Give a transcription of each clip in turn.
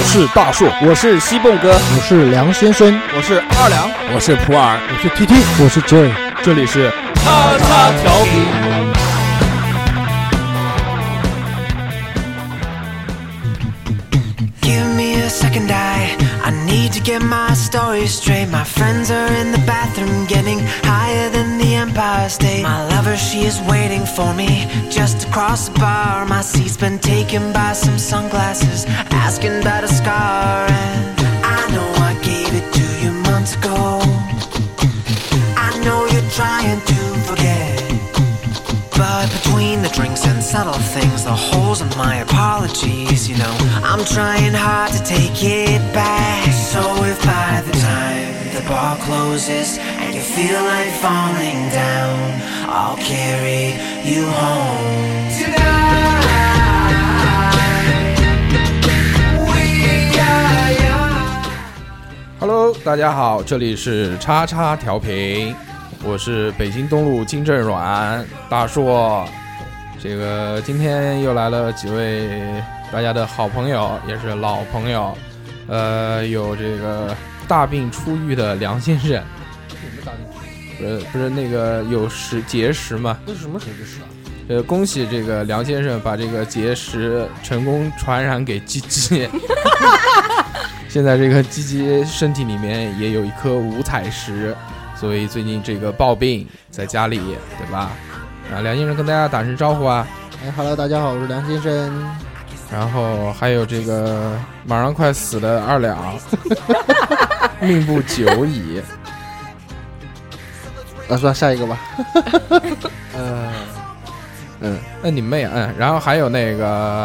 是大硕， 我是西蹦哥， 我是梁先生， 我是二两， 我是普洱， 我是 TT， 我是 Joy， 这里是叉叉调频。 Second I need to get my story straight. My friends are in the bathroom getting higher than the Empire State. My lover, she is waiting for me just across the bar. My seat's been taken by some sunglasses asking about a scar. And I know I gave it to you months ago. I know you're trying to forget, but between the drinks and subtle things, the holes in my apologies, you know, I'm trying hard to take it back. So if by the time the bar closes and you feel like falling down, I'll carry you home tonight. We are young. Hello， 大家好，这里是叉叉调频，我是北京东路金正软大硕。这个今天又来了几位大家的好朋友，也是老朋友，有这个大病初愈的梁先生。不是那个有结石嘛？ 那是什么结石啊？ 恭喜这个梁先生把这个结石成功传染给鸡鸡。现在这个鸡鸡身体里面也有一颗五彩石，所以最近这个抱病在家里，对吧？梁先生跟大家打声招呼啊。 Hello， 大家好，我是梁先生。 然后还有这个马上快死的二两，命不久矣。 算下一个吧。 那你妹啊！然后还有那个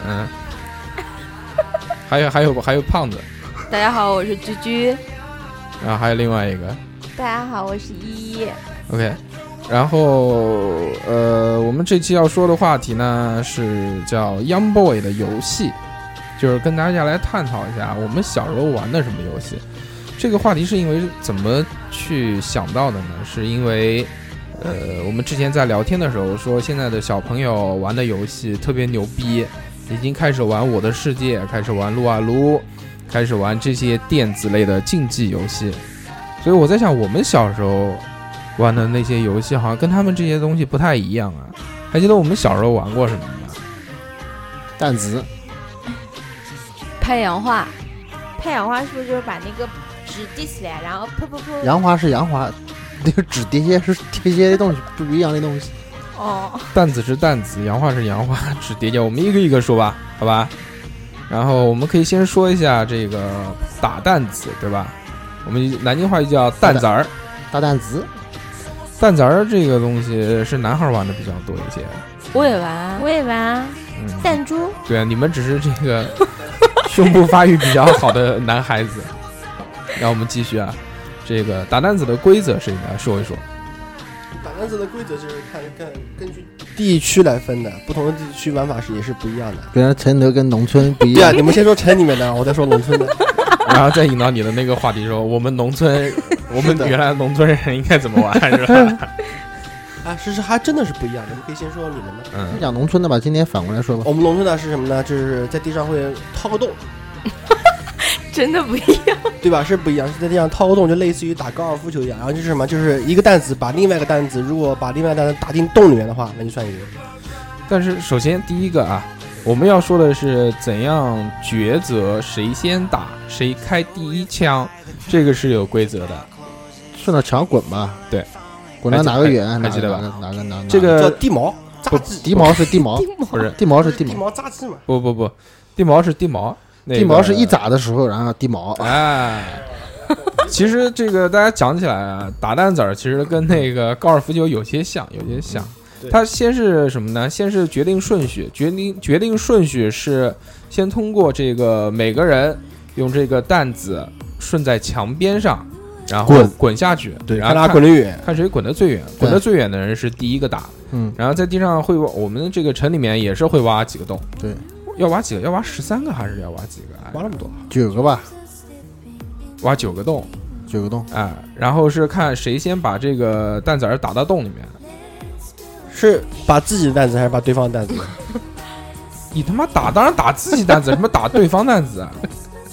还有胖子。 大家好，我是居居。 然后还有另外一个。 大家好，我是依依。 OK。然后我们这期要说的话题呢是叫 Young Boy 的游戏，就是跟大家来探讨一下我们小时候玩的什么游戏。这个话题是因为怎么去想到的呢？是因为我们之前在聊天的时候说，现在的小朋友玩的游戏特别牛逼，已经开始玩我的世界，开始玩撸啊撸，开始玩这些电子类的竞技游戏。所以我在想，我们小时候玩的那些游戏好像跟他们这些东西不太一样啊。还记得我们小时候玩过什么吗？ 弹子、 拍洋画。 拍洋画是不是就是把那个纸递起来，然后噗噗噗？ 洋画是洋画，那个纸叠接是叠接的东西，不一样的东西。 哦。 弹子是弹子，洋画是洋画，纸叠接我们一个一个说吧，好吧？然后我们可以先说一下这个打弹子，对吧？我们南京话就叫弹子儿， 打弹子。 弹子儿这个东西是男孩玩的比较多一些。 我也玩， 我也玩。弹珠。 对啊，你们只是这个胸部发育比较好的男孩子。然后我们继续啊，这个打弹子的规则谁来说一说？ 打弹子的规则就是根据地区来分的，不同的地区玩法也是不一样的。 比如承德跟农村不一样。 对啊，你们先说城里面的，我再说农村的。 然后再引到你的那个话题说，我们农村，我们原来农村人应该怎么玩，是吧？ 啊，是还真的是不一样的。你可以先说你们的。 你讲农村的吧，今天反过来说吧。 我们农村的是什么呢？就是在地上会掏个洞。 真的不一样， 对吧？是不一样，是在地上掏个洞，就类似于打高尔夫球一样。然后就是什么，就是一个弹子把另外一个弹子，如果把另外一个弹子打进洞里面的话，那就算赢。 但是首先第一个啊，我们要说的是怎样抉择谁先打，谁开第一枪，这个是有规则的。 顺着墙滚吧， 对， 滚到哪个远， 还记得吧？ 哪个这个叫地毛， 不，地毛是地毛， 不是地毛是地毛， 地毛扎鸡嘛？ 不，地毛是地毛。 地毛是一砸的时候，然后地毛。 哎，其实这个大家讲起来啊，打弹子儿其实跟那个高尔夫球有些像。它先是什么呢？先是决定顺序，决定顺序是先通过这个每个人用这个弹子顺在墙边上，然后滚下去， 对， 然后看他滚得远， 看谁滚得最远，滚得最远的人是第一个打。然后在地上会，我们这个城里面也是会挖几个洞。 对。 要挖几个？要挖13个还是要挖几个？ 挖那么多 ？9个吧， 挖9个洞 ，9个洞。 哎，然后是看谁先把这个弹子儿打到洞里面。 是把自己的弹子还是把对方的弹子？ 你他妈打，当然打自己弹子，什么打对方弹子啊？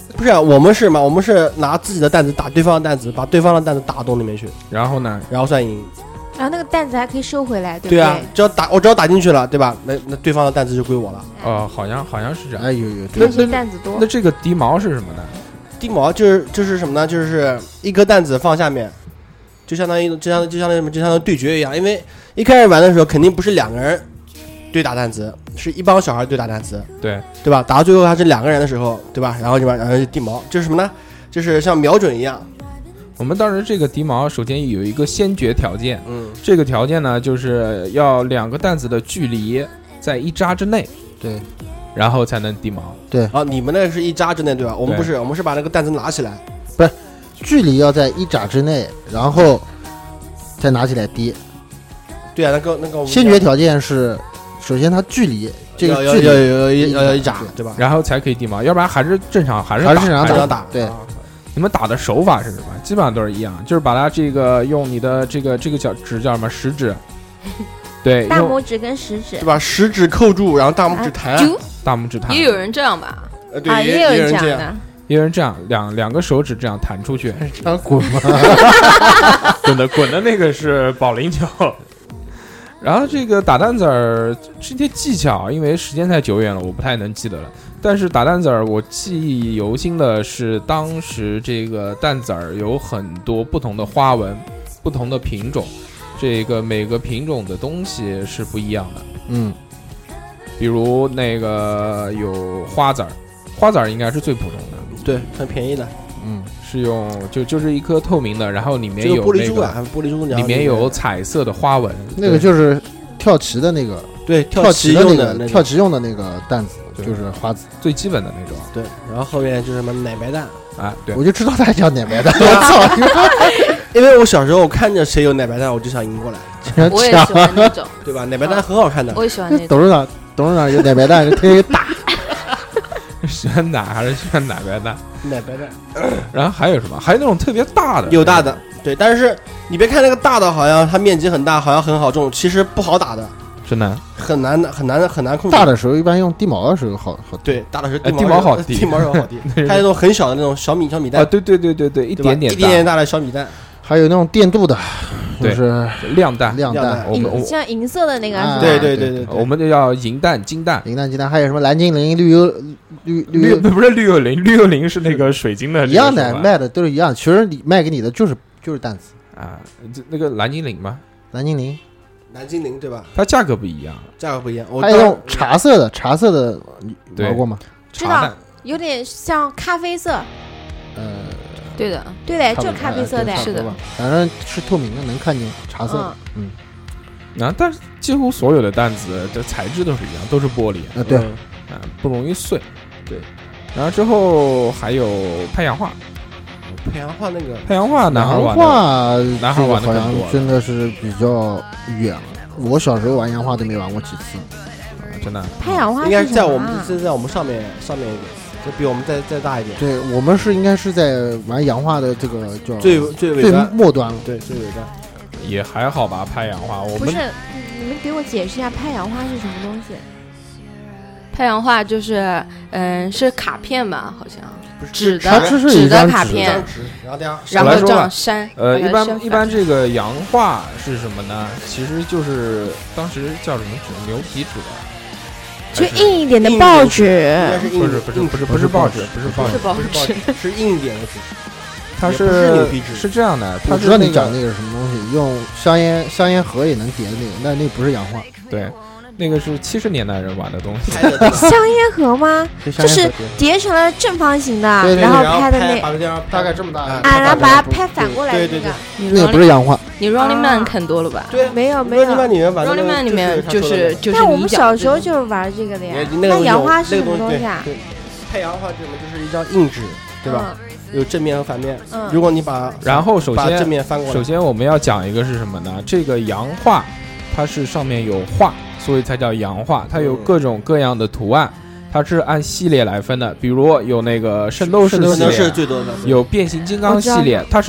不是啊，我们是嘛？我们是拿自己的担子打对方的担子，把对方的担子打洞里面去， 然后呢？ 然后算赢。 然后那个担子还可以收回来，对不对啊，只要打进去了，对吧？那对方的担子就归我了。 哦，好像是这样。 哎有看谁担子多那。这个低毛是什么呢？ 低毛就是什么呢？就是一颗担子放下面，就相当于对决一样。因为一开始玩的时候肯定不是两个人对打担子，是一帮小孩对打担子， 对吧？打到最后还是两个人的时候，对吧？然后就低毛，就是什么呢？就是像瞄准一样。 我们当时这个低毛首先有一个先决条件，这个条件呢就是要两个担子的距离在1扎之内， 对， 然后才能低毛。 对啊，你们那是1扎之内对吧？我们不是，我们是把那个担子拿起来， 不是距离要在1扎之内，然后再拿起来低。 对啊，那个我们先决条件是，首先它距离这个距离要1扎对吧？ 然后才可以低毛，要不然还是正常还是正常打。 对。 你们打的手法是什么？基本上都是一样，就是把它这个用你的这个脚趾叫什么食指，对， 大拇指跟食指， 对吧？食指扣住，然后大拇指弹， 大拇指弹。 也有人这样吧？ 对， 也有人这样的， 也有人这样，两个手指这样弹出去， 这样滚吗？ 滚的那个是保龄球。然后这个打蛋子儿这些技巧，因为时间太久远了，我不太能记得了。但是打蛋子儿，我记忆犹新的是，当时这个蛋子儿有很多不同的花纹，不同的品种，这个每个品种的东西是不一样的。比如那个有花籽儿，花籽儿应该是最普通的， 对，很便宜的。 是用就是一颗透明的，然后里面有玻璃珠啊，玻璃珠里面有彩色的花纹。 那个就是跳棋的那个， 对， 跳棋用的跳棋用的那个担子，就是花子， 最基本的那种。 对，然后后面就是什么奶白蛋啊，对， 我就知道它叫奶白蛋。我操！ 因为我小时候我看着谁有奶白蛋，我就想赢过来。 我也喜欢那种， 对吧？奶白蛋很好看的。 我也喜欢那种。 董事长有奶白蛋，就天天打。 喜欢奶还是喜欢奶白蛋？ 奶白蛋。 然后还有什么？还有那种特别大的， 有大的，对。但是你别看那个大的，好像它面积很大，好像很好中，其实不好打的， 真的很难控制。 大的时候一般用地毛的时候好。 对，大的时候地毛好低， 地毛好低。还有那种很小的那种小米蛋。 啊，对，一点点大的小米蛋。 还有那种电镀的，就是亮蛋， 像银色的那个， 对， 我们就叫银蛋、金蛋、 银蛋、金蛋，还有什么蓝精灵、绿不是绿幽灵，绿幽灵是那个水晶的， 一样的，卖的都是一样。其实你卖给你的就是担子啊，那个蓝精灵吗？ 蓝精灵对吧？ 它价格不一样， 还有那种茶色的，玩过吗？ 知道，有点像咖啡色。 对的， 就是咖啡色的， 是的， 反正是透明的，能看见茶色。 但是几乎所有的担子的材质都是一样，都是玻璃。 对， 不容易碎。 对， 然后之后还有拍洋画。 拍洋画那个拍洋画，男孩玩的好像真的是比较远了。我小时候玩洋画都没玩过几次， 真的。 拍洋画应该是在我们上面一点。就比我们再大一点。 对，我们应该是在玩洋画的这个叫最末端了。 对，最尾端。 也还好吧，拍洋画。 不是，你们给我解释一下拍洋画是什么东西？ 拍洋画就是是卡片吧，好像纸的卡片，然后这样删。 一般这个洋画是什么呢？其实就是当时叫什么纸，牛皮纸。 就硬一点的报纸， 不是报纸， 是硬一点的纸。 它是这样的， 我知道你讲那个是什么东西，用香烟盒也能叠的那个，那不是洋画。 对，那个是70年代人玩的东西。 香烟盒吗？就是叠成了正方形的，然后拍的那大概这么大然后把它拍反过来那个。 那个不是洋画。 你 Running Man 看多了吧？ 对， 没有。 Running Man 里面就是。 但我们小时候就是玩这个的呀。那洋画是什么东西啊？ 拍洋画就是一张硬纸，对吧？有正面和反面。如果你然后把正面翻过来， 首先我们要讲一个是什么呢？这个洋画，它是上面有画，所以才叫洋画。它有各种各样的图案，它是按系列来分的。比如有那个圣斗士系列， 最多的有变形金刚系列，它是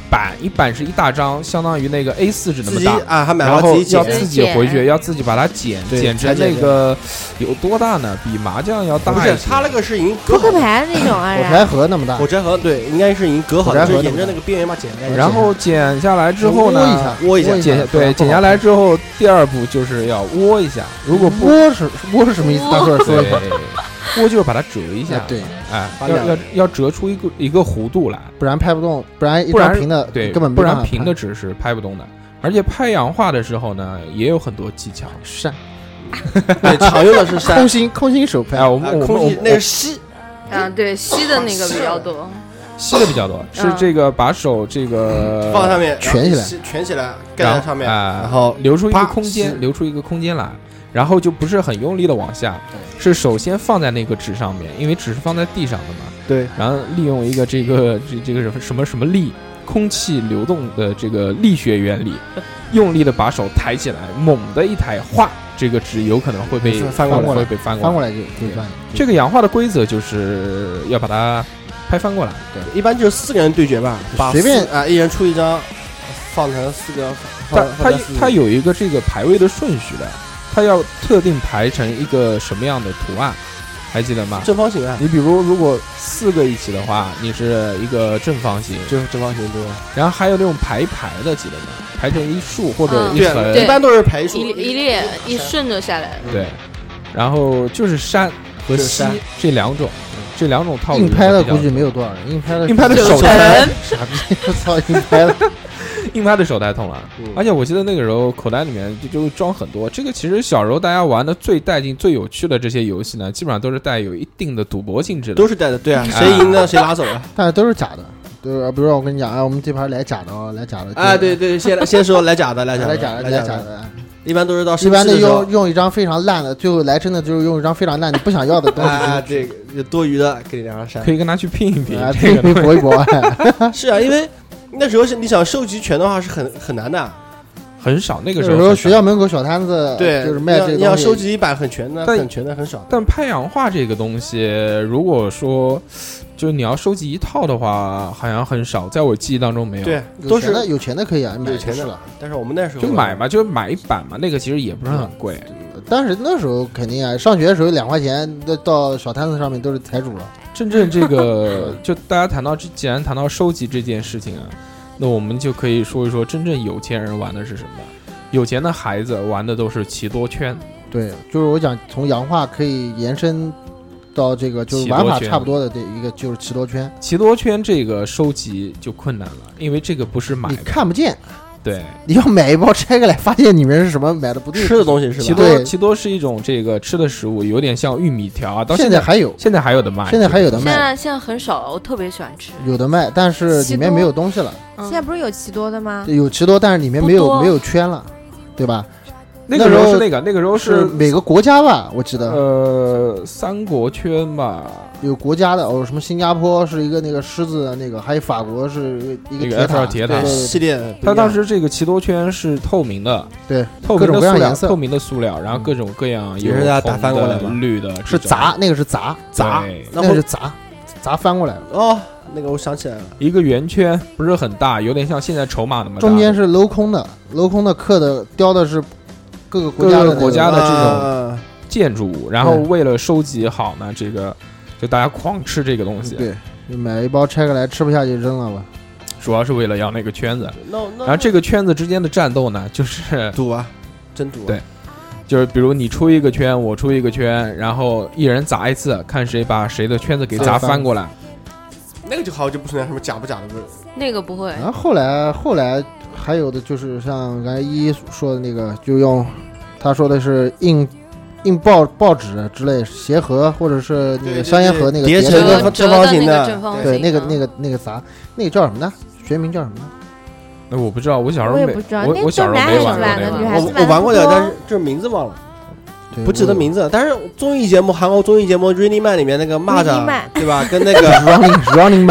一板是一大张，相当于那个 A4 纸那么大啊，还买然后自己要自己回去，要自己把它剪成那个有多大呢？比麻将要大一些。 不是，他那个是已经扑克牌那种啊， 火柴盒那么大。 火柴盒对，应该是已经隔好了，就是沿着那个边缘把剪开。 然后剪下来之后呢， 窝一下， 剪下来之后，第二步就是要窝一下。如果不窝是什么意思？大伙说一下。 窝就是把它折一下， 对， 哎，要折出一个弧度来， 不然拍不动，不然一张平的对， 根本不然平的纸是拍不动的。而且拍洋画的时候呢，也有很多技巧， 扇， 对，常用的是扇， 空心手拍。 啊，我们那是吸， 啊，对，吸的那个比较多。 吸的比较多，是这个把手这个放在上面蜷起来，盖在上面，然后留出一个空间来。然后就不是很用力的往下，是首先放在那个纸上面，因为纸是放在地上的嘛。 对。 然后利用一个这个什么力，空气流动的这个力学原理，用力的把手抬起来，猛的一抬，哗，这个纸有可能会被翻过来， 翻过来就翻。 这个洋画的规则就是要把它拍翻过来。 对，一般就是4个人对决吧， 随便啊，一人出一张，放成4个。 它有一个这个排位的顺序的。它要特定排成一个什么样的图案，还记得吗？ 正方形啊。 你比如如果4个一起的话，你是一个正方形， 就是正方形对。 然后还有那种排的，记得吗？排成一竖或者一横， 一般都是排竖， 一列一顺着下来。 对，然后就是扇和吸这两种套路。 硬拍的估计没有多少人，硬拍的手抬， 傻逼，我操，硬拍的。 硬拍的手太痛了，而且我记得那个时候口袋里面就装很多。这个其实小时候大家玩的最带劲、最有趣的这些游戏呢，基本上都是带有一定的赌博性质的， 都是带的。对啊，谁赢了谁拿走了， 但是都是假的。对，比如说我跟你讲，哎，我们这盘来假的哦，来假的。 啊，对，先说来假的，来假的。一般都是到一般的用一张非常烂的，最后来真的就是用一张非常烂的不想要的东西。 啊，这个有多余的给你2张扇， 可以跟他去拼一拼， 拼一搏一搏。 是啊，因为。那时候你想收集全的话是很难的， 很少。那个时候学校门口小摊子， 对， 就是卖这个东西。 你要收集一版很全的，很少。 但拍洋画这个东西，如果说就你要收集一套的话，好像很少，在我记忆当中没有。 对， 都是有钱的可以啊， 有钱的了。但是我们那时候就买嘛，就买一版嘛，那个其实也不是很贵。 但是那时候肯定啊，上学的时候2块钱到小摊子上面都是财主了。 真正这个，就大家既然谈到收集这件事情啊，那我们就可以说一说真正有钱人玩的是什么？有钱的孩子玩的都是奇多圈。 对，就是我讲从洋画可以延伸到这个就是玩法差不多的一个就是奇多圈。 奇多圈这个收集就困难了，因为这个不是买的， 你看不见。 对， 你要买一包拆开来，发现里面是什么，买的不对， 吃的东西是吧？ 奇多是一种这个吃的食物，有点像玉米条啊。到现在还有， 现在还有的卖， 现在还有的卖。 现在很少，我特别喜欢吃。 有的卖，但是里面没有东西了。 现在不是有奇多的吗？ 有奇多，但是里面没有圈了，对吧？ 那个时候是那个时候是每个国家吧，我记得三国圈吧， 有国家的什么新加坡是一个那个狮子的那个，还有法国是一个铁塔系列。 它当时这个奇多圈是透明的， 对， 透明的各样颜色， 透明的塑料，然后各种各样也是打翻过来的， 绿的是砸，那个是砸，那个是砸翻过来哦。那个我想起来了， 一个圆圈不是很大，有点像现在筹码那么大， 中间是镂空的刻的雕的是。各个国家的这种建筑物，然后为了收集好呢，这个就大家狂吃这个东西。 对，就买一包拆开来吃不下就扔了吧。 主要是为了要那个圈子。然后这个圈子之间的战斗呢，就是赌啊，真赌。 对，就是比如你出一个圈，我出一个圈，然后一人砸一次，看谁把谁的圈子给砸翻过来。 那个就好，就不存在什么假不假的问题。 那个不会。 然后后来还有的就是像刚才一说的那个，就用他说的是印报纸之类鞋盒，或者是那个香烟盒那个叠成一个正方形的， 对，那个砸，那个叫什么呢？学名叫什么呢？ 那我不知道，我小时候我也不知道， 我小时候没玩过， 我玩过的，但是这名字忘了。不记得名字，但是综艺节目，韩国综艺节目《Running Man》里面那个蚂蚱，对吧？跟那个 Running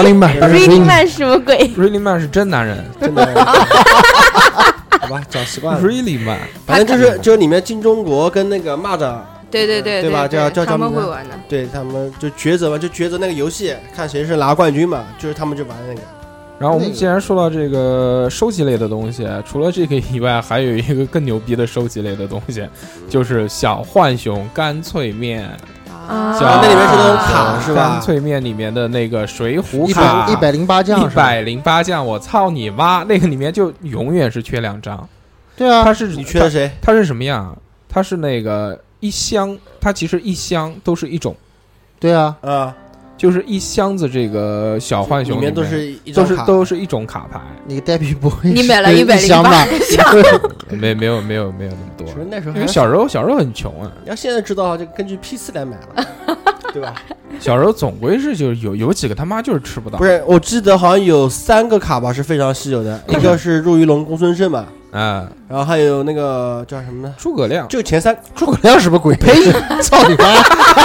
Man 什么鬼 ？Running Man 是真男人， 真男人。好吧，讲习惯了。 Really Man， 反正就是里面进中国跟那个蚂蚱， 对吧？叫他们会玩的， 对他们就抉择嘛，就抉择那个游戏，看谁是拿冠军嘛，就是他们就玩那个。 然后我们既然说到这个收集类的东西，除了这个以外，还有一个更牛逼的收集类的东西，就是小浣熊干脆面。 那里面是那种卡是吧？ 干脆面里面的那个水浒卡 108将 ，108将，我操你妈！那个里面就永远是缺2张。 对啊， 它是你缺了谁？ 它是什么样？它是那个一箱，它其实一箱都是一种。 对啊， 就是一箱子这个小浣熊里面都是一种卡牌。 那个呆皮不会你买了108 箱吧？ 没有那么多。 那时候因为小时候很穷啊。 要现在知道就根据批次来买了，对吧？ 小时候总归是就是有几个他妈就是吃不到。 不是，我记得好像有3个卡吧是非常稀有的，一个是入鱼龙公孙胜嘛，然后还有那个叫什么呢？ 诸葛亮。 就前3， 诸葛亮什么鬼？呸！操你妈！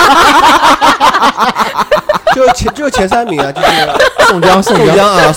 就前3名啊，就是宋江啊，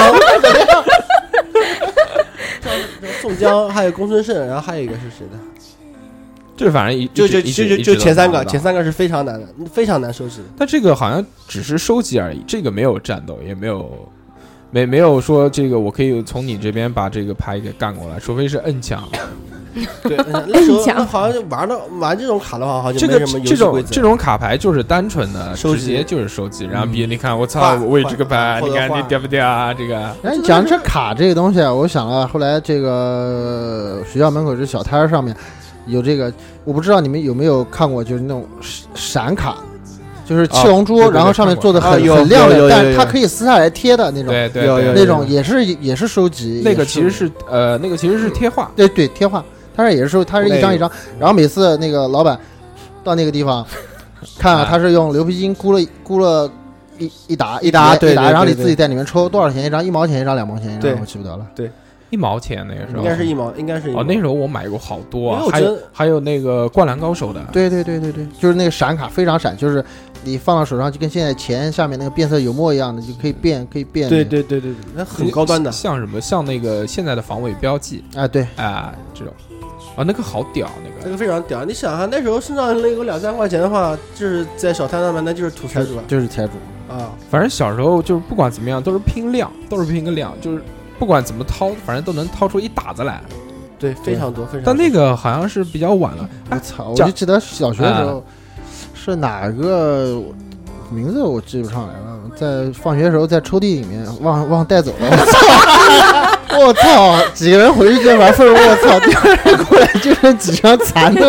宋江，还有公孙胜，然后还有一个是谁的？ 这反正就前3个，前3个是非常难的，非常难收集的。 但这个好像只是收集而已，这个没有战斗，也没有说这个我可以从你这边把这个牌给干过来，除非是摁墙。 对，那时候好像玩这种卡的话，好像就没什么游戏规则。 这种卡牌就是单纯的收集， 直接就是收集。然后你看，我操，我为这个牌，你看你掉不掉啊？这个。 哎，讲这卡这个东西啊，我想了，后来这个学校门口这小摊上面有这个，我不知道你们有没有看过，就是那种闪卡。就是七龙珠，然后上面做的很亮的，但它可以撕下来贴的那种， 对， 那种也是收集。 那个其实是贴画， 对贴画，它是也是收，它是一张一张。然后每次那个老板到那个地方看啊，他是用牛皮筋箍了一打，然后你自己在里面抽多少钱一张，1毛钱一张，2毛钱一张，我记不得了。 对。 1毛钱那个时候应该是1毛，应该是1毛。 那时候我买过好多啊，还有那个灌篮高手的。 对，就是那个闪卡非常闪，就是你放到手上就跟现在钱下面那个变色油墨一样的，就可以变。 对，那很高端的。 像什么？像那个现在的防伪标记。 对这种。那个好屌， 那个非常屌。你想啊，那时候身上那个2-3块钱的话，就是在小摊上面，那就是土财主， 就是财主啊。 反正小时候就是不管怎么样，都是拼量，就是。不管怎么掏，反正都能掏出一打子来。 对，非常多。 但那个好像是比较晚了。 我操！我就记得小学的时候是哪个名字我记不上来了，在放学的时候在抽屉里面忘带走了。我操！几个人回去就完事儿。我操！第二天过来就剩几张残的。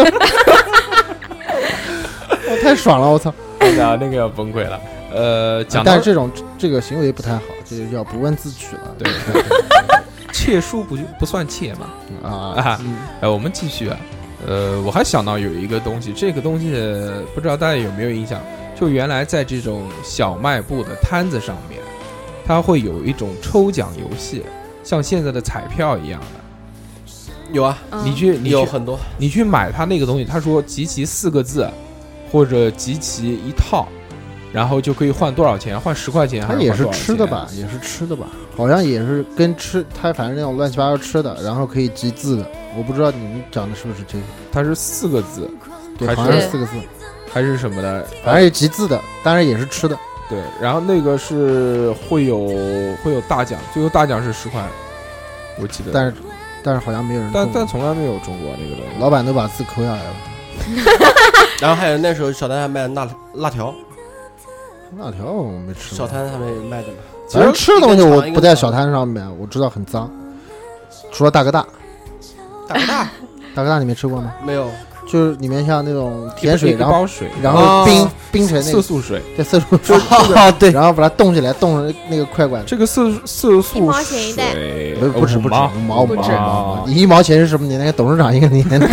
我太爽了！我操！ 那个要崩溃了。 但是这个行为不太好，这就叫不问自取了。 对，窃书不算窃嘛。我们继续啊。我还想到有一个东西，这个东西不知道大家有没有印象？就原来在这种小卖部的摊子上面，它会有一种抽奖游戏，像现在的彩票一样的。 有啊， 你有很多， 你去买它那个东西，他说集齐4个字，或者集齐一套。然后就可以换多少钱？换10块钱还是？ 它也是吃的吧？也是吃的吧？好像也是跟吃，它反正那种乱七八糟吃的，然后可以集字的。我不知道你们讲的是不是这个？ 它是4个字， 对，好像是4个字， 还是什么的？ 反正也集字的，当然也是吃的。 对，然后那个是会有大奖，最后大奖是10块，我记得。 但是好像没有人中， 但从来没有中过那个东西。 老板都把字抠下来了。 然后还有那时候小摊上卖的辣条。 辣条我没吃过， 小摊上面卖的嘛。 反正吃的东西我不在小摊上面，我知道很脏。除了大哥大，大哥大你没吃过吗？ 没有， 就是里面像那种甜水， 然后水， 然后冰成那个色素水， 对色素水， 对， 然后把它冻起来，冻成那个快管。 这个色素水 1毛钱一袋， 不止5毛，你1毛钱是什么年代？董事长一个年代。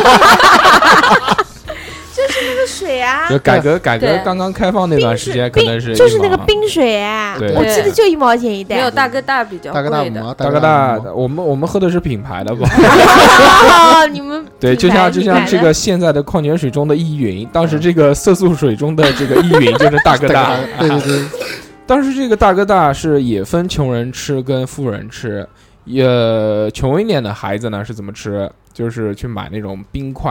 就是那个水啊， 就改革刚刚开放那段时间，可能是就是那个冰水啊，我记得就1毛钱一袋。 没有大哥大比较贵的， 大哥大， 我们喝的是品牌的吧？ 你们对，就像这个现在的矿泉水中的依云，当时这个色素水中的这个依云就是大哥大。 对。 当时这个大哥大是也分穷人吃跟富人吃，穷一点的孩子呢是怎么吃？就是去买那种冰块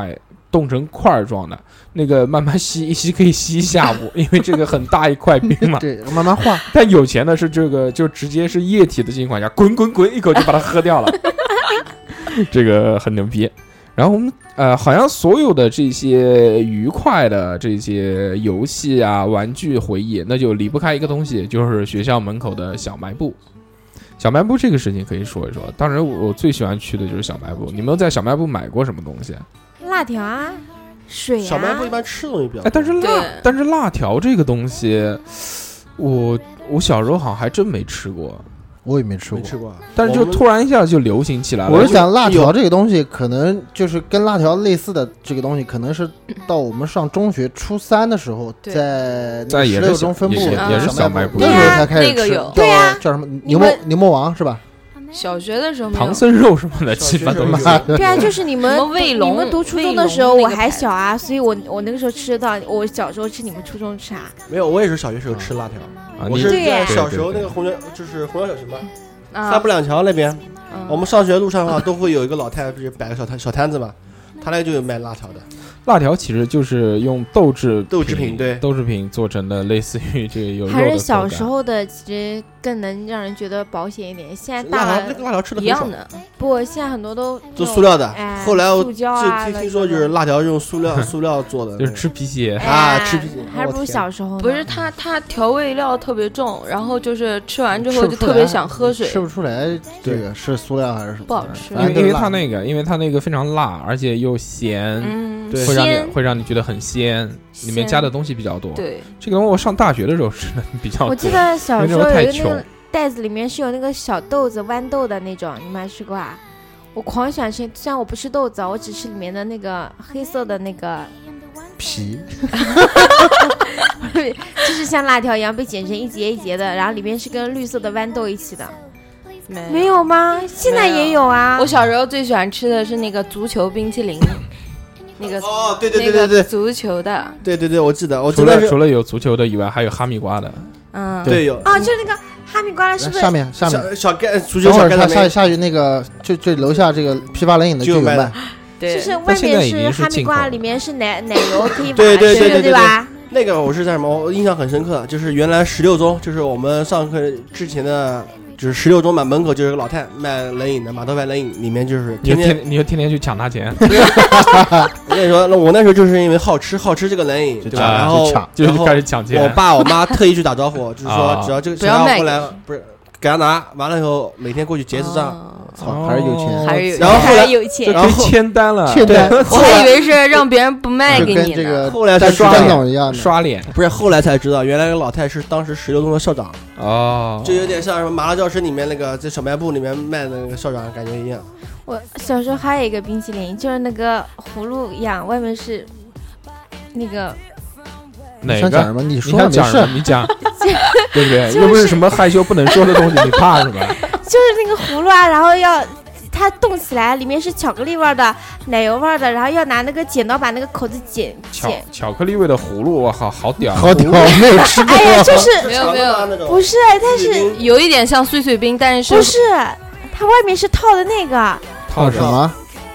冻成块状的，那个慢慢吸，一吸可以吸一下午，因为这个很大一块冰嘛。 对，慢慢化。 但有钱的是这个，就直接是液体的情况下，滚，一口就把它喝掉了，这个很牛逼。然后我们好像所有的这些愉快的这些游戏啊、玩具回忆，那就离不开一个东西，就是学校门口的小卖部。小卖部这个事情可以说一说。当然，我最喜欢去的就是小卖部。你们有在小卖部买过什么东西？ 辣条啊，水啊。 小卖部一般吃的东西比较多。 但是辣条这个东西，我小时候好像还真没吃过。 我也没吃过， 但是就突然一下就流行起来了。 我是想辣条这个东西，可能就是跟辣条类似的这个东西，可能是到我们上中学初3的时候，在16中分部也是小卖部， 那时候才开始吃。 那个有， 对呀， 叫什么牛魔王是吧？ 小学的时候， 唐僧肉什么的，七八都买。 对啊，就是你们读初中的时候，我还小啊，所以我那个时候吃得到。我小时候吃，你们初中吃啊？ 没有，我也是小学时候吃辣条。我是在小时候那个虹桥小学嘛，3步2桥那边，我们上学路上的话都会有一个老太太，不是摆个小摊子嘛，他那就有卖辣条的。 辣条其实就是用豆制品做成的，类似于这个有肉的。 还是小时候的，其实更能让人觉得保险一点。现在大了， 那个辣条吃的一样的， 不，现在很多都塑料的。后来我听说就是辣条用塑料做的， 就是吃皮鞋啊，吃皮鞋， 还不如小时候。 不是它调味料特别重，然后就是吃完之后就特别想喝水， 吃不出来这个是塑料还是什么？ 不好吃， 因为它那个非常辣，而且又咸，会让你觉得很鲜，里面加的东西比较多。 对， 这个东西我上大学的时候吃的比较多。 我记得小时候有一个那个袋子里面是有那个小豆子豌豆的那种，你们还吃过啊？我狂喜欢吃，虽然我不吃豆子，我只吃里面的那个黑色的那个皮， 就是像辣条一样被剪成一节一节的，然后里面是跟绿色的豌豆一起的。没有吗？现在也有啊。 我小时候最喜欢吃的是那个足球冰淇淋。那个对， 足球的， 对，我记得， 除了有足球的以外，还有哈密瓜的， 对，有啊，就是那个哈密瓜，是不是？ 下面小盖足球小盖的下去那个就楼下这个批发冷饮的就有卖， 对，就是外面是哈密瓜，里面是奶油可以对吧？ 那个我是在什么？我印象很深刻，就是原来16中，就是我们上课之前的。就是16中嘛，门口就是个老太卖冷饮的，码头卖冷饮，里面就是你就天天去抢他钱。 我跟你说，我那时候就是因为好吃这个冷饮，对吧？然后就开始抢钱。 我爸我妈特意去打招呼，就是说只要这个小孩过来，不是给他拿完了以后，每天过去结次账。 还是有钱， 然后后来有钱， 然后签单了， 我还以为是让别人不卖给你呢。 后来才刷脸， 不是后来才知道，原来那个老太是当时16中的校长哦， 就有点像什么麻辣教师里面那个在小卖部里面卖的那个校长感觉一样。 我小时候还有一个冰淇淋，就是那个葫芦一样，外面是那个。 哪个？ 讲什么？你说没事，你讲，对不对？又不是什么害羞不能说的东西，你怕什么？ 就是那个葫芦啊，然后要它动起来，里面是巧克力味的、奶油味的，然后要拿那个剪刀把那个口子剪。 巧克力味的葫芦，我靠，好屌！ 好屌，没有吃过。 哎呀，就是没有， 不是，它是有一点像碎碎冰，但是不是，它外面是套的那个。 套什么？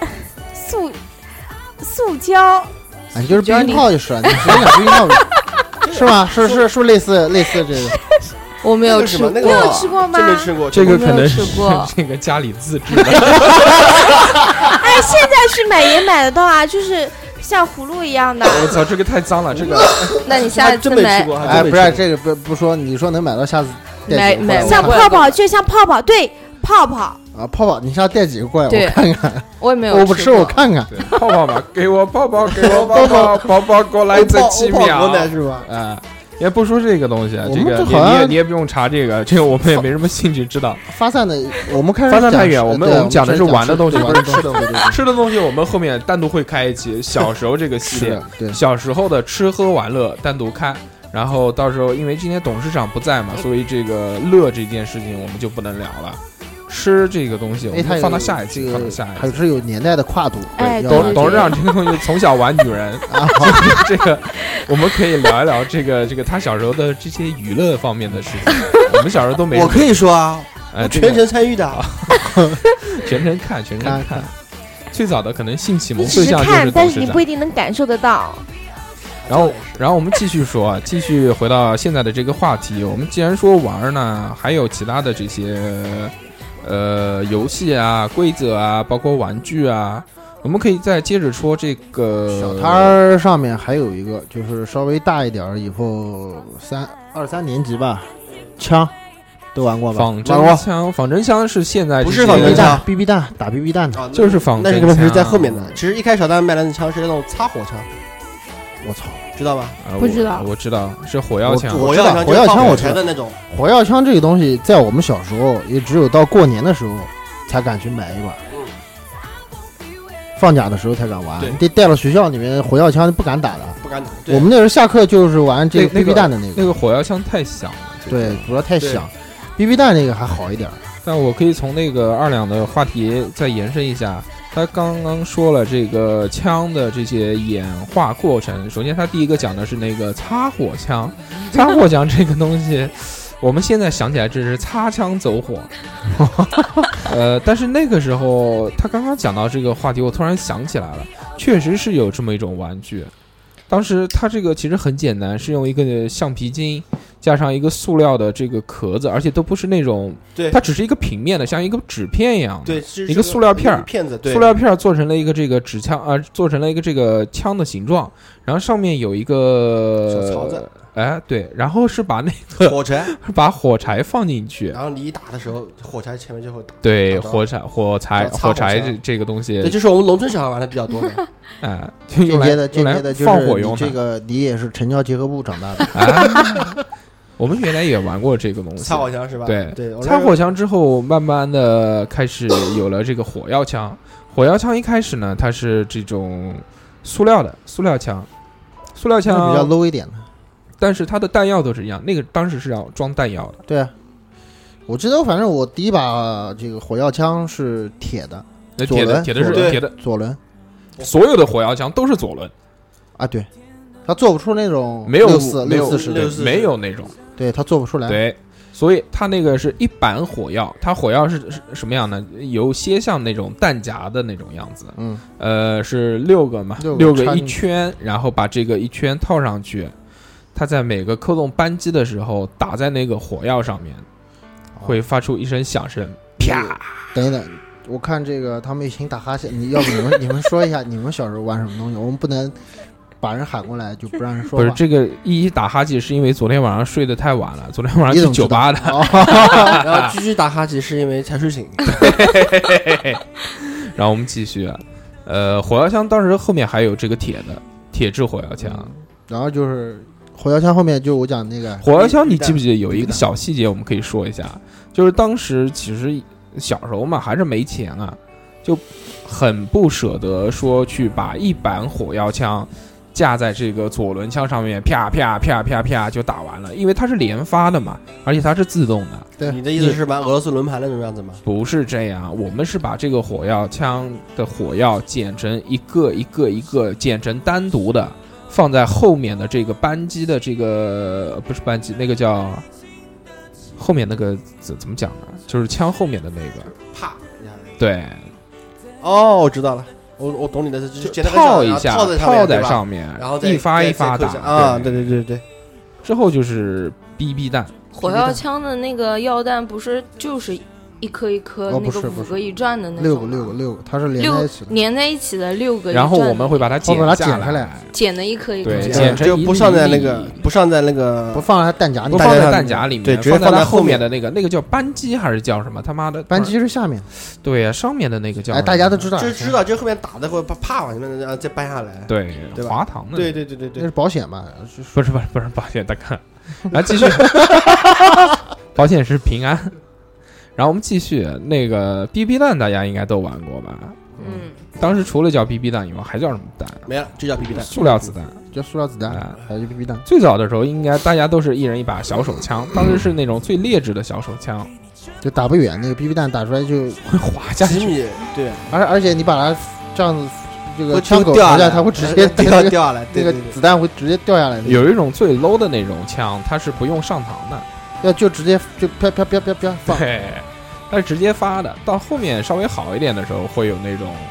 塑胶。 你就是避孕套就是了，你直接讲避孕套是吗？是不是类似这个？ 我没有吃过， 没有吃过吗？ 没吃过， 这个可能是这个家里自制的。 哎，现在去买也买得到啊，就是像葫芦一样的。 我操，这个太脏了，这个。 那你下次买？ 哎，不是这个不说，你说能买到，下次买像泡泡，就像泡泡，对泡泡。 啊，泡泡，你下次带几个过来，我看看。 我也没有， 我不吃，我看看。 泡泡嘛，给我泡泡，给我泡泡，泡泡过来这几秒， 是吧？ 啊，也不说这个东西，这个你也不用查这个，这个我们也没什么兴趣知道。 发散的，我们开始发散太远，我们讲的是玩的东西，不是吃的东西。 吃的东西我们后面单独会开一期小时候这个系列， 对， 小时候的吃喝玩乐单独开。然后到时候因为今天董事长不在嘛，所以这个乐这件事情我们就不能聊了。吃这个东西，我们放到下一期，放到下一期， 还是有年代的跨度。 哎， 董事长这个东西从小玩女人啊，这个我们可以聊一聊这个他小时候的这些娱乐方面的事情。我们小时候都没。 我可以说啊，全程参与的， 全程看。 最早的可能性启蒙你只是对象就是， 看但是董事长。 你不一定能感受得到。 然后我们继续说啊，继续回到现在的这个话题。我们既然说玩呢，还有其他的这些游戏啊、规则啊，包括玩具啊，我们可以再接着说这个小摊儿上面还有一个，就是稍微大一点儿以后2、3年级吧，枪都玩过吧？ 仿真枪，仿真枪是现在不是这些仿真枪 ，BB 弹打 BB 弹的。 啊， 就是仿真枪， 那个是在后面的。其实一开始小蛋卖的那枪是那种擦火枪， 我操！ 知道吧？ 不知道我知道是火药枪。 我火药枪， 火药枪我知道知道的那种。 火药枪这个东西，在我们小时候也只有到过年的时候才敢去买一把，放假的时候才敢玩。 对， 带到学校里面，火药枪不敢打的， 不敢打。 我们那时候下课就是玩这个那 BB 弹的那个。 那个火药枪太响了， 对，主要太响。BB 弹那个还好一点。 但我可以从那个2两的话题再延伸一下。他刚刚说了这个枪的这些演化过程。首先，他第一个讲的是那个擦火枪。擦火枪这个东西，我们现在想起来这是擦枪走火。但是那个时候他刚刚讲到这个话题，我突然想起来了，确实是有这么一种玩具。当时它这个其实很简单，是用一个橡皮筋加上一个塑料的这个壳子，而且都不是那种， 对， 它只是一个平面的，像一个纸片一样的， 对， 一个塑料片片子，对， 塑料片做成了一个这个纸枪啊，做成了一个这个枪的形状，然后上面有一个小槽子， 哎，对，然后是把那个火柴， 把火柴放进去， 然后你一打的时候，火柴前面就会打， 对， 打到火柴这个东西， 对，就是我们农村小孩玩的比较多的， 哎，就用来放火用的。 这个你也是城郊结合部长大的， 哎，我们原来也玩过这个东西， 擦火枪是吧？ 对对， 擦火枪之后，慢慢的开始有了这个火药枪。火药枪一开始呢，它是这种塑料枪，塑料枪比较 low 一点的。 但是它的弹药都是一样，那个当时是要装弹药的。 对啊，我记得反正我第一把这个火药枪是铁的， 铁的是铁的左轮， 所有的火药枪都是左轮啊，对，它做不出那种没有 640 没有那种， 对，它做不出来。 对，所以它那个是一板火药，它火药是什么样呢？有些像那种弹夹的那种样子，是6个嘛，6个一圈，然后把这个一圈套上去。它在每个扣动扳机的时候打在那个火药上面，会发出一声响声，啪！ 等一等，我看这个他们已经打哈欠，要不你们说一下你们小时候玩什么东西？我们不能把人喊过来就不让人说话。 不是这个一打哈欠是因为昨天晚上睡得太晚了，昨天晚上去酒吧的， 然后继续打哈欠是因为才睡醒。 然后我们继续，火药枪当时后面还有这个铁质火药枪， 然后就是火药枪后面就我讲那个火药枪，你记不记得有一个小细节我们可以说一下，就是当时其实小时候嘛还是没钱啊，就很不舍得说去把一板火药枪架在这个左轮枪上面，啪啪啪啪啪就打完了，因为它是连发的嘛，而且它是自动的。 对， 你的意思是把俄罗斯轮盘那种样子吗？ 不是这样，我们是把这个火药枪的火药剪成一个剪成单独的。放在后面的这个扳机的这个不是扳机，那个叫后面那个怎么讲呢？就是枪后面的那个， 啪， 对， 哦，我知道了，我懂你的，就是套一下，套在上面， 然后一发一发打啊，对， 之后就是 BB 弹， 火药枪的那个药弹不是就是一颗一颗那个5个一转的那种 ，6个，它是连在一起的， 连在一起的6个， 然后我们会把它剪下来， 剪的一颗一颗， 对，剪成就不放在那个，不放在弹夹里， 不放在弹夹里面， 对，直接放在后面的那个叫扳机还是叫什么？他妈的， 扳机是下面， 对呀，上面的那个叫， 哎，大家都知道， 知道，就后面打的会啪往前面再扳下来， 对， 对吧？ 滑膛的， 对， 那是保险吧？ 不是保险，大哥，来继续，保险是平安。然后我们继续那个 BB 弹，大家应该都玩过吧？当时除了叫 BB 弹以外，还叫什么弹？ 没了，就叫 BB 弹， 塑料子弹， 叫塑料子弹，还有 BB 弹。 最早的时候，应该大家都是一人一把小手枪，当时是那种最劣质的小手枪， 就打不远，那个 BB 弹打出来就会滑下去。 对， 而且你把它这样子，这个枪口掉下来，它会直接掉下来， 那个子弹会直接掉下来。 有一种最 low 的那种枪，它是不用上膛的。 就直接就啪放， 对，它是直接发的。到后面稍微好一点的时候，会有那种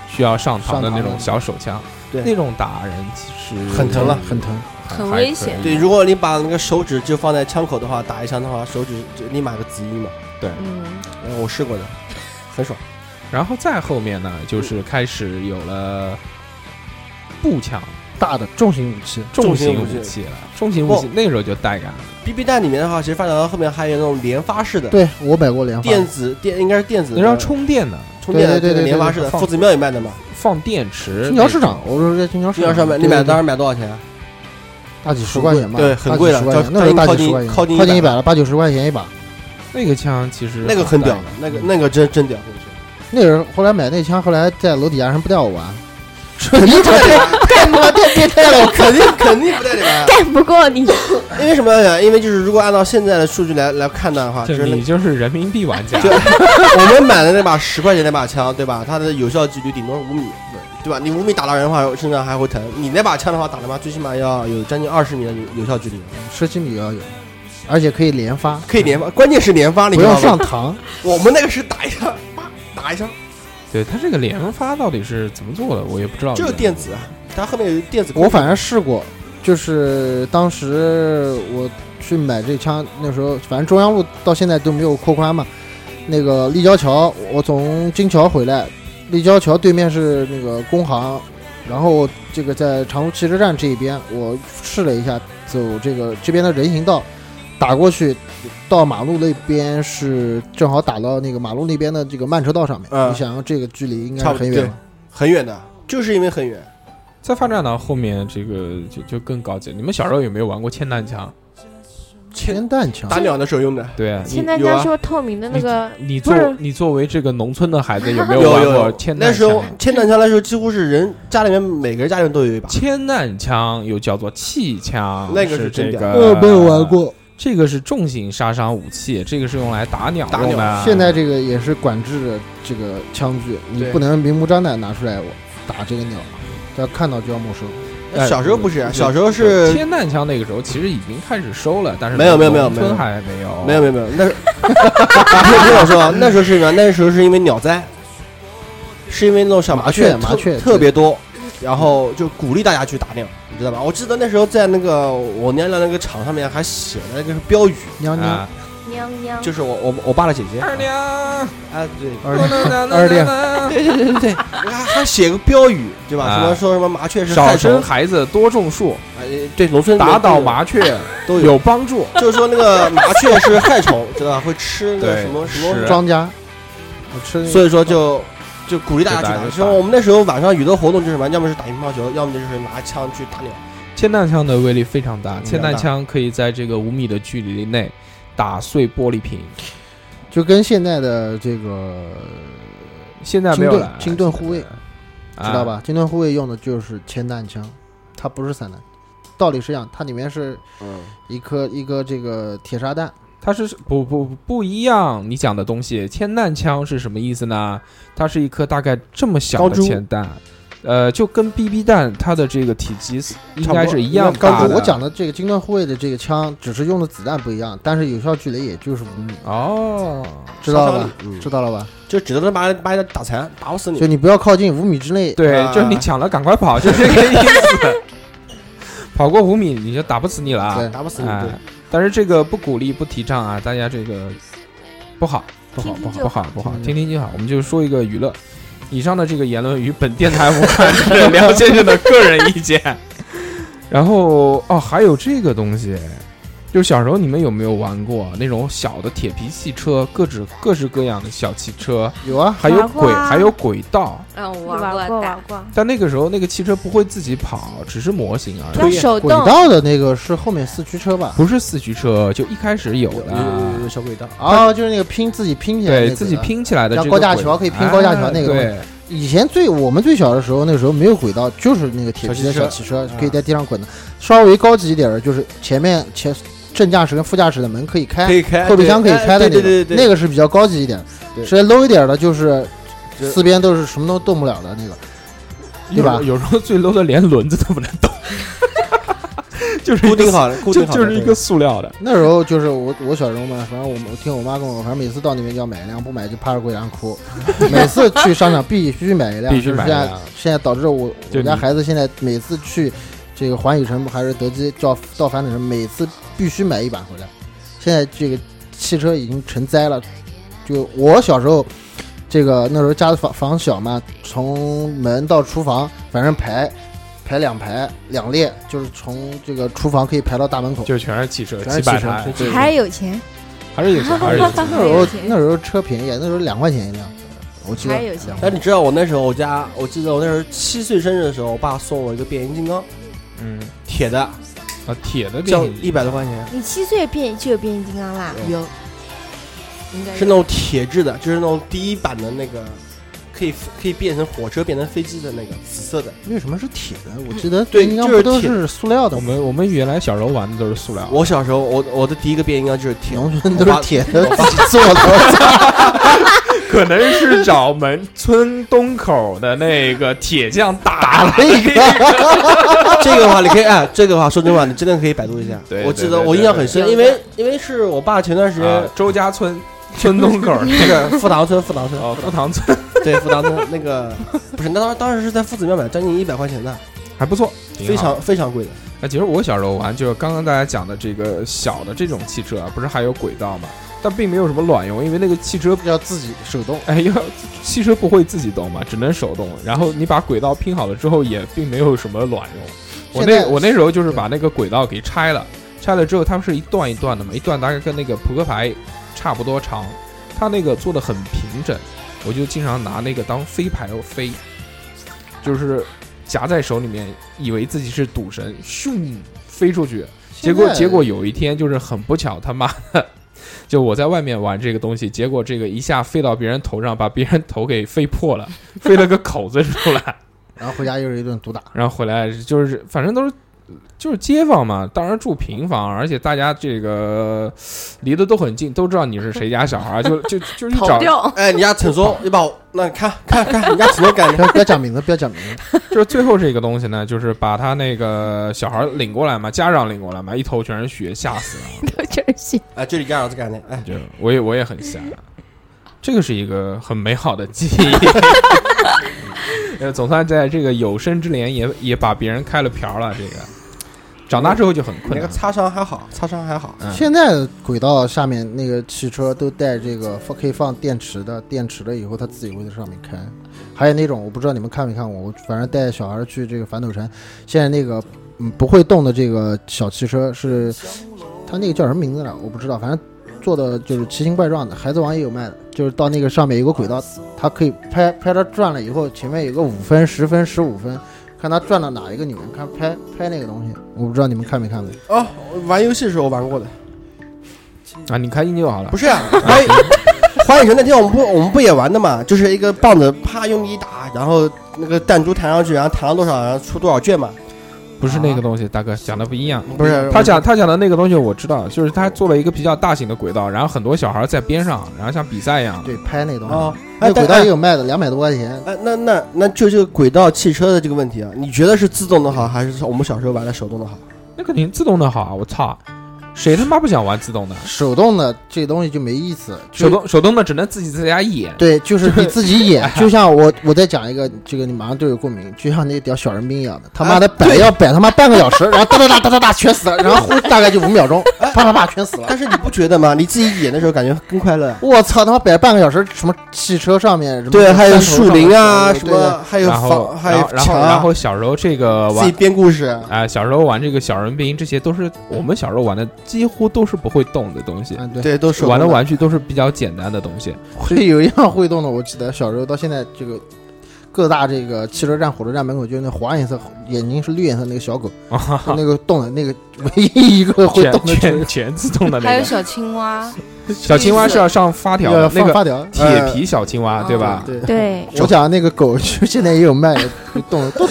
需要上膛的那种小手枪， 对那种打人其实很疼了， 很疼。 很危险对，如果你把那个手指就放在枪口的话，打一枪的话，手指就立马个紫衣嘛。 对， 我试过的，很爽。 然后再后面呢，就是开始有了步枪， 大的重型武器， 重型武器了。重型武器那个时候就带感了。 BB 弹里面的话，其实发展到后面还有那种连发式的。 对，我买过连发。 应该是电子， 能让充电的， 对连发式的，夫子庙也卖的嘛。 放电池。 金桥市场，我说在金桥市场买，你买当时买多少钱啊？ 大几十块钱吧， 对，很贵了， 那时候大几十块钱，靠近100了，80-90块钱一把。 那个枪其实那个很屌的，那个真屌。 那人后来买那枪，后来在楼底下上不带我玩， 肯定不带你玩，干他妈变态了，肯定不带你玩， 干不过你。 因为什么呀？因为就是如果按照现在的数据来看的话，就是你就是人民币玩家。 我们买的那把10块钱那把枪，对吧？它的有效距离顶多5米。对吧？你5米打到人的话，身上还会疼。你那把枪的话，打他妈最起码要有将近20米的有效距离 ，17米要有，而且可以连发， 关键是连发，你不用上膛。 我们那个是打一下，打一下。 对，它这个连发到底是怎么做的，我也不知道。 就是电子啊，它后面有电子。 我反正试过，就是当时我去买这枪，那时候反正中央路到现在都没有扩宽嘛。那个立交桥，我从金桥回来。立交桥对面是那个工行，然后这个在长途汽车站这一边，我试了一下，走这边的人行道，打过去，到马路那边是正好打到那个马路那边的这个慢车道上面。你想这个距离应该是很远， 很远的，就是因为很远。 再发展到后面，这个就更高级。你们小时候有没有玩过铅弹枪？ 铅弹枪打鸟的时候用的， 对啊。 铅弹枪是不是透明的那个？ 你作为这个农村的孩子，有没有玩过铅弹枪？ 那时候铅弹枪那时候几乎是人家里面每个人家里面都有一把。 铅弹枪又叫做气枪， 那个是这个没有玩过。 这个是重型杀伤武器，这个是用来打鸟用的。 现在这个也是管制的这个枪具，你不能明目张胆拿出来打这个鸟，只要看到就要没收。 小时候不是，小时候是铅弹枪，那个时候其实已经开始收了，但是没有， 村还没有， 没有。那听我说，那时候是什么？那时候是因为鸟灾，是因为那种小麻雀特别多，然后就鼓励大家去打鸟，你知道吧？我记得那时候在那个我娘娘那个厂上面还写了那个标语， 娘娘。 就是我爸的姐姐二娘啊，对， 二娘， 对，还写个标语，对吧？什么说什么麻雀是少生孩子多种树， 对，农村打倒麻雀都有帮助。 就是说那个麻雀是害虫，知道吧？会吃那个什么庄稼，吃， 所以说就鼓励大家去打。说我们那时候晚上有的活动就是什么，要么是打乒乓球，要么就是拿枪去打鸟。 铅弹枪的威力非常大，铅弹枪可以在这个5米的距离内打碎玻璃瓶， 就跟现在的这个现在没有了金盾护卫，知道吧？金盾护卫用的就是铅弹枪，它不是散弹，道理是一样，它里面是一个这个铁砂弹。 它是不一样，你讲的东西，铅弹枪是什么意思呢？它是一颗大概这么小的铅弹。就跟 BB 弹它的这个体积应该是一样大的。 我讲的这个金盾护卫的这个枪，只是用的子弹不一样，但是有效距离也就是5米。 哦， 知道了吧？知道了吧？ 就只能把你打残，打不死你。 就你不要靠近5米之内。 对，就是你抢了赶快跑，就这个意思。跑过5米你就打不死你了， 对， 打不死你。对， 但是这个不鼓励不提倡啊，大家这个不好，听听就好。我们就说一个娱乐。以上的这个言论与本电台无关，是梁先生的个人意见。然后还有这个东西，就是小时候你们有没有玩过那种小的铁皮汽车，各式各样的小汽车？ 有啊， 还有轨道。 我玩过。 但那个时候那个汽车不会自己跑，只是模型而已。 手动。 轨道的那个是后面4驱车吧？ 不是4驱车，就一开始有的有小轨道。 就是那个自己拼起来的， 对，自己拼起来的， 像高架桥可以拼高架桥那个。 对。 以前我们最小的时候，那时候没有轨道，就是那个铁皮的小汽车，可以在地上滚的。稍微高级一点的，就是前正驾驶跟副驾驶的门可以开，后备箱可以开的那种，那个是比较高级一点。稍微 low 一点的，就是4边都是什么都动不了的那个，对吧？ 有时候最 low 的连轮子都不能动。 就是固定好的，固定好的， 就是一个塑料的。 那时候就是我小时候嘛，反正我听我妈跟我，反正每次到那边就要买一辆，不买就趴着柜上哭。每次去商场必须买一辆， 必须买一辆。 现在导致我家孩子现在每次去这个环宇城还是德基到反斗城，每次必须买一版回来。现在这个汽车已经成灾了。就我小时候，这个那时候家的房小嘛，从门到厨房，反正排2列，就是从这个厨房可以排到大门口， 就全是汽车， 全是 700台， 还是有钱， 还是有钱。 那时候车便宜，那时候2块钱一辆，我记得。 还有钱。 但你知道我那时候我记得我那时候7岁生日的时候，我爸送我一个变形金刚，铁的啊， 铁的这样100多块钱。 你7岁就有变形金刚啦？ 有。 是那种铁质的，就是那种第一版的那个，可以变成火车、变成飞机的那个紫色的。 为什么是铁的？我记得对，就是都是塑料的。 我们原来小时候玩的都是塑料。 我小时候，我的第一个变形金刚就是铁， 农村都是铁的自己做的。 可能是找村东口的那个铁匠打了一个。 这个的话，你可以这个的话说真话，你真的可以百度一下。 对， 我记得我印象很深，因为是我爸前段时间周家村东口那个富塘村哦，富塘村对富塘村那个不是，那当时是在夫子庙买，将近100块钱的， 还不错， 非常贵的。 其实我小时候玩，就是刚刚大家讲的这个小的这种汽车，不是还有轨道吗？但并没有什么卵用，因为那个汽车要自己手动， 汽车不会自己动嘛，只能手动。然后你把轨道拼好了之后，也并没有什么卵用。我那时候就是把那个轨道给拆了之后，它们是一段一段的嘛，一段大概跟那个扑克牌差不多长，它那个做的很平整，我就经常拿那个当飞牌飞，就是夹在手里面，以为自己是赌神，咻飞出去。结果有一天就是很不巧，他妈的。就我在外面玩这个东西，结果这个一下飞到别人头上，把别人头给飞破了，飞了个口子出来， 然后回家又是一顿毒打， 然后回来就是反正都是就是街坊嘛，当然住平房，而且大家这个离得都很近，都知道你是谁家小孩，就一找， 你家陈松，你把我那看，你家陈松干的， 不要讲名字， 就是最后这个东西呢，就是把他那个小孩领过来嘛，家长领过来嘛，一头全是血，吓死了， 都全是血， 这里家儿子干的， 就我也很吓，这个是一个很美好的记忆。总算在这个有生之年也把别人开了瓢了，这个。长大之后就很困难。 那个擦伤还好。 现在轨道下面那个汽车都带这个可以放电池的，以后它自己会在上面开。还有那种我不知道你们看没看过，我反正带小孩去这个反斗城，现在那个不会动的这个小汽车是它那个叫什么名字了我不知道，反正做的就是奇形怪状的。孩子王也有卖的，就是到那个上面有个轨道，它可以拍它转了以后，前面有个5分、10分、15分。看他转到哪一个女人，看拍那个东西，我不知道你们看没看过。 哦，玩游戏的时候我玩过的。 啊，你开心就好了。 不是啊，环宇城那天我们不也玩的嘛？就是一个棒子啪用力一打，然后那个弹珠弹上去，然后弹了多少，然后出多少卷嘛。 不是那个东西，大哥讲的不一样。 不是他讲的那个东西我知道，就是他做了一个比较大型的轨道，然后很多小孩在边上，然后像比赛一样。 对，拍那个东西。那轨道也有卖的，200多块钱。 那就这个轨道汽车的这个问题啊，你觉得是自动的好，还是我们小时候玩的手动的好？ 那肯定自动的好啊！我操，谁他妈不想玩自动的？ 手动的这东西就没意思， 手动的只能自己在家演。 对，就是你自己演。就像我再讲一个，这个你马上都有共鸣，就像那个屌小人兵一样的，他妈的要摆他妈半个小时，然后哒全死了，然后大概就5秒钟，啪全死了。 但是你不觉得吗？你自己演的时候感觉更快乐。 我操，他妈摆半个小时，什么汽车上面，什么对，还有树林啊，什么还有房，还有墙。 然后小时候这个玩自己编故事， 小时候玩这个小人兵，这些都是我们小时候玩的，几乎都是不会动的东西。 对，都是玩的玩具都是比较简单的东西。 会有一样会动的，我记得小时候到现在，这个各大这个汽车站、火车站门口就那黄颜色、眼睛是绿颜色那个小狗，那个动的那个唯一一个会动的全自动的那个。 还有小青蛙， 小青蛙是要上发条的，那个发条铁皮小青蛙，对吧？ 对。 我讲那个狗，就现在也有卖的，动的，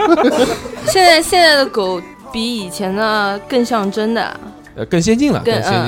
现在的狗比以前的更像真的， 更先进了，更先进了。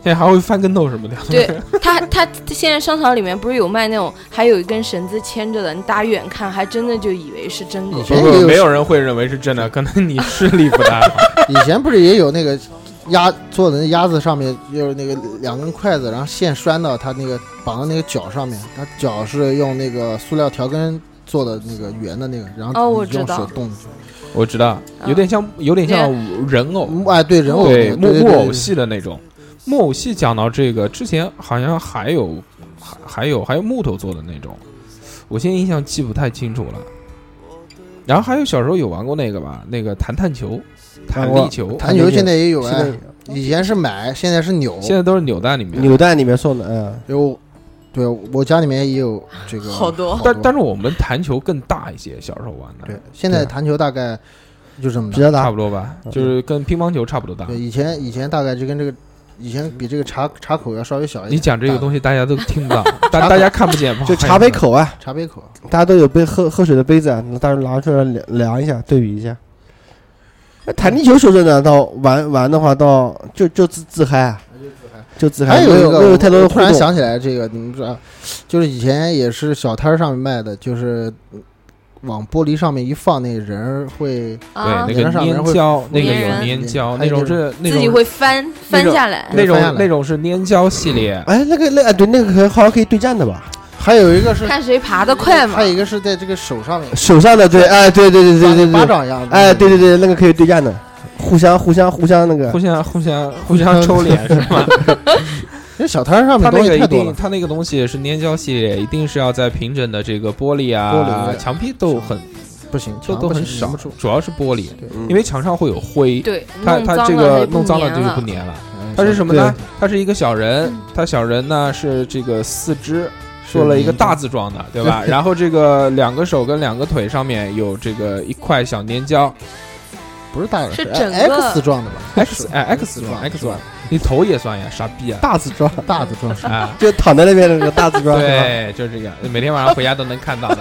现在还会翻跟头什么的。 对他现在商场里面不是有卖那种，还有一根绳子牵着的，你打远看还真的就以为是真的。 不，没有人会认为是真的，可能你视力不太好。 以前不是也有那个做的那鸭子上面就是那个2根筷子，然后线拴到它那个绑到那个脚上面，它脚是用那个塑料条根做的那个圆的那个，然后你用手动。我知道，有点像人偶， 哎，对，人偶， 对木偶戏的那种。木偶戏讲到这个之前，好像还有木头做的那种，我现在印象记不太清楚了。然后还有小时候有玩过那个吧，那个弹球、弹力球， 弹球现在也有哎，以前是买，现在是扭， 现在都是扭蛋里面送的， 有。对，我家里面也有这个好多， 但是我们弹球更大一些，小时候玩的。 对，现在弹球大概就这么大，差不多吧，就是跟乒乓球差不多大。 对，以前大概就跟这个，以前比这个茶口要稍微小一点。 你讲这个东西大家都听不到，大家看不见， 就茶杯口啊， 茶杯口， 大家都有杯喝水的杯子啊，大家拿出来量一下，对比一下。弹力球说真的，到玩的话，到就自嗨啊。就自嗨， 还有一个， 有太多的突然想起来这个，你们知道，就是以前也是小摊上面卖的，就是往玻璃上面一放，那个人会对那个粘胶，那个有粘胶，那种是自己会翻下来， 那种是粘胶系列。 哎，对，那个好像可以对战的吧？ 还有一个是看谁爬得快嘛， 还有一个是在这个手上面， 手上的对，哎，对， 巴掌一样的， 哎，对，那个可以对战的。互相那个， 互相抽脸是吗？ 那小摊上面东西太多了。 它那个东西是粘胶系列，一定是要在平整的这个玻璃啊、墙壁都很不行， 都很少，主要是玻璃，因为墙上会有灰。 对， 它这个弄脏了就不粘了。它是什么呢？它是一个小人，它小人呢是这个4肢做了一个大字状的，对吧？然后这个2个手跟2个腿上面有这个一块小粘胶。 不是大的， 是整个 X 状的吧 ？X 状，你头也算呀，傻逼啊！ 大字状啊， 就躺在那边那个大字状， 对，就是这个，每天晚上回家都能看到的。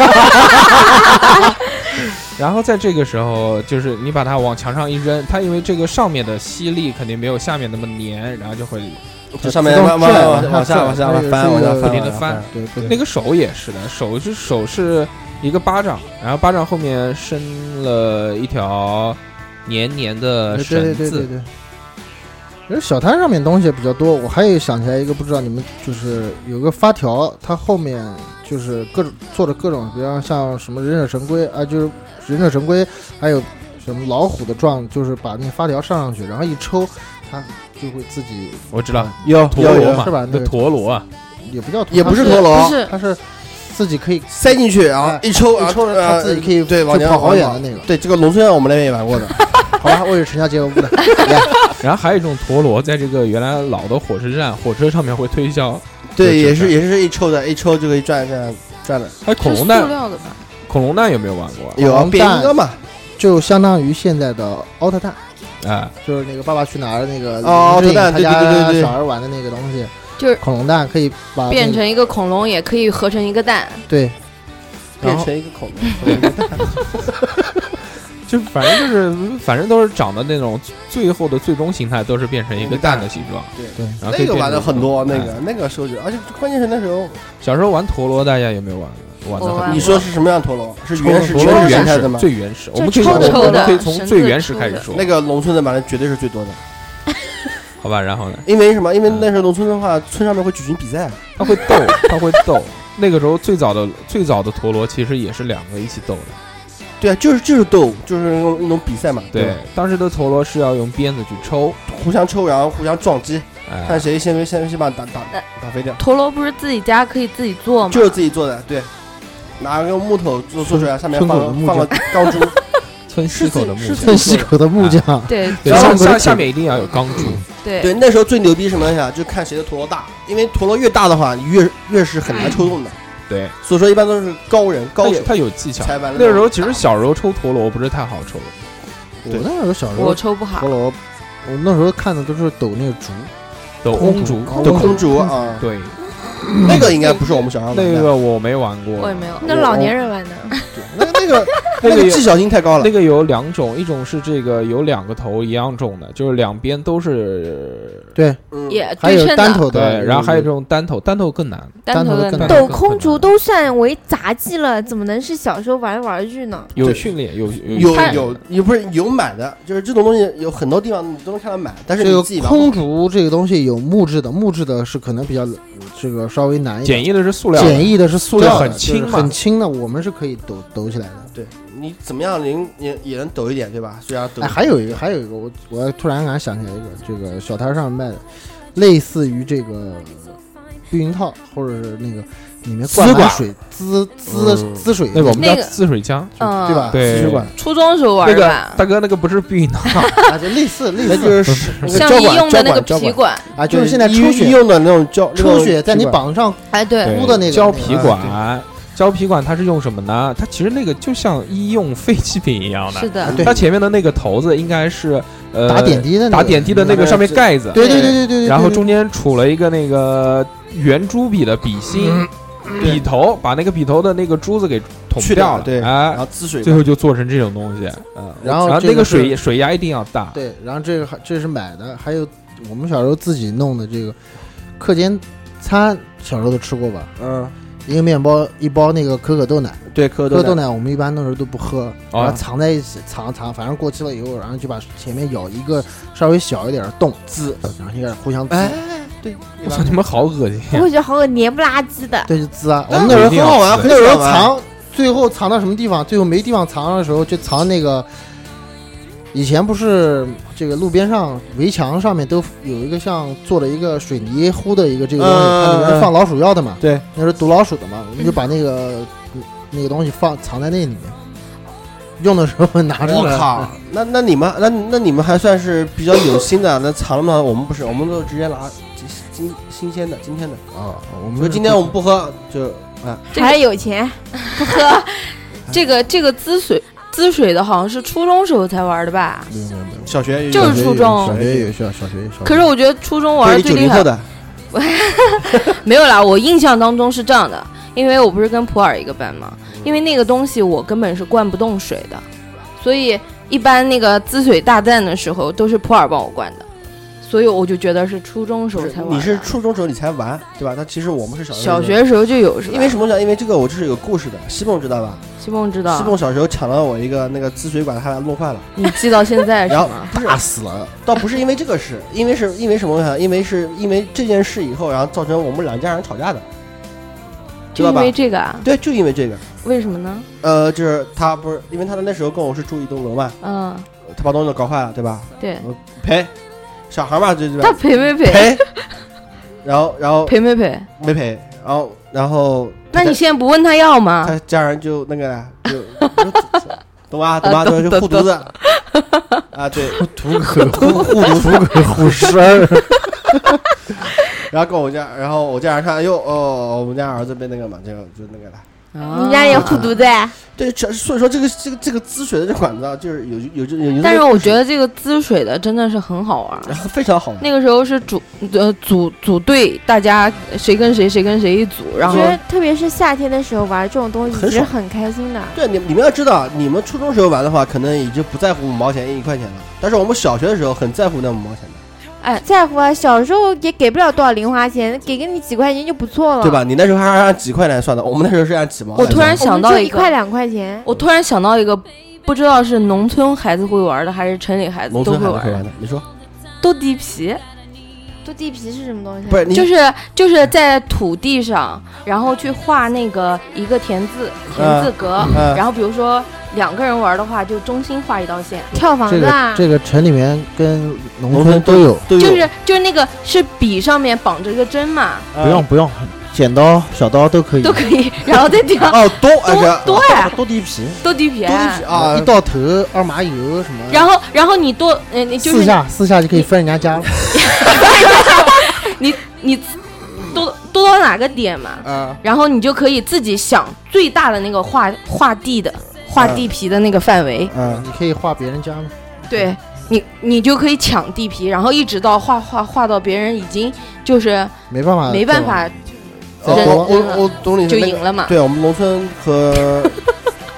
然后在这个时候，就是你把它往墙上一扔，它因为这个上面的吸力肯定没有下面那么粘，然后就会就上面往下翻， 不停的翻。 对， 那个手也是的，手是一个巴掌，然后巴掌后面伸了一条黏黏的绳子。 对。其实小摊上面东西比较多，我还有想起来一个，不知道你们就是有个发条，它后面就是做的各种，比方像什么忍者神龟啊，就是忍者神龟，还有什么老虎的状，就是把那发条上去，然后一抽，它就会自己。 我知道有陀螺嘛， 是吧？ 那陀螺啊， 也不叫， 也不是陀螺， 它是自己可以塞进去，然后一抽， 它自己可以对往跑好远的那个。 对，这个农村我们那边也玩过的。 好吧，我也是陈家街舞的。 然后还有一种陀螺，在这个原来老的火车站，火车上面会推销。 对，也是一抽的，一抽就可以转的。 还有恐龙蛋，恐龙蛋有没有玩过？ 有，变一个嘛， 就相当于现在的奥特蛋， 哎， 就是那个《爸爸去哪儿》那个奥特蛋， 他家小孩玩的那个东西， 就是恐龙蛋，可以把变成一个恐龙，也可以合成一个蛋。 对， 变成一个恐龙。 就反正都是长的那种，最后的最终形态都是变成一个蛋的形状。 对， 然后那个玩的很多，那个手指，而且关键是那时候小时候玩陀螺，大家有没有玩的？ 你说是什么样陀螺？是原始的吗？ 最原始，我们可以从最原始开始说。 那个农村的玩的绝对是最多的。 好吧，然后呢？ 因为什么？因为那时候农村的话，村上面会举行比赛， 他会斗。那个时候最早的陀螺其实也是2个一起斗的。 对啊，就是斗，就是那种比赛嘛。 对，当时的陀螺是要用鞭子去抽， 互相抽，然后互相撞击，看谁先把打飞掉。 陀螺不是自己家可以自己做吗？ 就是自己做的，对，拿个木头做出来，上面放个钢珠， 村西口的木匠， 村西口的木匠， 对， 然后下面一定要有钢珠。 对， 那时候最牛逼什么呀？就看谁的陀螺大，因为陀螺越大的话，你越是很难抽动的。 对， 所以说一般都是高手， 他有技巧。 那个时候其实小时候抽陀螺不是太好抽。 我那时候小时候我抽不好陀螺，我那时候看的都是抖那个竹， 抖空竹啊。 对， 那个应该不是我们小时候那个我没玩过， 我也没有， 那老年人玩的。 那个那个技巧性太高了。 那个有2种，一种是这个有2个头一样重的，就是两边都是对， 也还有对称的， 单头的， 对，然后还有这种单头更难。 单头的单头的那种抖空竹都算为杂技了，怎么能是小时候玩玩具呢？ 有训练，有也不是有买的，就是这种东西有很多地方你都能看到买，但是这个你自己玩空竹这个东西有木质的是可能比较这个稍微难一点， 简易的是塑料的， 简易的是塑料的， 就很轻嘛就是很轻的，我们是可以抖起来的。 对你怎么样也能抖一点，对吧？虽然抖哎，还有一个，我突然想起来一个，这个小摊上卖的，类似于这个避孕套，或者是那个里面灌满水滋水， 那个我们叫那个滋水枪， 嗯， 对吧？ 对滋水管初中时候玩那个的吧， 大哥那个不是避孕套， 啊，就类似那就是那个像医胶管用的那个胶皮管， 啊，就是现在医抽血用的那种抽血在你膀上哎，对， 对敷的那个胶皮那个管。胶皮管它是用什么呢？它其实那个就像医用废弃品一样的， 是的， 对它前面的那个头子应该是打点滴的那个打点滴的那个上面盖子， 对对， 然后中间杵了一个那个圆珠笔的笔芯，笔头把那个笔头的那个珠子给捅去掉了， 对，然哎， 后滋水， 最后就做成这种东西， 然后然后那个这是水压一定要大， 对，然后这是买的，还有我们小时候自己弄的这个课间餐，小时候都吃过吧？一个面包一包那个可可豆奶， 对，可可可豆奶我们一般那时候都不喝， 哦然后藏在一起，藏，反正过期了以后，然后就把前面咬一个稍微小一点的洞滋，然后就开始互相滋， 对， 我操，你们好恶心我会觉得好黏不拉几的。 对，就滋啊。我们那时候一定要很好玩， 滋那时候很好玩藏，最后藏到什么地方？最后没地方藏的时候，就藏那个。以前不是这个路边上围墙上面都有一个像做了一个水泥糊的一个这个东西，它里面是放老鼠药的嘛？ 对， 那是毒老鼠的嘛，我们就把那个东西藏在那里面，用的时候拿出来。 我靠，那你们还算是比较有心的，那藏了吗？我们不是，我们都直接拿新鲜的今天的啊！我说们今天我们不喝就还是有钱， 不喝。这个滋水的好像是初中时候才玩的吧？ 没有小学就是初中小学有小学。 可是我觉得初中玩最厉害的没有啦，我印象当中是这样的，因为我不是跟普洱一个班嘛，因为那个东西我根本是灌不动水的，所以一般那个滋水大战的时候都是普洱帮我灌的，所以我就觉得是初中时候才玩的。 你是初中时候你才玩，对吧？那其实我们是小学时候就有，是吧？ 因为什么呢？因为这个我就是有故事的。西蹦知道吧？ 西蹦知道。 西蹦小时候抢了我一个那个滋水管，他把它弄坏了。 你记到现在是然后吗？ 不是打死了， 倒不是因为这个事，因为什么呢？因为这件事以后，然后造成我们两家人吵架的。 就因为这个啊？ 对，就因为这个。 为什么呢？ 就是他不是因为他那时候跟我是住一栋楼嘛，他把东西搞坏了，对吧？ 对， 赔，小孩嘛，对吧？ 他赔没赔？ 赔。然后赔没赔？ 没赔。然后， 那你现在不问他要吗？ 他家人就那个就懂吧？就护犊子啊，对， 土可护身儿。 然后跟我家，然后我家人看，哟我们家儿子被那个嘛，就那个了。 你家也护犊子？ 对，所以说这个滋水的这管子就是有。 但是我觉得这个滋水的真的是很好玩， 非常好玩。 那个时候是组队，大家谁跟谁一组，然后我觉得特别是夏天的时候玩这种东西，其实很开心的。 对，你们要知道，你们初中时候玩的话，可能已经不在乎5毛钱1块钱了，但是我们小学的时候很在乎那5毛钱的。 哎，在乎啊！小时候也给不了多少零花钱，给你几块钱就不错了， 对吧？你那时候还是按几块来算的，我们那时候是按几毛。 我突然想到 1块2块钱。 我突然想到一个，不知道是农村孩子会玩的，还是城里孩子都会玩的。你说， 斗地皮。 斗地皮是什么东西？ 不是， 就是在土地上，然后去画那个一个田字格，然后比如说2个人玩的话，就中心画一道线， 跳房子啊。 这个城里面跟农村都有， 就是那个是笔上面绑着一个针嘛。 不用，剪刀、小刀都可以， 然后再跳。 多呀， 斗地皮啊， 一到头2麻油什么。 然后你多你就是 4下就可以分人家家了。 你多到哪个点嘛？然后你就可以自己想最大的那个画地皮的那个范围。 你可以画别人家吗？ 对，你就可以抢地皮，然后一直到画到别人已经就是没办法。 我懂你就赢了嘛。 对，我们农村和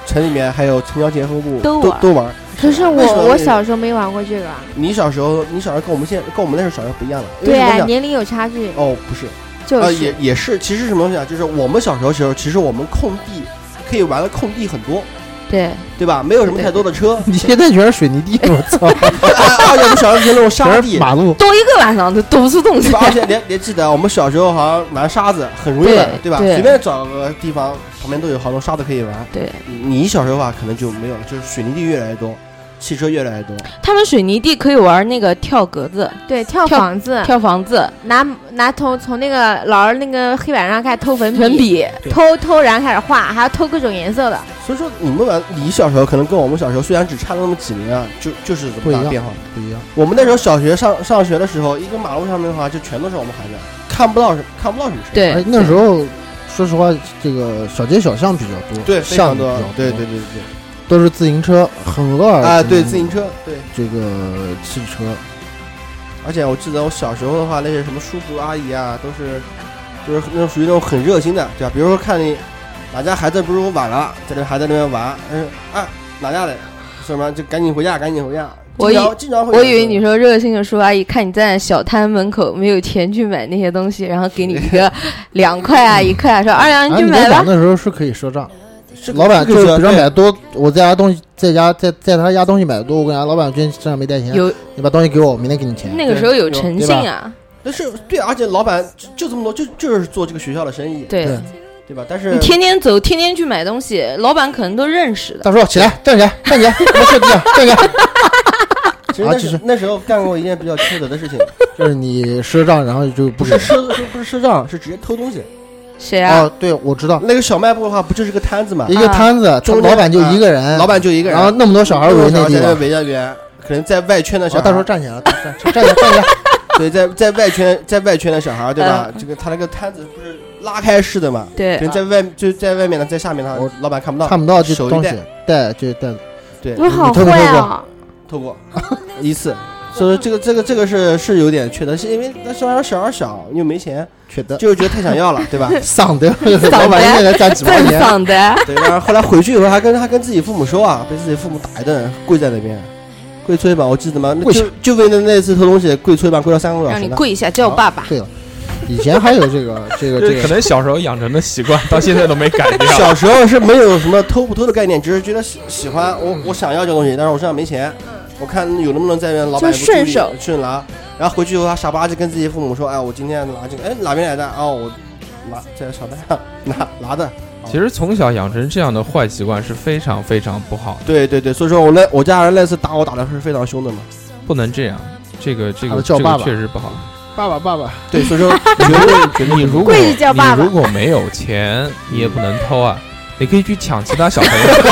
城里面还有城郊结合部都玩。 可是我小时候没玩过这个。 你小时候跟我们那时候小时候不一样了。 对啊，年龄有差距。 哦，不是， 就是也是，其实什么东西啊？就是我们小时候其实我们空地可以玩的空地很多。对吧？没有什么太多的车， 你现在全是水泥地，我操！ 而且我们小时候是那种沙地， 马路兜一个晚上都兜不出东西。 而且连记得我们小时候好像玩沙子很容易玩，对吧？随便找个地方旁边都有好多沙子可以玩。 对， 你小时候的话可能就没有了，就是水泥地越来越多，汽车越来越多。 他们水泥地可以玩那个跳格子， 对，跳房子，拿从那个老儿那个黑板上开始偷粉笔，偷，然后开始画，还要偷各种颜色的。 所以说你小时候可能跟我们小时候虽然只差了那么几年啊，就是这么大变化， 不一样。 我们那时候小学上学的时候，一个马路上面的话就全都是我们孩子，看不到什么车。 对， 那时候说实话，这个小街小巷比较多， 对，非常多，对， 都是自行车，很多啊，对，自行车，对， 这个汽车。 而且我记得我小时候的话，那些什么叔叔阿姨啊，就是那种属于那种很热心的，对吧？比如说看你哪家孩子不是晚了，在这还在那边玩，哪家的，什么就赶紧回家。我以为你说热心的叔叔阿姨看你在小摊门口没有钱去买那些东西，然后给你一个2块啊1块啊，说2两你去买吧。 那时候是可以赊账。老板就是比如买多，我在他家东西买的多，我跟老板今天身上没带钱，你把东西给我，明天给你钱。 那个时候有诚信啊。 但是对，而且老板就这么多，就是做这个学校的生意， 对吧？但是你天天走，天天去买东西，老板可能都认识的。 大叔起来，站起来，什么设计啊？站起来。 其实那时候干过一件比较缺德的事情， 就是你赊账，然后就不是赊账，是直接偷东西。 谁啊？ 哦，对，我知道。 那个小卖部的话，不就是个摊子嘛？ 一个摊子，老板就一个人， 然后那么多小孩围那地方， 围那边，可能在外圈的小孩。 大叔站起来，站起来。 对，在外圈的小孩，对吧？这个他那个摊子不是拉开式的嘛？ 对。 可能在外面呢，在下面他老板看不到这东西，带。 对。 我好坏啊！ 偷过一次。所以这个是有点缺德，是因为那小孩小又没钱， 缺德， 就是觉得太想要了，对吧？ 丧的，老板现在赚几毛钱， 丧的。 对，然后后来回去以后还跟自己父母说啊，被自己父母打一顿，跪在那边，跪搓衣板，我记得吗？就为了那次偷东西，跪搓衣板跪了3个多小时。 让你跪一下叫爸爸。 对了，以前还有这个， 可能小时候养成的习惯，到现在都没改掉。 小时候是没有什么偷不偷的概念，只是觉得喜欢，我想要这东西，但是我身上没钱。我看有能不能在老板顺手拿，然后回去以后他傻吧唧跟自己父母说，哎，我今天拿这个，哪边来的？我拿在小袋上拿的。 其实从小养成这样的坏习惯是非常非常不好。 对，所以说我家人那次打我打的是非常凶的嘛。 不能这样，这个叫爸爸确实不好。 爸爸。 对，所以说你如果没有钱，你也不能偷啊，你可以去抢其他小朋友。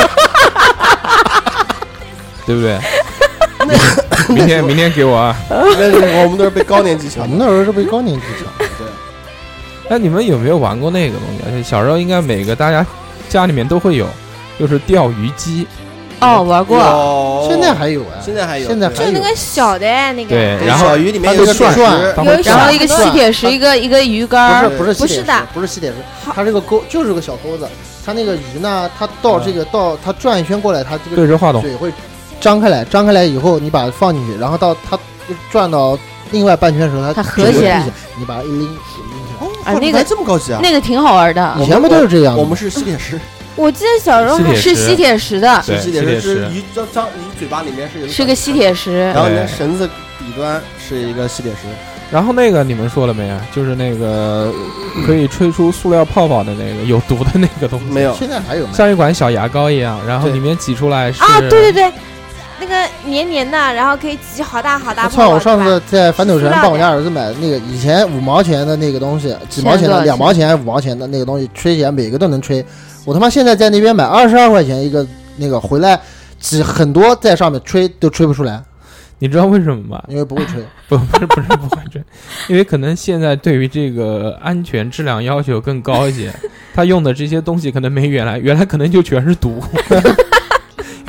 对不对？明天给我啊！ 我们都是被高年级抢， 我们那时候是被高年级抢。 对。 那你们有没有玩过那个东西？小时候应该每个大家家里面都会有，就是钓鱼机。 哦，玩过。 现在还有啊？ 现在还有。 就那个小的那个。 对， 然后小鱼里面有个转， 然后一个吸铁石，一个鱼竿。 不是吸铁石，它这个钩就是个小钩子。它那个鱼呢，它到它转一圈过来，它这个对着话筒水会张开来以后，你把它放进去，然后到它转到另外半圈的时候， 它合起来， 你把它一拎起来。那个这么高级啊？ 那个挺好玩的。 以前不都是这样？ 我们是吸铁石。 我记得小时候是吸铁石的， 是吸铁石，鱼嘴巴里面是个吸铁石， 然后那绳子底端是一个吸铁石。 然后那个你们说了没啊？就是那个可以吹出塑料泡泡的那个有毒的那个东西。 没有， 现在还有， 像一管小牙膏一样，然后里面挤出来是啊，对，那个黏黏的，然后可以挤好大泡泡。 操！我上次在反斗城帮我家儿子买的那个，以前5毛钱的那个东西，几毛钱的，2毛钱还是5毛钱的那个东西，吹起来每个都能吹。我他妈现在在那边买22块钱一个那个，回来挤很多在上面吹都吹不出来。 你知道为什么吗？ 因为不会吹。 不是不会吹，因为可能现在对于这个安全质量要求更高一些，他用的这些东西可能没原来可能就全是毒。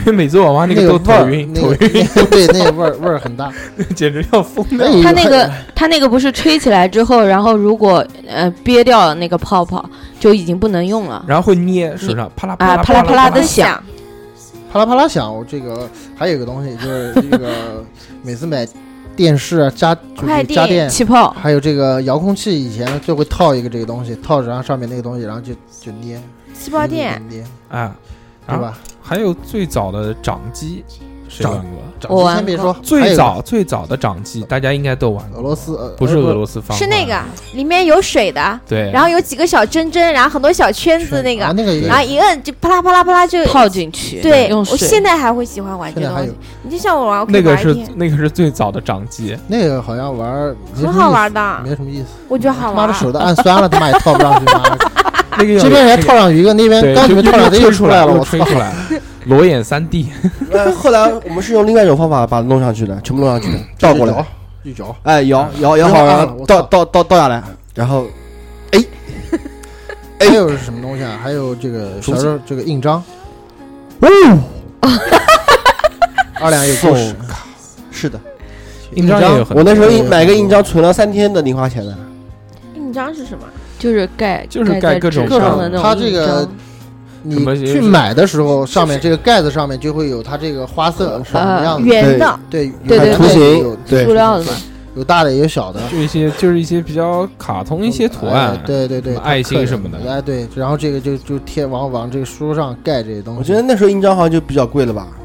因为每次玩完那个都头晕，头晕， 对，那个味儿很大， 简直要疯掉。 它那个不是吹起来之后，然后如果憋掉了那个泡泡，就已经不能用了， 然后会捏手上啪啦啪啦啪啦啪啦的响， 啪啦啪啦响。我这个还有一个东西就是这个每次买电视啊家电气泡， 还有这个遥控器，以前就会套一个这个东西，套着上面那个东西，然后就捏气泡垫捏啊， 对吧？ 还有最早的掌机，谁玩过？ 掌机先别说， 最早的掌机，大家应该都玩过。 俄罗斯不是俄罗斯方块， 是那个里面有水的， 对， 然后有几个小针针，然后很多小圈子那个，然后一摁就啪啦啪啦啪啦就泡进去。 对，我现在还会喜欢玩这个东西。你就像我玩， 那个是最早的掌机， 那个好像玩很好玩的， 没什么意思。 我觉得好玩。 妈的手都按酸了，他妈也套不上去。妈的， 那个这边人套上一个，那边刚准备套上，又出来了，我吹出来了。裸眼3D， 后来我们是用另外一种方法把它弄上去的，全部弄上去的，倒过来， 一摇， 哎，摇好，然后倒下来，然后， 还有是什么东西啊？还有这个小时候这个印章，2两有故事， 是的， 印章也有很多。 我那时候买个印章存了3天的零花钱的。 印章是什么？ 就是盖各种上的那种。 它这个。你去买的时候，上面这个盖子上面就会有它这个花色是什么样子， 圆的， 对图形， 塑料的嘛， 有大的也有小的， 就是一些比较卡通一些图案， 对， 爱心什么的， 哎对，然后这个就贴往这个书上盖这些东西。 我觉得那时候印章好像就比较贵了吧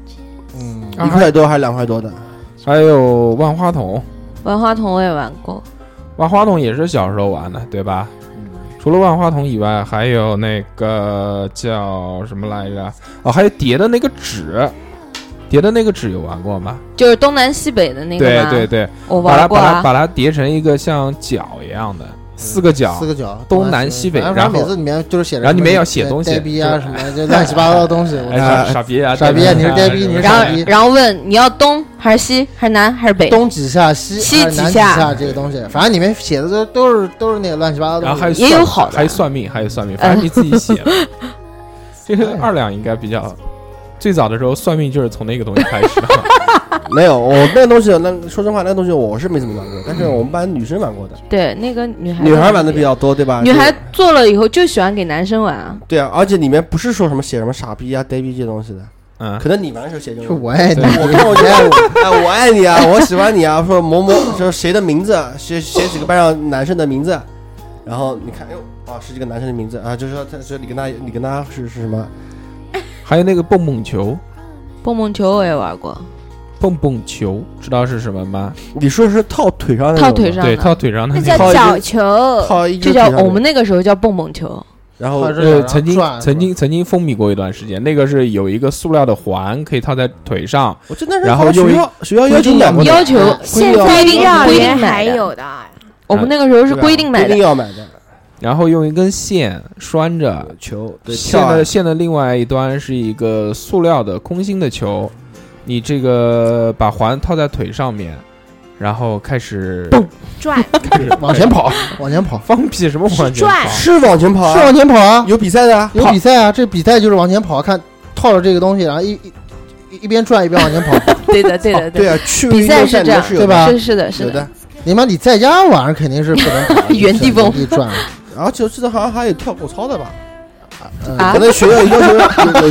，1块多还是2块多的。 还有万花筒我也玩过， 万花筒也是小时候玩的，对吧？除了万花筒以外，还有那个叫什么来着？哦，还有叠的那个纸，有玩过吗？ 就是东南西北的那个吗？ 对， 我玩过啊。 把它叠成一个像角一样的4个角，东南西北，然后每次里面就是写着， 然后里面要写东西， 呆逼啊什么，就乱七八糟的东西。 傻逼啊， 你是呆逼，你是傻逼。 然后问你要东还是西还是南还是北？ 东几下，西几下这个东西，反正里面写的都是那个乱七八糟的。 然后也有好的， 还有算命，反正你自己写。这个2两应该比较最早的时候，算命就是从那个东西开始的。 没有，我那个东西，说实话，那个东西我是没怎么玩过，但是我们班女生玩过的。 对，那个女孩玩的比较多，对吧？ 女孩做了以后就喜欢给男生玩啊。 对啊，而且里面不是说什么写什么傻逼啊、呆逼这些东西的，可能你玩的时候写就我爱你， 我爱你啊，我喜欢你啊，说某某说谁的名字，写几个班上男生的名字，然后你看，是这个男生的名字啊，就是说他说你跟他是什么？ 还有那个蹦蹦球我也玩过。 蹦蹦球知道是什么吗？ 你说是套腿上的？ 对，套腿上的那叫脚球， 就叫我们那个时候叫蹦蹦球。 然后曾经风靡过一段时间，那个是有一个塑料的环可以套在腿上， 我真的是然后学校要求现在幼儿园还有的， 我们那个时候是规定买的， 一定要买的。 然后用一根线拴着球， 线的另外一端是一个塑料的空心的球，你这个把环套在腿上面，然后开始转， 往前跑， 放屁什么往前跑？ 是往前跑， 是往前跑啊！ 有比赛的啊， 有比赛啊！这比赛就是往前跑，看套着这个东西，然后一边转一边往前跑。 对的， 对啊， 比赛是这样， 对吧？ 是的。 你妈，你在家晚上肯定是不能跑， 原地蹦转。 然后就记得好像还有跳过操的吧？可能学校要求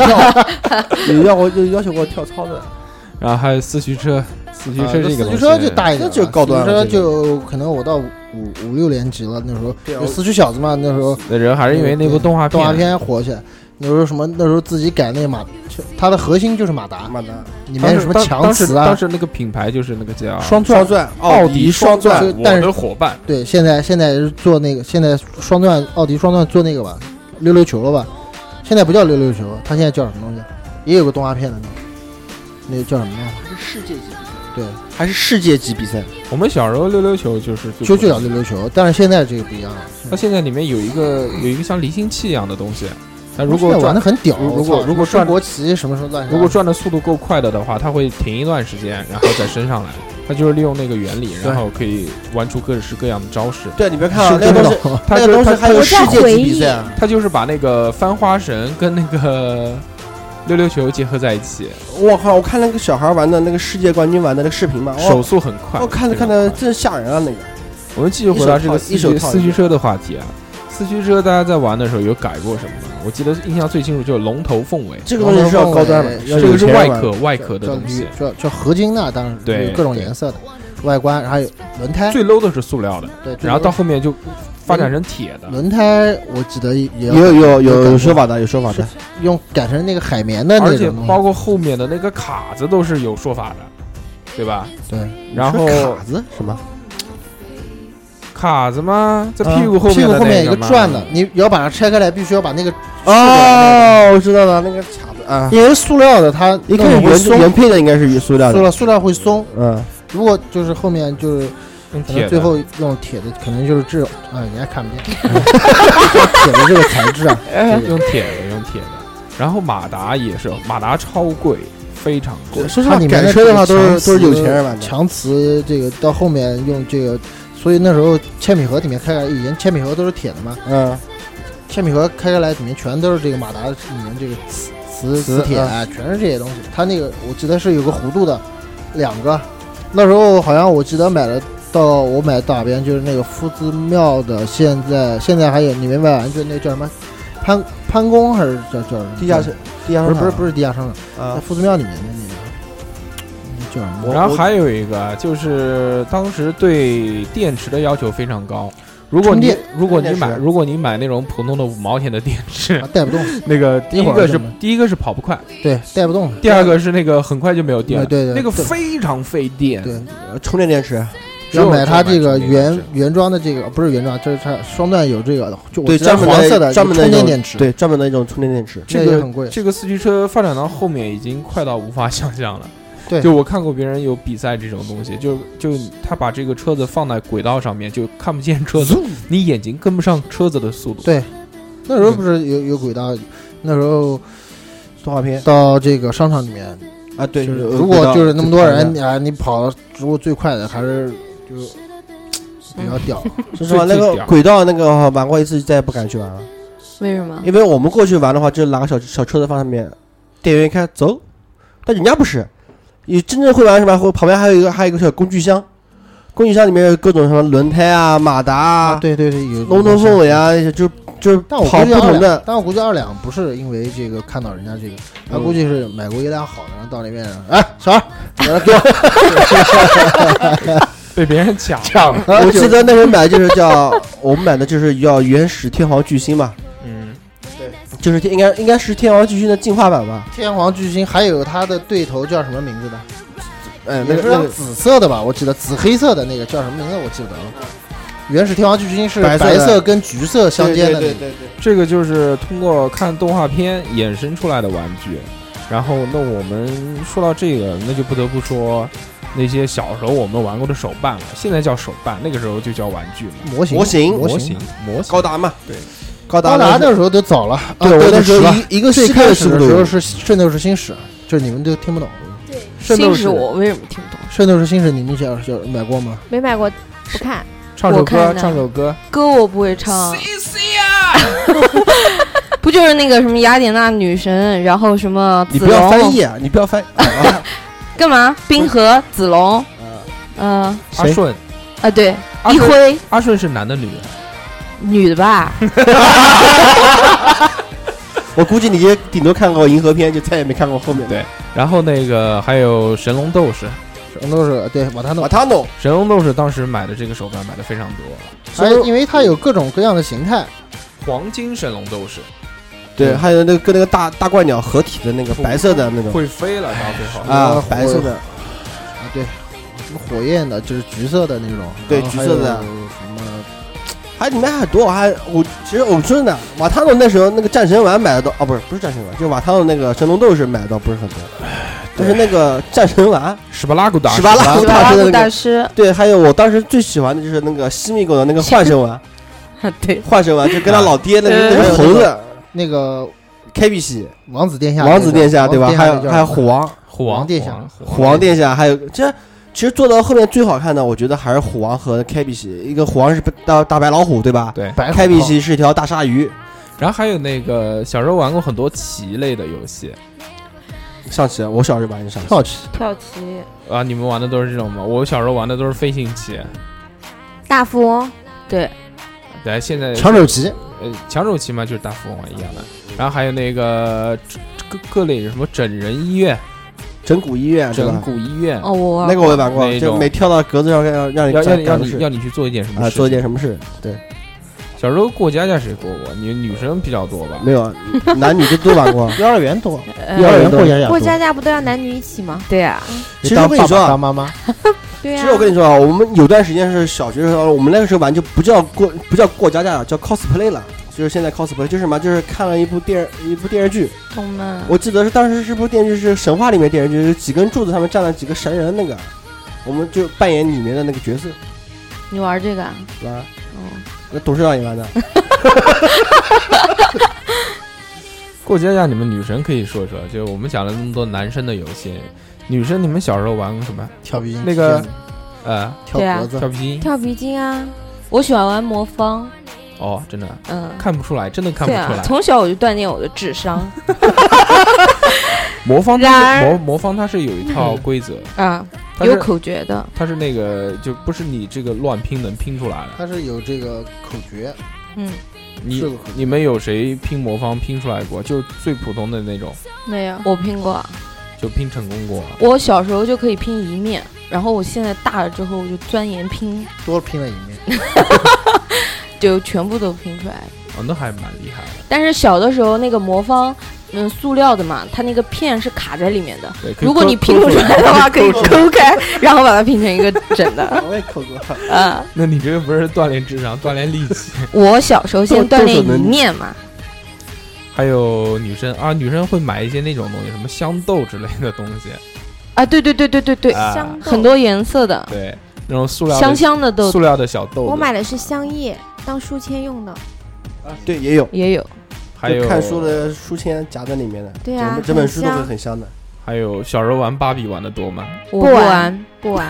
有要求过跳操的。 然后还有四驱车这个四驱车就大一点， 就高端。 四驱车就可能我到5、6年级了，那时候有四驱小子嘛，那时候那人还是因为那部动画片火起来。那时候那时候自己改那个马，它的核心就是马达，里面有什么强磁啊？ 当时那个品牌就是那个叫双钻，奥迪双钻， 我的伙伴。 对，现在是做那个，现在双钻奥迪双钻做那个吧，溜溜球了吧？现在不叫溜溜球，它现在叫什么东西？也有个动画片的那个叫什么呢？ 世界级比赛， 对， 还是世界级比赛。 我们小时候溜溜球就是就叫溜溜球，但是现在这个不一样了。 它现在里面有一个像离心器一样的东西。它如果转的很屌， 如果转国旗什么时候乱？ 如果转的速度够快的话，它会停一段时间，然后再升上来。它就是利用那个原理，然后可以玩出各式各样的招式。 对，你别看啊，那个东西还有世界级比赛啊。 它就是把那个翻花绳跟那个溜溜球结合在一起， 我靠！我看那个小孩玩的那个世界冠军玩的那个视频嘛， 手速很快。 我看的真吓人啊！那个， 我们继续回到这个四驱车的话题啊。四驱车大家在玩的时候有改过什么吗？我记得印象最清楚就是龙头凤尾， 这个东西是要高端的， 这个是外壳的东西， 叫合金的，当然对各种颜色的外观，还有轮胎， 最 low 的是塑料的， 对， 然后到后面就发展成铁的。 轮胎我记得有说法的，有说法的， 用改成那个海绵的那种， 而且包括后面的那个卡子都是有说法的，对吧？ 对， 然后卡子什么？ 卡子吗？在屁股后面一个转的，你要把它拆开来，必须要把那个哦，我知道了，那个卡子啊， 因为塑料的，它一开始原配的应该是塑料的， 塑料会松， 嗯， 如果就是后面就是可能最后用铁的，可能就是这种啊，你还看不见，铁的这个材质啊， 用铁的，然后马达也是，马达超贵，非常贵， 说实话， 改车的话都是有钱人玩的， 强磁这个到后面用这个。所以那时候铅笔盒里面开开，以前铅笔盒都是铁的嘛，铅笔盒开开来里面全都是这个马达里面这个磁铁，全是这些东西。它那个我记得是有个弧度的，2个。那时候好像我记得我买到哪边就是那个夫子庙的，现在还有里面卖完就那叫什么潘公还是叫地下商不是地下商场在夫子庙里面的那个。 然后还有一个就是当时对电池的要求非常高，如果你买那种普通的5毛钱的电池， 带不动。 那个第一个是跑不快， 对，带不动。 第二个是那个很快就没有电了， 对， 那个非常费电。 对， 充电电池要买它这个原装的这个，不是原装，就是它双段有这个的，就对专门黄色的充电电池， 对专门的一种充电电池， 这个很贵。 这个四驱车发展到后面已经快到无法想象了。 对， 就我看过别人有比赛这种东西，就他把这个车子放在轨道上面，就看不见车子，你眼睛跟不上车子的速度。 对，那时候不是有轨道，那时候动画片到这个商场里面啊，对， 如果就是那么多人啊，你跑如果最快的还是就比较屌。 说实话，那个轨道那个玩过一次，再也不敢去玩了。 为什么？ 因为我们过去玩的话，就拿个小车子放上面，店员一开走，但人家不是。你真正会玩什么？旁边还有一个小工具箱，工具箱里面有各种什么轮胎啊、马达啊， 对，有龙头凤尾啊，就是跑不同的。 但我估计2两不是因为这个看到人家这个，他估计是买过一辆好的，然后到那边，小孩，给我， 被别人抢。 我记得那时候买的就是我们买的就是叫原始天皇巨星嘛。就是应该是天皇巨星的进化版吧。 天皇巨星还有它的对头叫什么名字的？ 那是紫色的吧？我记得紫黑色的那个叫什么名字？我记不得了。原始天皇巨星是白色跟橘色相间的。 对， 这个就是通过看动画片衍生出来的玩具。然后，那我们说到这个，那就不得不说那些小时候我们玩过的手办了。现在叫手办，那个时候就叫玩具了。 模型，高达嘛， 对。高达那时候都早了， 对，那时候一个最开始的时候是《圣斗士星矢》，就是你们都听不懂。 对， 星矢我为什么听不懂？ 《圣斗士星矢》你们买过吗？ 没买过，不看。 唱首歌， 歌我不会唱。不就是那个什么雅典娜女神，然后什么子龙？ 你不要翻译啊！你不要翻译。 干嘛？冰河子龙？ 阿顺啊，对，一辉。 阿顺是男的女的？ 女的吧。 我估计你也顶多看过银河片，就再也没看过后面。 对，然后那个还有神龙斗士， 对，瓦塔诺， 神龙斗士当时买的这个手办买的非常多，因为它有各种各样的形态。 黄金神龙斗士， 对，还有跟那个大怪鸟合体的那个白色的那种会飞了，到最后啊， 白色的对，什么火焰的，就是橘色的那种， 对，橘色的什么。 还里面很多，其实我说的瓦塔诺那时候那个战神丸买得到不是战神丸，就瓦塔诺那个神龙斗士买得到不是很多，但是那个战神丸史巴拉古大师， 对，还有我当时最喜欢的就是那个西米狗的那个幻神丸， 对， 幻神丸就跟他老爹那个猴子， 那个开比西王子殿下对吧？还有虎王殿下，还有这。其实做到后面最好看的，我觉得还是虎王和开比西。一个虎王是大白老虎，对吧？ 对。 开比西是一条大鲨鱼。 然后还有那个小时候玩过很多棋类的游戏， 象棋，我小时候玩的象棋。 跳棋， 跳棋， 啊，你们玩的都是这种吗？我小时候玩的都是飞行棋。 大富翁， 对， 对，现在抢手棋， 抢手棋嘛，就是大富翁一样的。然后还有那个各类什么整人医院、 整蛊医院，对整吧？ 蛊医院， 哦，我那个我也玩过那，种就每跳到格子上让你要干什么事你要你去做一件什么啊， 事， 做一件什么事？对， 小时候过家家谁过过？你女生比较多吧？ 没有，男女都玩过。 幼儿园多， 呃幼儿园过家家多。 过家家不都要男女一起吗？ 对啊， 其实当爸爸我跟你说啊当妈妈， 对呀、 其实我跟你说啊，我们有段时间是小学的时候，我们那个时候玩就不叫过家家了，叫 cosplay 了。就是现在 cosplay 就是什么？就是看了一部电视剧， 动漫， 我记得是当时是部电视剧是神话里面电视剧，就是几根柱子上面站了几个神人那个，我们就扮演里面的那个角色， 你玩这个啊？ 是吧？ 哦， 那董事长也玩的。 过家家，你们女生可以说说，就我们讲了那么多男生的游戏，女生你们小时候玩过什么？ 跳皮筋， 那个跳对啊格子， 跳皮筋。 跳皮筋啊， 我喜欢玩魔方， 哦，真的嗯， 看不出来，真的看不对啊， 出来。 从小我就锻炼我的智商魔方然而魔方它是有一套规则， 啊， 它是有口诀的， 它是那个就不是你这个乱拼能拼出来的。 它是有这个口诀， 嗯， 是个口诀你们有谁拼魔方拼出来过？就最普通的那种， 没有。 我拼过， 就拼成功过。 我小时候就可以拼一面，然后我现在大了之后我就钻研拼， 多拼了一面。 就全部都拼出来了。 哦，那还蛮厉害的。 但是小的时候那个魔方，塑料的嘛，它那个片是卡在里面的。 对，可以如果你抠拼不出来的话，可以抠开，然后把它拼成一个整的。 我也扣过。 啊， 那你这个不是锻炼智商，锻炼力气。 我小时候先锻炼一面嘛。 还有女生啊，女生会买一些那种东西，什么香豆之类的东西。 啊，对对对对对对， 啊香豆很多颜色的， 对，那种塑料的香香的豆塑料的小豆子。 我买的是香叶，当书签用的。 啊，对，也有。 也有。 还有就看书的书签夹在里面的， 对啊整本书都很香会很香的。 还有小时候玩芭比玩的多吗？ 我不玩， 不玩，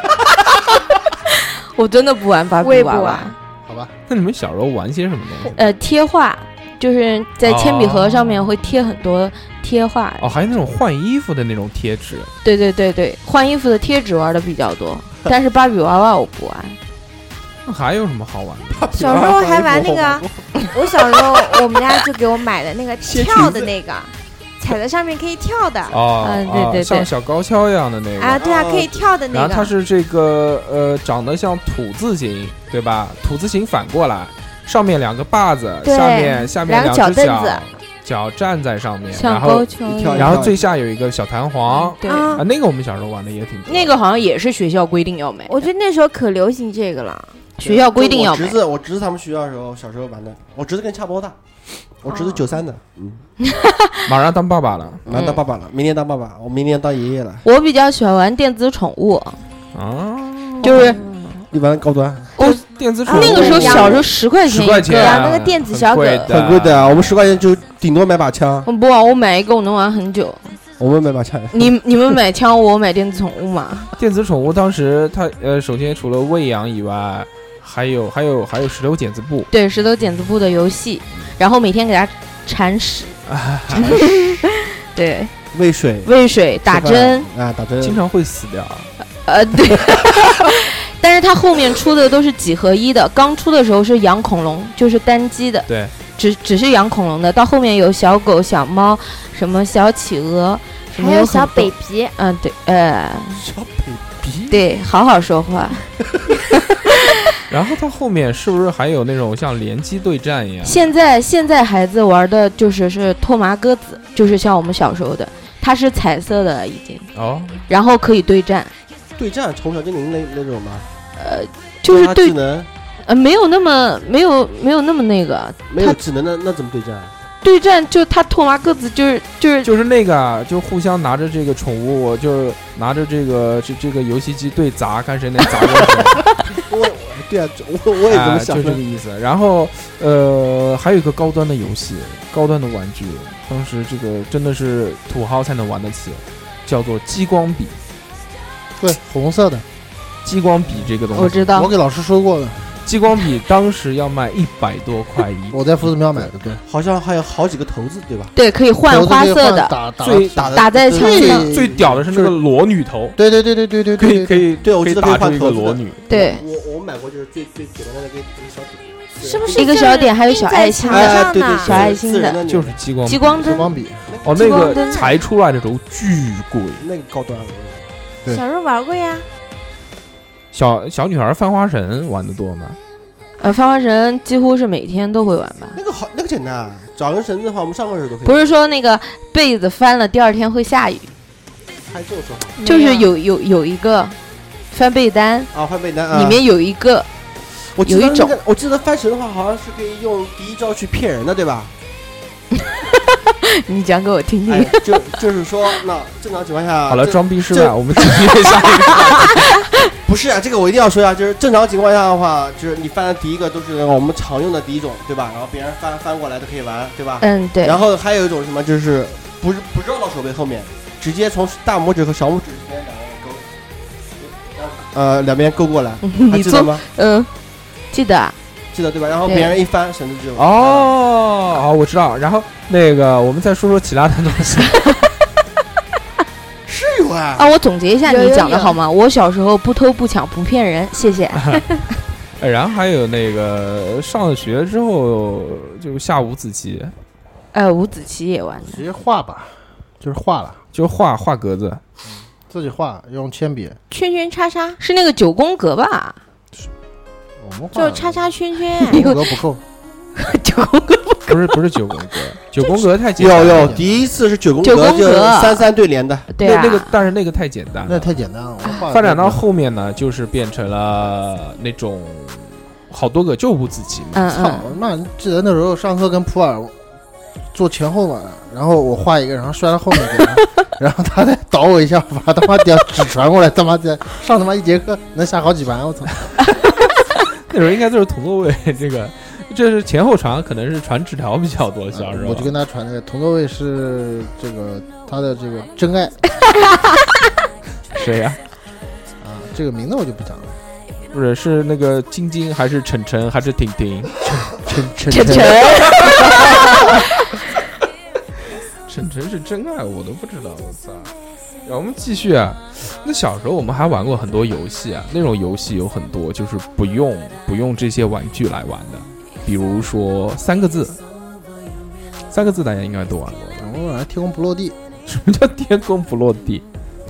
我真的不玩芭我比娃娃也不玩。。 好吧， 那你们小时候玩些什么东西？ 贴画，就是在铅笔盒上面会贴很多贴画。 哦，还有那种换衣服的那种贴纸。 对对对对，换衣服的贴纸玩的比较多，但是芭比娃娃我不玩。 那还有什么好玩的？ 小时候还玩那个，我小时候我们家就给我买的那个跳的那个，踩在上面可以跳的。 哦， 对对对像小高跷一样的那个。 啊，对啊，可以跳的那个。 然后它是这个长得像土字形，对吧？土字形反过来，上面两个把子， 对下面两个只脚凳子脚站在上面， 像然后高跷一样。 一跳然后最下有一个小弹簧对， 啊啊，那个我们小时候玩的也挺多。 那个好像也是学校规定要买， 我觉得那时候可流行这个了。 学校规定要买。 我侄子他们学校的时候，小时候玩的，我侄子跟你差不多大，我侄子93的， 马上当爸爸了马上当爸爸了，明年当爸爸，我明年当爷爷了。 我比较喜欢玩电子宠物， 啊！ 就是你玩高端， 电子宠物那个时候小时候10块钱 10块一钱个。 养那个电子小狗很贵的很贵的，我们10块钱就顶多买把枪， 不，我买一个我能玩很久。 我们买把枪。 你们买枪，我买电子宠物嘛？ 电子宠物当时它首先除了喂养以外，还有石头剪子布。 对，石头剪子布的游戏，然后每天给它铲屎，对， 喂水、 喂水、打针， 啊，打针， 经常会死掉。 对。但是它后面出的都是几合一的，刚出的时候是养恐龙，就是单机的， 对， 只是养恐龙的，到后面有小狗、小猫，什么小企鹅，什么还有小很多北皮， 对， 小 baby， 对，好好说话。 然后它后面是不是还有那种像联机对战一样？ 现在孩子玩的是拓麻鸽子，就是像我们小时候的，它是彩色的已经， 哦， 然后可以对战， 对战宠物小精灵那种吗？ 就是对它技能没有那么那个， 没有技能的，那怎么对战？ 对战就它拓麻鸽子就是那个啊，就互相拿着这个宠物，就是拿着这个游戏机对砸，看谁能砸过谁。 对啊，我也这么想的就这个。意思。然后还有一个高端的游戏，高端的玩具，当时这个真的是土豪才能玩得起，叫做激光笔。 对，红色的， 激光笔这个东西， 我知道我给老师说过的。 激光笔当时要卖100多块一， 我在夫子庙买的，对， 好像还有好几个头子，对吧？ 对，可以换花色的， 最打在墙上。 最屌的是那个裸女头， 对， 可以， 对，我记得打出一个裸女。 对， 我买过，就是最简单的那个小点， 是不是一个小点还有小爱心的？ 对， 小爱心的， 就是激光笔。 哦，那个才出来的时候巨贵， 那个高端。 对， 小时候玩过呀。 小女孩翻花绳玩的多吗？ 翻花绳几乎是每天都会玩吧。 那个好，那个简单，找根绳子的话，我们上课时候都可以。 不是说那个被子翻了，第二天会下雨。 还这种说法？ 就是有一个翻被单啊，翻被单里面有一个，有一种， 我记得翻绳的话，好像是可以用第一招去骗人的，对吧？ 你讲给我听听。 就是说，那正常情况下， 好了，装逼失败，我们继续下一个。 不是啊，这个我一定要说一下，就是正常情况下的话，就是你翻的第一个都是我们常用的第一种，对吧？然后别人翻过来都可以玩，对吧？ 嗯，对。 然后还有一种什么，就是不绕到手背后面，直接从大拇指和小拇指之间两边勾过来，还记得吗？ 记得啊。 记得对吧？然后别人一翻，绳子就好，我知道。然后那个，我们再说说其他的东西。 是有啊！ 我总结一下你讲的好吗？我小时候不偷不抢不骗人，谢谢。 然后还有那个上了学之后就下五子棋。 五子棋也玩的。 直接画吧，就是画了， 就是画格子， 自己画，用铅笔。 圈圈叉叉是那个9宫格吧？ 就叉叉圈圈 ，9宫格不够 ，9宫格不是9宫格，9宫格太简单了。有第一次是9宫格，就3对连的。 对啊， 但是那个太简单了， 那太简单了。 发展到后面呢，就是变成了那种好多个就五子棋嘛。 操妈！记得那时候上课跟普洱坐前后嘛，然后我画一个，然后摔到后面去了，然后他再倒我一下，把他妈点纸传过来，他妈在上他妈一节课能下好几盘，我操！ 那时候应该都是同座位，这是前后传，可能是传纸条比较多。小时候我就跟他传那个同座位是这个他的这个真爱。 谁呀？ 这个名字我就不讲了。 不是，是那个晶晶还是晨晨还是婷婷？ 晨晨是真爱，我都不知道，我操！然后我们继续啊，那小时候我们还玩过很多游戏啊，那种游戏有很多就是不用这些玩具来玩的，比如说3个字大家应该都玩过的。 我玩天公不落地。 什么叫天公不落地？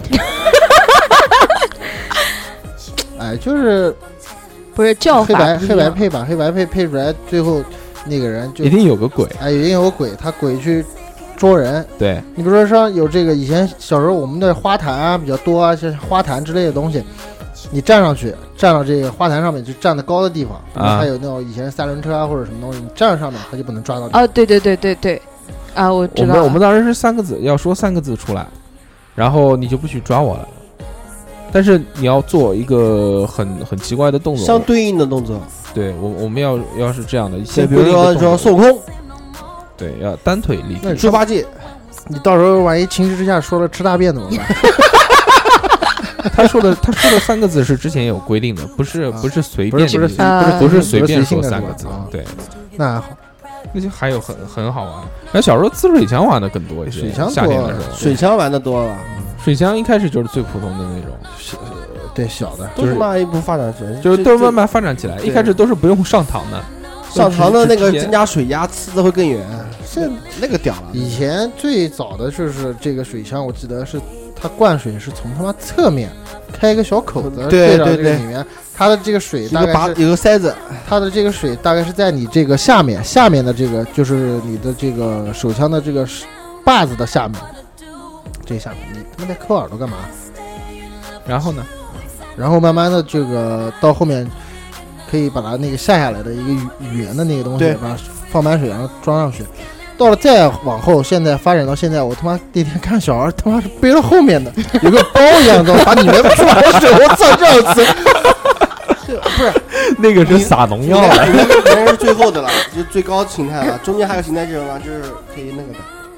哎，就是不是叫黑白配吧，黑白配出来，最后那个人就一定有个鬼， 哎，一定有个鬼，他鬼去捉人。 对， 你比如说像有这个以前小时候我们的花坛啊比较多啊，像花坛之类的东西，你站上去，站到这个花坛上面，就站得高的地方，还有那种以前3轮车啊或者什么东西，你站上面他就不能抓到你。 哦，对啊，我知道。 我们当时是3个字，要说3个字出来，然后你就不许抓我了。但是你要做一个很奇怪的动作， 相对应的动作。 对，我们要是这样的， 比如说孙悟空， 对，要单腿立地。 猪八戒， 你到时候万一情急之下说了吃大便怎么办？ 他说的3个字是之前有规定的，不是随便，不是随便说3个字。对， 那还好， 那就还有很好玩。那小时候滋水枪玩的更多一些， 水枪夏天的时候， 水枪玩的多了。 水枪一开始就是最普通的那种， 对，小的， 都是慢一步发展起来， 就是都是慢慢发展起来。一开始都是不用上膛的， 上膛的那个增加水压，呲的会更远。现在那个屌了。 以前最早的就是这个水枪，我记得是它灌水是从他妈侧面开一个小口子， 对到这个里面，它的这个水大概是有个塞子， 它的这个水大概是在你这个下面的这个就是你的这个手枪的这个把子的下面。这下面你他妈在抠耳朵干嘛？ 然后呢？ 然后慢慢的这个到后面可以把它那个下来的一个圆的那个东西，把它放满水然后装上去。到了再往后，现在发展到现在，我他妈那天看小孩他妈是背到后面的，有个包一样的，把里面出来的水，我操，这样子。不是那个是撒农药了， 那是最后的了，就最高形态了。中间还有形态这种啊，就是可以那个的。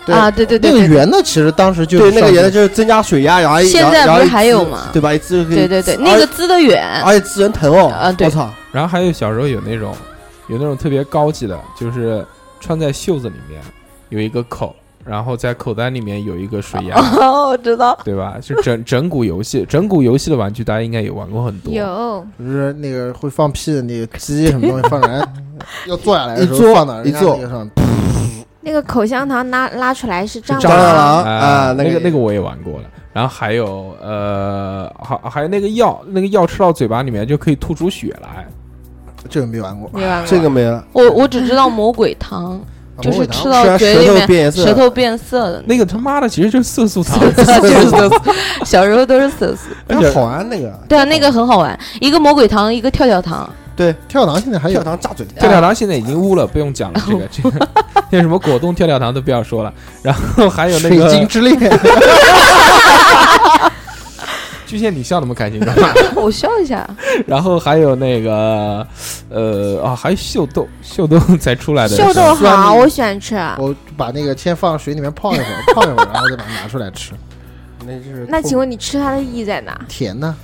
啊，对对对那个对对， 圆的其实当时就对，那个圆的的就是增加水压，然后现在不是还有吗？ 吗？ 对吧？一滋可以对对对，那个滋得远， 而且滋人疼哦。 啊对我操！ 然后还有小时候有那种特别高级的，就是穿在袖子里面有一个口，然后在口袋里面有一个水压， 哦，我知道， 对吧？是整蛊游戏，整蛊游戏的玩具大家应该也玩过很多。 有就是那个会放屁的那个鸡什么东西放来，要坐下来的时一坐候放哪儿？ 一坐人家那个上， 那个口香糖拉出来是蟑蟑螂螂， 啊， 那个我也玩过了。然后还有还有那个药吃到嘴巴里面就可以吐出血来。 这个没玩过。 没玩过。 这个没了， 我只知道魔鬼糖，就是吃吃完到嘴里舌头面变颜色， 舌头变色的， 那个他妈的其实就是色素糖， 就是色素，小时候都是色素。 那个好玩那个。 对啊，那个很好玩，一个魔鬼糖，一个跳跳糖。 对， 跳糖现在还有跳糖炸嘴， 跳跳糖现在已经污了，不用讲了。这个那什么果冻跳跳糖都不要说了。然后还有那水晶个之恋， 巨蟹，你笑那么开心干嘛？ 我笑一下， 然后还有那个还有秀豆才出来的秀豆酸好， 的我喜欢吃。 我把那个先放水里面泡一会儿，然后再把它拿出来吃。 那就是那请问你吃它的意义在哪？ 甜呢？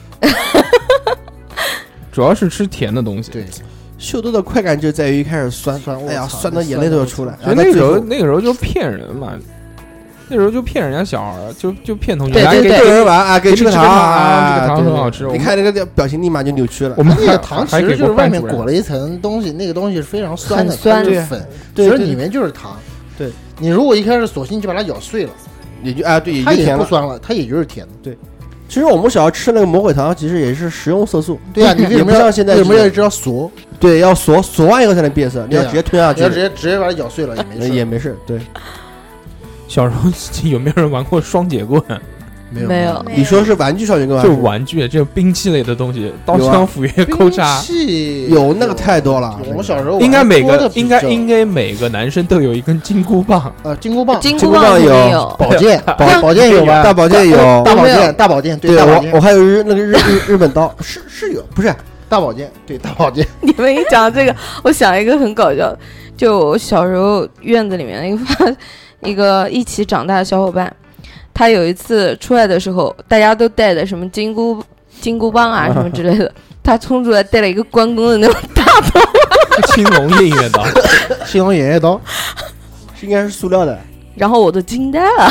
主要是吃甜的东西。 对， 秀豆的快感就在于一开始酸，哎呀， 酸我操酸的眼泪都要出来。 所以那个时候然后那个时候就骗人嘛，那时候就骗人家小孩儿，就骗同学， 对对对来给逗人玩啊，给给这个吃个糖糖，这个糖对对很好吃。 你看那个表情立马就扭曲了我。们那个糖其还给实就是外面班主任裹了一层东西，那个东西是非常酸的， 很酸它是粉， 对对其实里面就是糖。 对， 你如果一开始索性就把它咬碎了， 也就对，也它就甜了。 也不酸了，它也就是甜的。 其实我们小时候吃那个魔鬼糖，其实也是食用色素。 对啊，你为也不什么要像现在为什么要是一直要嗦？ 对，要锁完以后才能变色，你要对啊直接吞下去你要直接把它咬碎了也没事。 也没事。对， 小时候有没有人玩过双节棍？ 没有你说是玩具少年棍， 就玩具，就兵器类的东西，刀有啊枪斧钺钩叉。 器有那个太多了。 我们小时候应该每玩的个比较应该每个男生都有一根金箍棒， 金箍棒、 金箍棒箍棒肯定有有， 宝剑、宝剑有吧？ 大宝剑有， 大宝没有剑、大宝剑， 对大宝剑我还有那个日本刀，是有，不是大宝剑，对大宝剑。 你们一讲这个，我想一个很搞笑，就我小时候院子里面一个一起长大的小伙伴，他有一次出来的时候，大家都带的什么金箍棒啊什么之类的，他冲出来带了一个关公的那种大刀， 青龙偃月刀。 青龙偃月刀， 应该是塑料的。 然后我都惊呆了。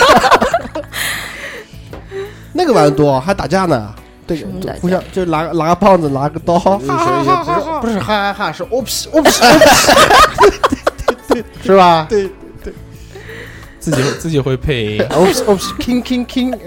那个玩的多，还打架呢。对什么打，架互相就拿个棒子，拿个刀， 不是哈哈哈，是哦屁哦屁，是吧？ 对， 自己会配音。 哦屁哦屁，king，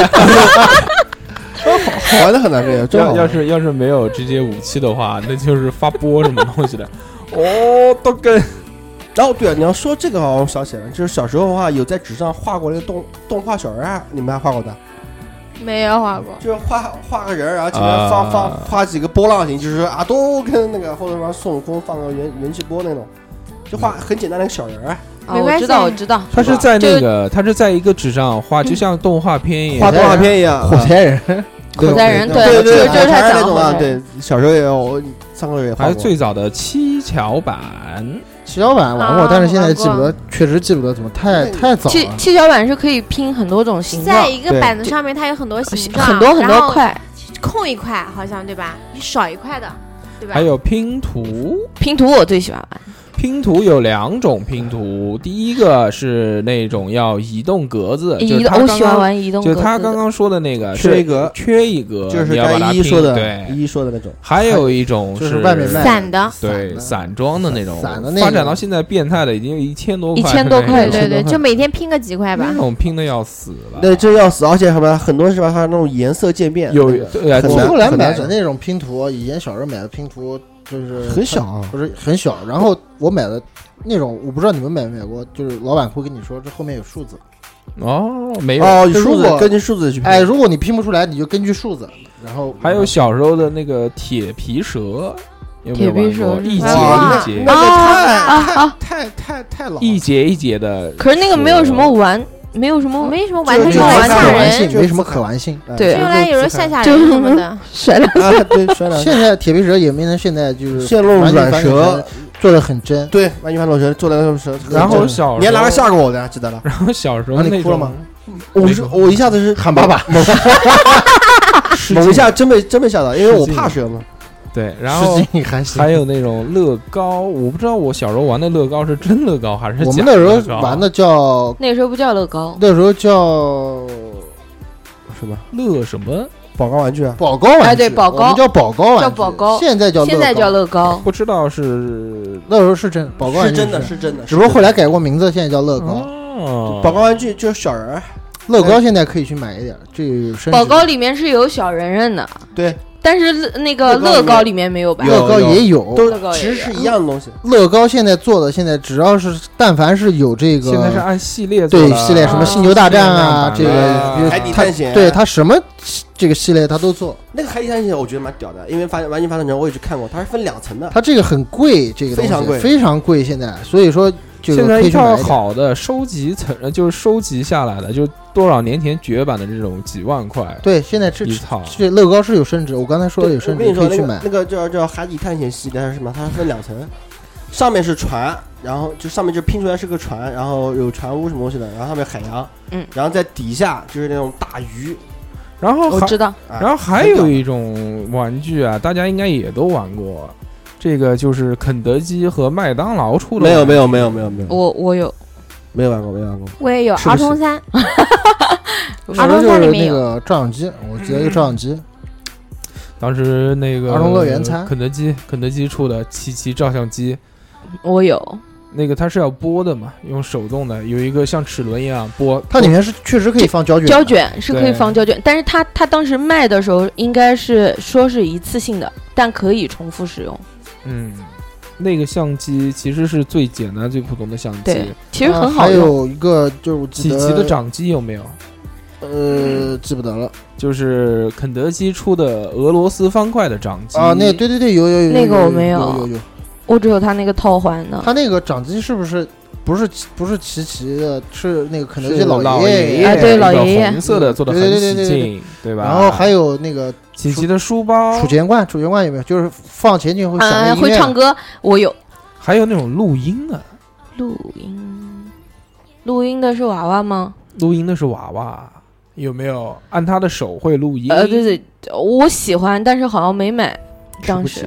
好玩的很难这个。真好玩要是没有直接武器的话，那就是发波什么东西的。哦，都跟然后对啊，你要说这个好像我想起来了，就是小时候的话有在纸上画过那个动画小人儿，你们还画过的？ 没有画过。 就是画个人儿，然后前面画几个波浪形，就是说啊都跟那个或者说孙悟空放个元气波那种，就画很简单的一个小人儿。 啊， 没关系我知道， 他是在那个，他是在一个纸上画，就像动画片一样。 画动画片一样， 火柴人， 口袋人对就是他火柴人讲那种啊， 的， 对，小时候也有，上课也画过。 还有最早的七巧板， 七巧板玩过， 啊但是现在记不玩得，确实记不得，怎么太早了。 七巧板是可以拼很多种形状， 在一个板子上面，它有很多形状， 很多很然后多块， 空一块，好像对吧？少一块的，对吧？ 还有拼图。 拼图我最喜欢玩。 拼图有两种拼图，第一个是那种要移动格子，就是他我刚刚喜欢玩移动格子的， 就是他刚刚说的那个缺一格缺一格， 就是你要把它拼刚一说的， 对。 一说的那种。 还有一种就是外面卖散的， 对散装的那种， 散的那种发展到现在变态的已经有1000多块， 1000多块对对对，就每天拼个几块吧那。种拼的要死了。 那真要死，而且什么很多是吧？它那种颜色渐变， 有那个对啊， 很难我后来很难买的那种拼图，以前小时候买的拼图就是很小啊不是很小。然后我买的那种，我不知道你们买没买过，就是老板会跟你说这后面有数字。 哦，没有。 哦， 就如果数字根据数字去拼。 哎，如果你拼不出来，你就根据数字。然后还有小时候的那个铁皮蛇，有没有铁皮玩过？ 蛇一节哇一节那个啊太老了， 一节一节的。 可是那个没有什么玩，没有什么没什么玩， 就是它用来吓可玩人， 性，没什么可玩性。 对就用来有人吓吓就是人什么的。 甩了。 啊，对，摔两下。 现在铁皮蛇也没能现在就是线路完全软蛇， 做的很真。 对，玩具反斗城做的那时候， 然后小时候你还拿个吓过我的，记得了。 然后小时候然后你那种哭了吗？ 我一下子是喊爸爸， 猛一下真被吓到，因为我怕蛇嘛。 对，然后实际还行。 还有那种乐高，我不知道我小时候玩的乐高是真乐高还是假乐高。 我们那时候玩的叫， 那个时候不叫乐高， 那时候叫什么乐什么？ 宝高玩具啊？ 宝高玩具， 哎对宝高我们叫宝高玩具， 叫宝高现在叫现在叫乐高。 不知道是那时候是真宝高玩具是真的，是真的， 只不过后来改过名字，现在叫乐高。 哦， 宝高玩具就是小人儿， 乐高现在可以去买一点，这个有升值。 宝高里面是有小人人的， 对， 但是那个乐高里面没有吧？ 乐高也有， 都乐高也其实是一样的东西。 乐高现在做的，现在只要是但凡是有这个， 现在是按系列做的， 对系列什么星球大战啊，这个海底探险， 对它什么这个系列它都做。 那个海底探险我觉得蛮屌的，因为玩具反斗城我也去看过，它是分2层的。 它这个很贵，这个东西非常贵非常贵，现在所以说就现在一套可以去买点。 好的收集层，就是收集下来的，就多少年前绝版的这种几万块对，现在一套。 这乐高是有升值，我刚才说的有升值， 我跟你说， 可以去买。 那个叫海底探险系列还是什么？它是分2层，上面是船，然后就上面就拼出来是个船，然后有船屋什么东西的，然后上面海洋，然后在底下就是那种大鱼。 然后我知道， 然后还有一种玩具啊，大家应该也都玩过，这个就是肯德基和麦当劳出的。 没有， 我有， 没有玩过。 我也有是不是儿童餐， 儿童就是那个照相机，我记得一个照相机。 当时那个儿童乐园餐， 肯德基出的奇照相机， 我有。 那个它是要拨的嘛，用手动的，有一个像齿轮一样拨。 它里面是确实可以放胶卷， 胶卷是可以放胶卷，但是它当时卖的时候应该是说是一次性的，但可以重复使用。 那个相机其实是最简单、最普通的相机， 对，其实很好用。 还有一个就是我记得奇的掌机有没有？ 记不得了。 就是肯德基出的俄罗斯方块的掌机啊，那对有那个我没有， 我只有它那个套环的。 它那个掌机是不是奇的，是那个肯德基老爷爷， 对老爷爷， 红色的做的很起劲，对吧？ 然后还有那个奇的书包， 储钱罐有没有？就是放钱进去会响的音乐， 会唱歌，我有。 还有那种录音啊， 录音的是娃娃吗？ 录音的是娃娃，有没有按他的手会录音？ 对，我喜欢，但是好像没买，当时。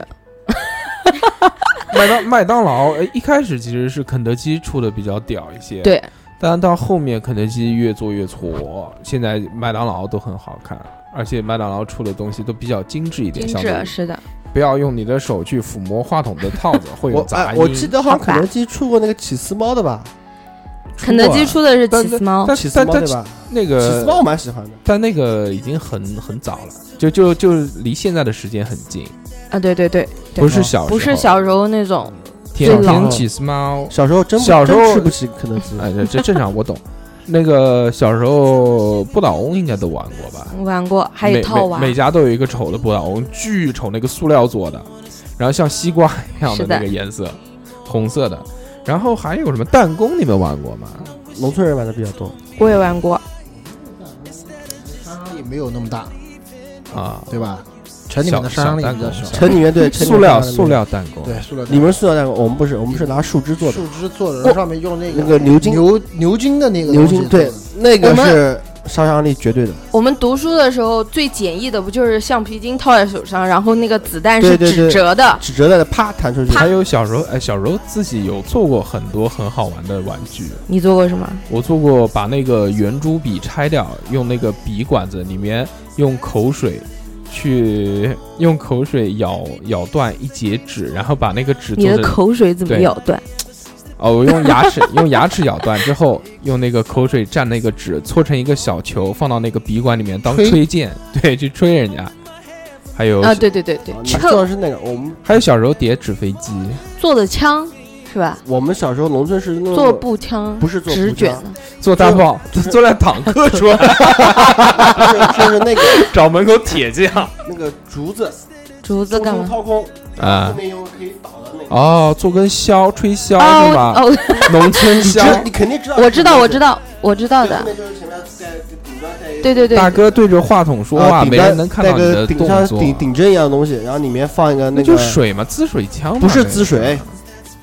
麦当劳一开始其实是肯德基出的比较屌一些， 对， 但到后面肯德基越做越挫，现在麦当劳都很好看，而且麦当劳出的东西都比较精致一点， 精致是的。 不要用你的手去抚摸话筒的套子，会有杂音。 我记得好像肯德基出过那个起司猫的吧？ 肯德基出的是起司猫， 起司猫对吧？ 那个起司猫我蛮喜欢的， 但那个已经很早了，就离现在的时间很近啊！对， 不是小时候那种甜甜起司猫， 小时候真吃不起肯德基， 哎，这正常我懂。那个小时候不倒翁应该都玩过吧？ 玩过，还有套娃， 每家都有一个丑的不倒翁，巨丑，那个塑料做的，然后像西瓜一样的那个颜色，红色的。然后还有什么弹弓？你们玩过吗？ 农村人玩的比较多， 我也玩过。 杀伤力没有那么大啊， 对吧？城里面的杀伤力比较小， 城里面对塑料弹弓， 对塑料。 你们是塑料弹弓，我们不是，我们是拿树枝做的， 树枝做的，上面用那个牛筋的那个牛筋，对，那个是杀伤力绝对的。 我们读书的时候最简易的不就是橡皮筋套在手上，然后那个子弹是纸折的， 纸折的啪弹出去。 还有小时候自己有做过很多很好玩的玩具。 你做过什么？ 我做过把那个圆珠笔拆掉，用那个笔管子里面用口水咬断一截纸，然后把那个纸做成。 你的口水怎么咬断？ 我用牙齿咬断之后，用那个口水蘸那个纸搓成一个小球，放到那个笔管里面当吹箭，对，去吹人家。还有啊，对， 你做的是那个，我们还有小时候叠纸飞机做的枪是吧？ 我们小时候农村是那做步枪， 不是做纸卷的， 做大炮，做在坦克出来， 就是那个找门口铁匠， 那个竹子干嘛？ 掏空啊， 后面用可以倒的那个。 哦，做根箫，吹箫是吧？ 哦， 农村箫， 你肯定知道。 我知道的。对， 大哥对着话筒说话，没人能看到你的动作。 顶针一样的东西，然后里面放一个那个。 就水嘛，滋水枪。 不是滋水，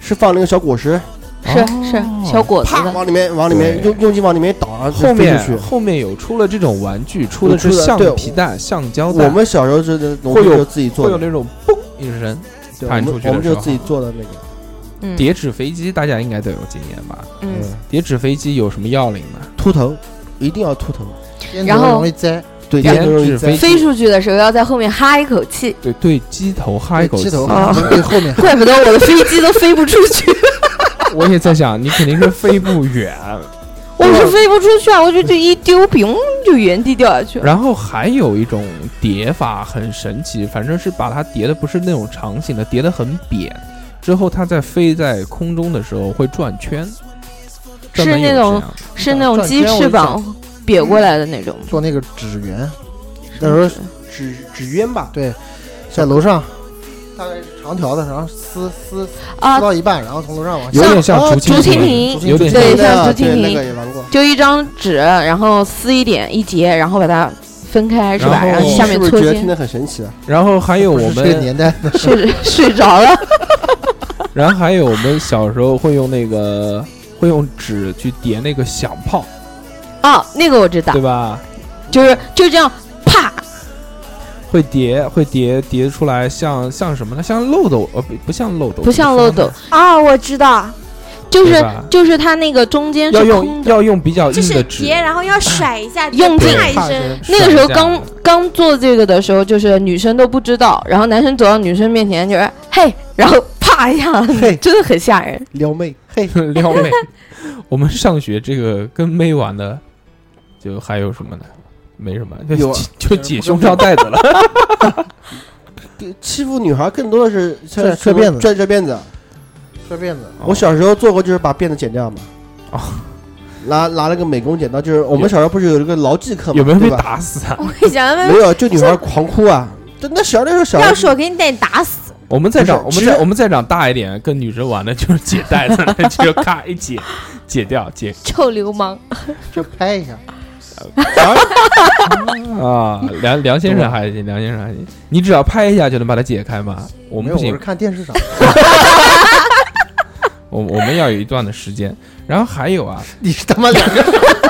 是放那个小果实， 是小果子啪的， 往里面用劲往里面倒，然后后飞出去。 后面有出了这种玩具，出的是橡皮带、橡胶带。 我们小时候是农会有就自己做的， 会有那种嘣一声对弹出去的时候我们就自己做的那个。 叠纸飞机，大家应该都有经验吧？叠纸飞机有什么要领呢？ 秃头，一定要秃头。 然后容易栽， 对， 编制飞飞出去的时候要在后面哈一口气， 对机头哈一口气， 鸡头对后面怪不得我的飞机都飞不出去。 我也在想，你肯定是飞不远。 我是飞不出去啊！我就这一丢，砰就原地掉下去了。 然后还有一种叠法很神奇，反正是把它叠的不是那种长形的，叠得很扁，之后它在飞在空中的时候会转圈， 是那种鸡翅膀瘪过来的那种， 做那个纸圆，那时候纸鸢吧， 对，在楼上大概是长条的，然后撕到一半，然后从楼上往下， 有点像竹蜻蜓， 有点对，像竹蜻蜓， 那个也玩过， 就一张纸，然后撕一点一截，然后把它分开，是吧？然后下面搓尖， 听得很神奇啊。 然后还有我们这个年代睡着了。 然后还有我们小时候会用纸去叠那个响炮， 哦，那个我知道， 对吧？ 就这样，啪， 会叠出来像什么呢？像漏斗，不像漏斗， 不像漏斗啊，我知道， 就是它那个中间是空的， 要用比较硬的纸， 就是叠，然后要甩一下， 用劲一声。 那个时候刚做这个的时候，就是女生都不知道，然后男生走到女生面前就是嘿，然后啪一下， 嘿， 真的很吓人， 撩妹，嘿， 撩妹。我们上学这个跟妹玩的，就还有什么呢？没什么，就解胸罩带子了。 欺负女孩更多的是拽辫子， 拽辫子。 拽辫子， 我小时候做过，就是把辫子剪掉嘛。哦，拿了个美工剪刀，就是我们小时候不是有一个牢记课吗？ 有没有被打死啊？ 我想没有，就女孩狂哭啊！那小的时候， 要是我给你打死。 我们再长大一点，跟女生玩的就是解带子，就咔一解掉。 臭流氓， 就拍一下。 啊，梁先生还行，你只要拍一下就能把它解开吗？我们不行， 我是看电视上。 我们要有一段的时间，然后还有啊， 你是他妈两个。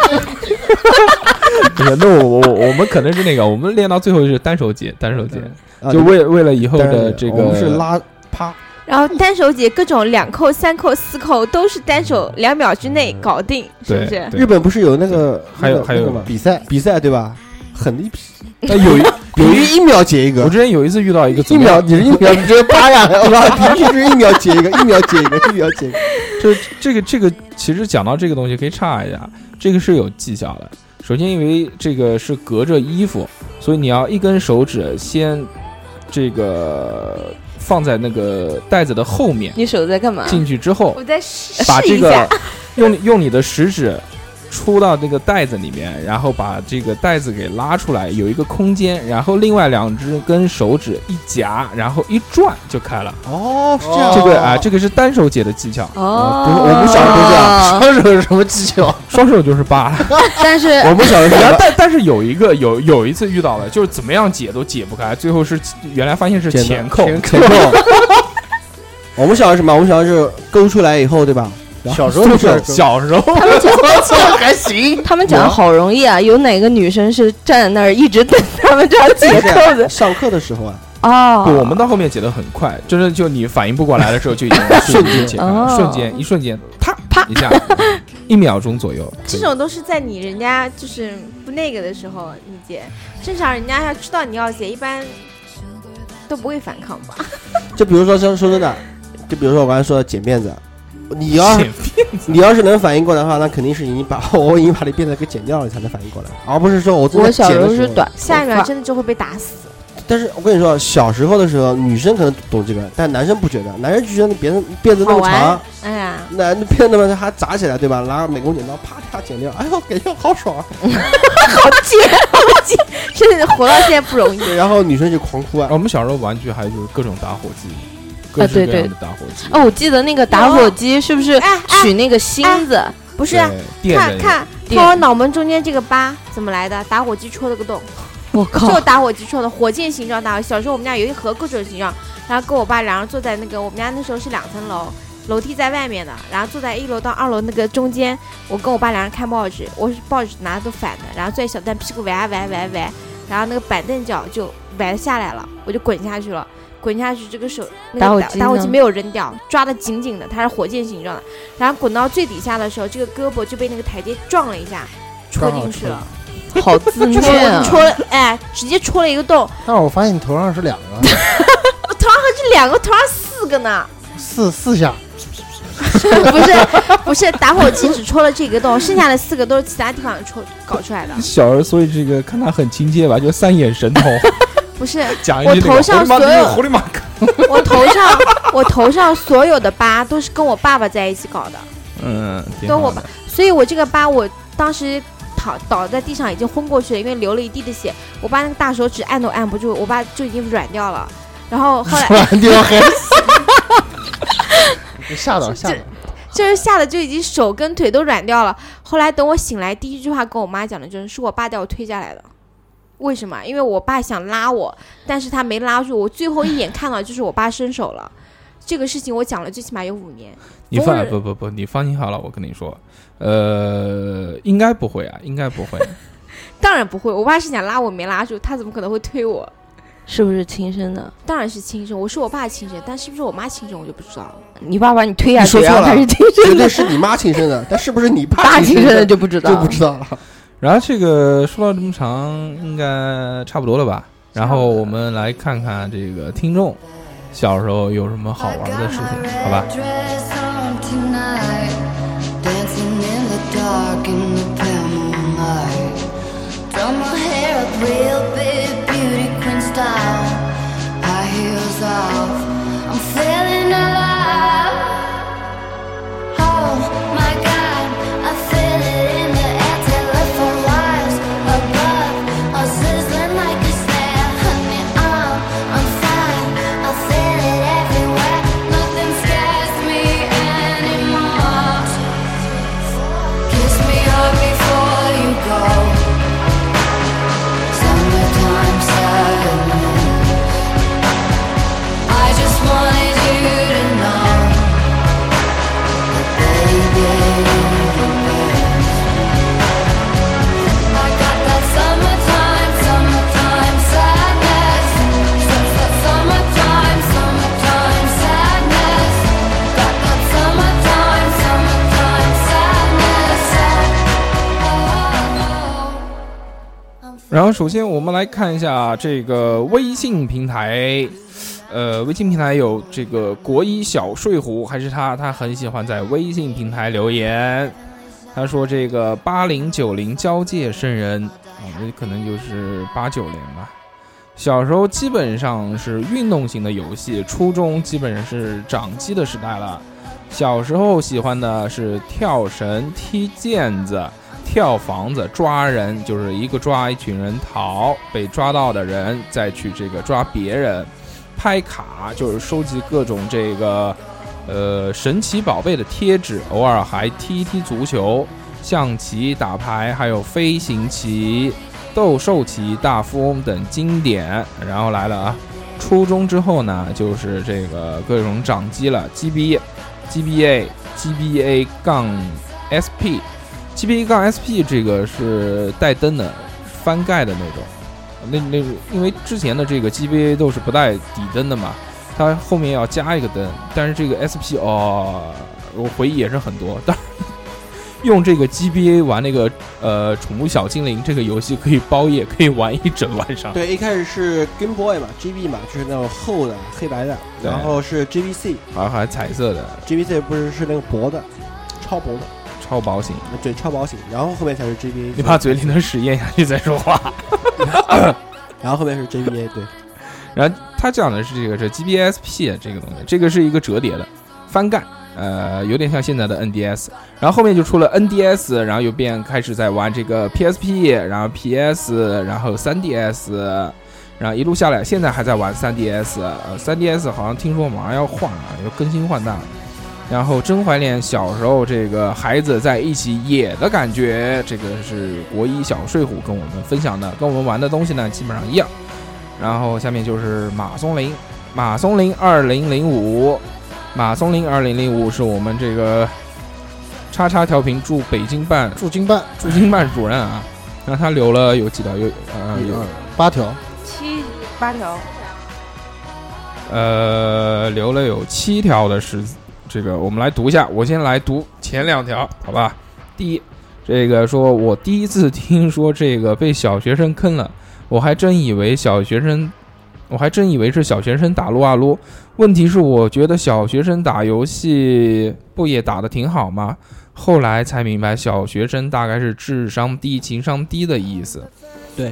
那我们可能是那个，我们练到最后就是单手解，就为了以后的这个， 我们是拉啪。 然后单手解各种2扣、3扣、4扣都是单手2秒之内搞定，是不是？ 日本不是有那个还有比赛对吧？狠的一批。 有一秒解一个。 我之前有一次遇到一个 1秒，你是1秒，你直接啪呀，必须是1秒解一个，1秒解一个，1秒解一个。 就这个，其实讲到这个东西可以插一下，这个是有技巧的。首先，因为这个是隔着衣服，所以你要一根手指先这个放在那个袋子的后面。 你手在干嘛？ 进去之后， 我再试把这个用你的食指出到那个袋子里面，然后把这个袋子给拉出来，有一个空间，然后另外2只跟手指一夹，然后一转就开了。 哦，是这样。 这个啊，这个是单手解的技巧。 哦， 不是我们小时候这样， 双手是什么技巧？ 双手就是8。 但是我们小时候， 但是有一次遇到了，就是怎么样解都解不开，最后是原来发现是前扣。 我们小时候什么？我们小时候是勾出来以后，对吧？ 小时候小时候， 他们讲还行。 他们讲好容易啊，有哪个女生是站在那儿一直等他们这样解扣子？ 上课的时候啊。 哦， 我们到后面解得很快，就你反应不过来的时候就已经瞬间解开，瞬间，啪一下，1秒钟左右。 这种都是在人家就是不那个的时候你解，正常人家要知道你要解，一般都不会反抗吧？ 就比如说说真的，就比如说我刚才说的剪辫子。你要是能反应过来的话，那肯定是我已经把你辫子给剪掉了，你才能反应过来，而不是说我小时候是短， 下一秒真的就会被打死。 但是我跟你说，小时候的时候，女生可能懂这个，但男生不觉得，男生就觉得你辫子那么长， 哎呀， 那辫子那么还扎起来，对吧？拿美工剪刀啪啪剪掉，哎呦，感觉好爽， 好贱，真的活到现在不容易。 然后女生就狂哭啊。 我们小时候玩具还有就是各种打火机。各式各样的打火机。 哦，我记得那个打火机是不是取那个芯子？ 不是，看我脑门中间这个疤怎么来的？打火机戳了个洞。 我靠！ 就打火机戳的，火箭形状打火。小时候我们家有一盒各种形状，然后跟我爸2人坐在那个我们家那时候是2层楼， 楼梯在外面的，然后坐在1楼到2楼那个中间，我跟我爸两人看报纸，我报纸拿的都反的，然后坐在小凳屁股歪，然后那个板凳脚就歪下来了，我就滚下去了。滚下去，这个手那个打火机没有扔掉，抓得紧紧的，它是火箭形状的。然后滚到最底下的时候，这个胳膊就被那个台阶撞了一下，戳进去了， 好自虐啊！ 戳了，哎，直接戳了一个洞。 但是我发现你头上是2个， 我头上是2个，头上4个呢。 四下。 不是，打火机只戳了这个洞，剩下的4个都是其他地方搞出来的。 小儿，所以这个看他很亲切吧，就3眼神童。 不是， 我头上所有，我头上所有的疤都是跟我爸爸在一起搞的，跟我爸，所以我这个疤，我当时倒在地上已经昏过去了，因为流了一地的血，我爸那个大手指按都按不住，我爸就已经软掉了，然后后来软掉还吓到， 就是吓得就已经手跟腿都软掉了。后来等我醒来，第一句话跟我妈讲的就是我爸带我推下来的。为什么？因为我爸想拉我，但是他没拉住我，最后一眼看到就是我爸伸手了。这个事情我讲了最起码有5年。 你你放心好了，我跟你说，应该不会啊，应该不会。 当然不会，我爸是想拉我没拉住，他怎么可能会推我？ 是不是亲生的？ 当然是亲生，我是我爸亲生，但是不是我妈亲生我就不知道了。 你爸把你推下去， 然后他是亲生的， 绝对是你妈亲生的，但是不是你爸亲生的就不知道了。 然后这个说到这么长，应该差不多了吧？然后我们来看看这个听众小时候有什么好玩的事情，好吧？然后首先我们来看一下这个微信平台，微信平台有这个国一小睡虎，还是他很喜欢在微信平台留言。他说这个80、90交界生人，这可能就是8、9年吧。小时候基本上是运动型的游戏，初中基本上是掌机的时代了。小时候喜欢的是跳绳、踢毽子、跳房子、抓人，就是一个抓一群人逃，被抓到的人再去这个抓别人。拍卡就是收集各种这个神奇宝贝的贴纸，偶尔还踢一踢足球。象棋、打牌，还有飞行棋、斗兽棋、大富翁等经典。然后来了啊，初中之后呢，就是这个各种掌机了 ，GBA 杠 SP。GBA 杠 SP 这个是带灯的，翻盖的那种。那因为之前的这个 GBA 都是不带底灯的嘛，它后面要加一个灯。但是这个 SP 我回忆也是很多。当然用这个 GBA 玩那个宠物小精灵这个游戏可以包夜，可以玩一整晚上。 对，一开始是 Game Boy 嘛 ，GB 嘛，就是那种厚的黑白的，然后是 GBC， 还彩色的。 GBC 不是那个薄的，超薄的。 超薄型， 对，超薄型，然后后面才是 GBA。 你把嘴里的屎咽下去再说话。 然后后面是 GBA， 对。 然后他讲的是这个是 GBSP 这个东西，这个是一个折叠的翻盖，有点像现在的 NDS。然后后面就出了 NDS， 然后又开始在玩这个 PSP， 然后 PS， 然后 3DS， 然后一路下来，现在还在玩 3DS。3DS 好像听说马上要换了，要更新换代。然后真怀念小时候这个孩子在一起野的感觉，这个是国一小睡虎跟我们分享的，跟我们玩的东西呢基本上一样。然后下面就是马松林2005， 马松林2005是我们这个叉叉调频驻北京办驻京办主任啊，然后他留了有几条，有 8条 8条， 留了有7条的是这个，我们来读一下，我先来读前2条，好吧？第一，这个说我第一次听说这个被小学生坑了，我还真以为是小学生打撸啊撸。问题是我觉得小学生打游戏不也打得挺好吗？后来才明白小学生大概是智商低情商低的意思。 对，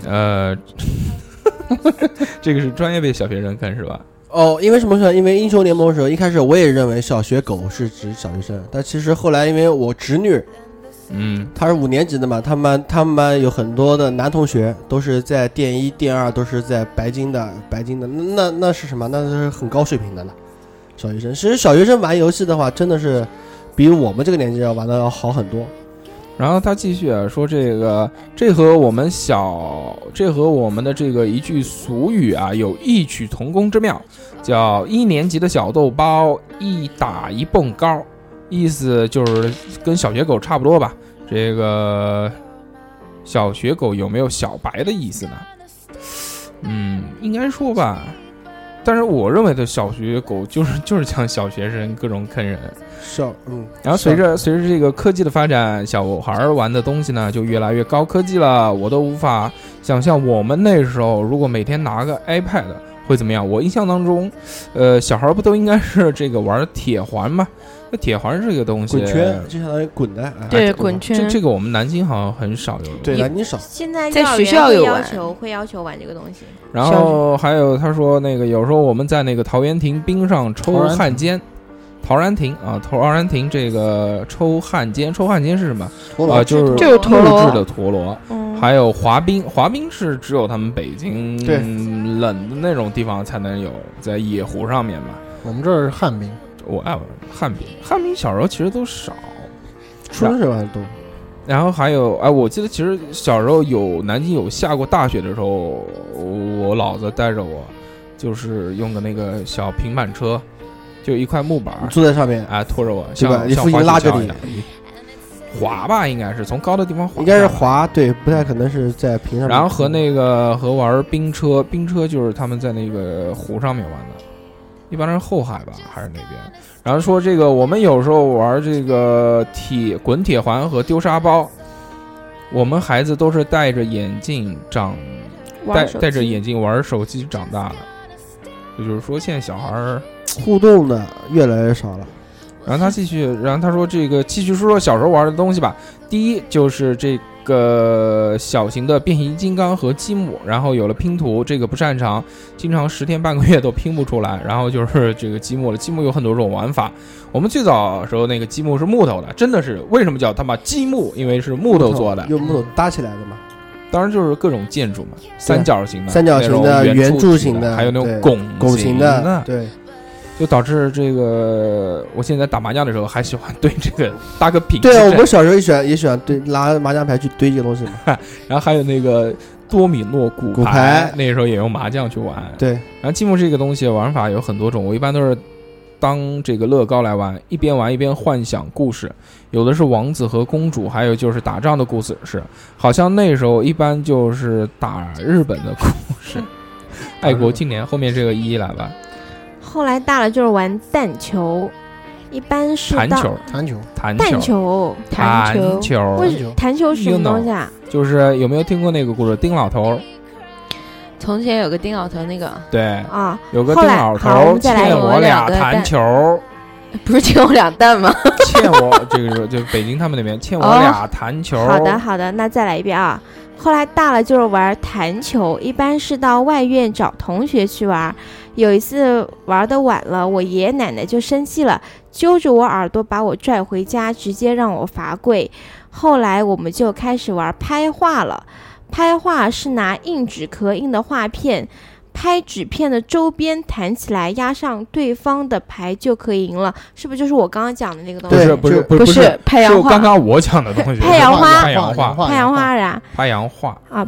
这个是专业被小学生坑是吧？ 哦，因为什么事？因为英雄联盟的时候，一开始我也认为小学狗是指小学生，但其实后来因为我侄女，她是5年级的嘛，他们班有很多的男同学都是在电1、电2都是在白金的，那是什么？那是很高水平的了。小学生，其实小学生玩游戏的话，真的是比我们这个年纪要玩的要好很多。 然后他继续说这和我们的这个一句俗语啊有异曲同工之妙，叫1年级的小豆包一打一蹦高，意思就是跟小学狗差不多吧。这个小学狗有没有小白的意思呢？应该说吧，但是我认为的小学狗就是像小学生各种坑人。然后随着这个科技的发展，小孩玩的东西呢就越来越高科技了，我都无法想象我们那时候如果每天拿个 iPad 会怎么样。我印象当中小孩不都应该是这个玩铁环吗？那铁环这个东西滚圈就相当于滚的， 对，滚圈这个我们南京好像很少有。 对，南京少。 现在在学校有会要求玩这个东西。 然后还有他说那个有时候我们在那个陶然亭冰上抽汉奸。陶然亭这个抽汉奸是什么？就是陀螺木质的陀螺。还有滑冰是只有他们北京冷的那种地方才能有，在野湖上面嘛。 我们这儿是旱冰， 我爱玩旱冰小时候其实都少， 春是玩多。 然后还有我记得其实小时候南京有下过大雪的时候，我老子带着我就是用个那个小平板车。就一块木板， 坐在上面拖着我， 像你父亲拉着你滑吧，应该是从高的地方滑， 应该是滑，对，不太可能是在平上面。 然后和玩冰车就是他们在那个湖上面玩的，一般是后海吧，还是那边。然后说这个我们有时候玩这个滚铁环和丢沙包，我们孩子都是戴着眼镜戴着眼镜玩手机长大的，也就是说现在小孩互动的越来越少了。 然后他说这个继续说小时候玩的东西吧。第一就是这个小型的变形金刚和积木，然后有了拼图，这个不擅长，经常10天半个月都拼不出来。然后就是这个积木了，积木有很多种玩法。我们最早的时候那个积木是木头的，真的是为什么叫他妈积木？因为是木头做的， 用木头搭起来的嘛。 当然就是各种建筑嘛，三角形的、圆柱形的， 还有那种拱形的，对。 就导致这个，我现在打麻将的时候还喜欢对这个搭个品。 对啊，我们小时候也喜欢对拿麻将牌去堆这个东西嘛。 然后还有那个多米诺骨牌，那时候也用麻将去玩。 对， 然后积木这个东西玩法有很多种，我一般都是当这个乐高来玩，一边玩一边幻想故事，有的是王子和公主，还有就是打仗的故事，好像那时候一般就是打日本的故事。爱国青年，后面这个一来吧。 后来大了就是玩弹球，一般是弹球。 弹球。弹球是什么东西啊？ 就是有没有听过那个故事？丁老头。 从前有个丁老头，那个对啊， 有个丁老头欠我俩弹球， 不是欠我俩蛋吗？ 欠我这个就北京他们那边欠我俩弹球。 好的，那再来一遍啊。后来大了就是玩弹球，一般是到外院找同学去玩。有一次玩得晚了，我爷爷奶奶就生气了，揪着我耳朵把我拽回家，直接让我罚跪。后来我们就开始玩拍画了。拍画是拿硬纸壳印的画片，拍纸片的周边弹起来，压上对方的牌就可以赢了。是不是就是我刚刚讲的那个东西？ 不是拍洋画， 是刚刚我讲的东西。 拍洋画是啊， 啊，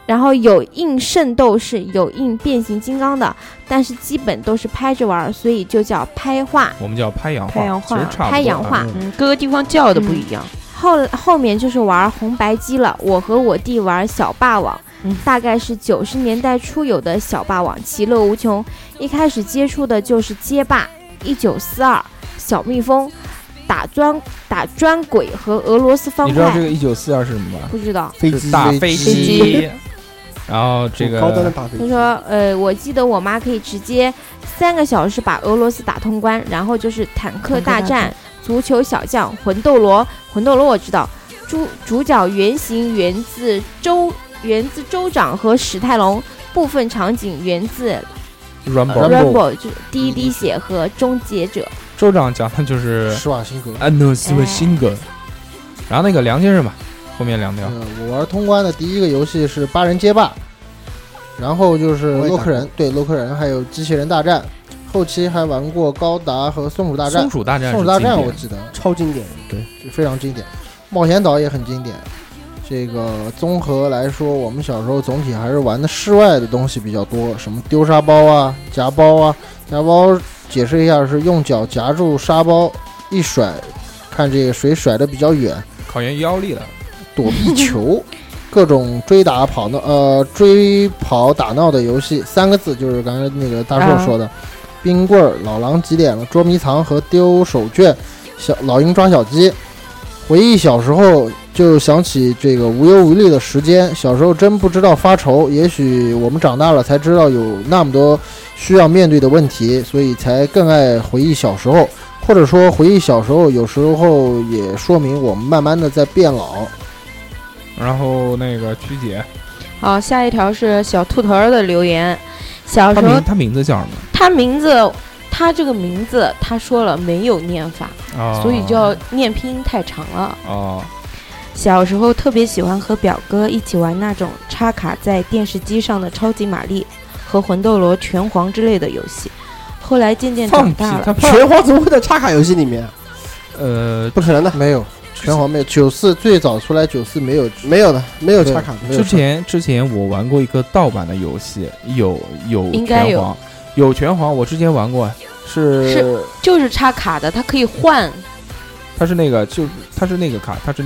然后有印圣斗士，有印变形金刚的，但是基本都是拍着玩，所以就叫拍画。 我们叫拍洋画， 拍洋画其实差不多拍洋画各个地方叫的不一样。 后面就是玩红白机了，我和我弟玩小霸王，大概是90年代初有的小霸王，其乐无穷。一开始接触的就是街霸、1942、小蜜蜂、打砖鬼和俄罗斯方块。 你知道这个1942是什么吗？ 不知道。 是大飞机。然后这个高端的大飞机。 他说，我记得我妈可以直接3个小时把俄罗斯打通关，然后就是坦克大战、足球小将、魂斗罗我知道，主角原型源自州长和史泰龙，部分场景源自 Rambo 就是第一滴血和终结者。 州长讲的就是施瓦辛格， 安诺斯瓦辛格。然后那个梁先生吧，后面2条。 我玩通关的第一个游戏是8人街霸，然后就是洛克人，还有机器人大战。后期还玩过高达和松鼠大战。松鼠大战我记得超经典， 对，非常经典。冒险岛也很经典。这个综合来说，我们小时候总体还是玩的室外的东西比较多，什么丢沙包啊、夹包啊。夹包解释一下，是用脚夹住沙包一甩，看这个谁甩的比较远， 考验腰力了。 躲避球，各种追跑打闹的游戏，3个字就是刚才那个大硕说的。冰棍儿、老狼几点了、捉迷藏和丢手绢、老鹰抓小鸡。回忆小时候就想起这个无忧无虑的时间，小时候真不知道发愁，也许我们长大了才知道有那么多需要面对的问题，所以才更爱回忆小时候，或者说回忆小时候有时候也说明我们慢慢的在变老。 然后那个曲姐， 好，下一条是小兔头的留言。小时候他名字叫什么？ 他这个名字他说了没有念法，所以叫念拼音太长了。小时候特别喜欢和表哥一起玩那种插卡在电视机上的超级玛丽和魂斗罗、拳皇之类的游戏。后来渐渐长大了， 拳皇怎么会在插卡游戏里面？不可能的， 没有。拳皇没有，94最早出来，94没有插卡的。 之前我玩过一个盗版的游戏，有应该有拳皇，我之前玩过， 就是插卡的，它可以换。 它是那个卡，它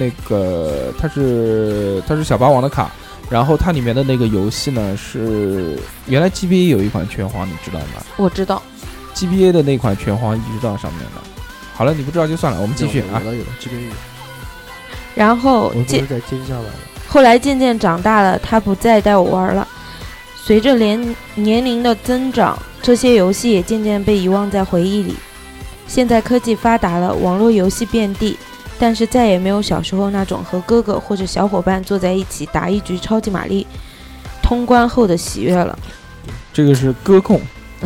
是小霸王的卡，然后它里面的那个游戏呢是原来 GBA 有一款拳皇，你知道吗？ 我知道 ，GBA 的那款拳皇一直到上面的。好了，你不知道就算了，我们继续啊。 有的 GBA 有。 然后我是在街上玩的。 后来渐渐长大了，他不再带我玩了。随着年龄的增长，这些游戏也渐渐被遗忘在回忆里。现在科技发达了，网络游戏遍地，但是再也没有小时候那种和哥哥或者小伙伴坐在一起打一局超级玛丽通关后的喜悦了。 这个是歌控。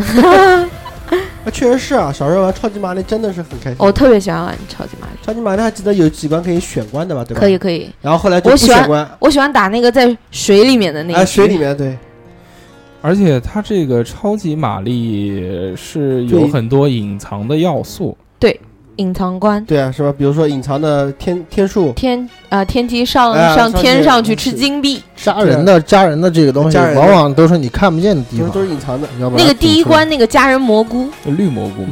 确实是啊，小时候玩超级玛丽真的是很开心。 我特别喜欢玩超级玛丽。 超级玛丽还记得有几关可以选关的吧？对吧？ 可以。 然后后来就不选关。 我喜欢打那个在水里面的那个。 水里面对。 而且它这个超级玛丽是有很多隐藏的要素。 对，隐藏关。 对啊，是吧？比如说隐藏的天数。 天梯上天上去吃金币。 扎人的这个东西，往往都是你看不见的地方， 都是隐藏的。 那个第一关那个家人蘑菇， 绿蘑菇。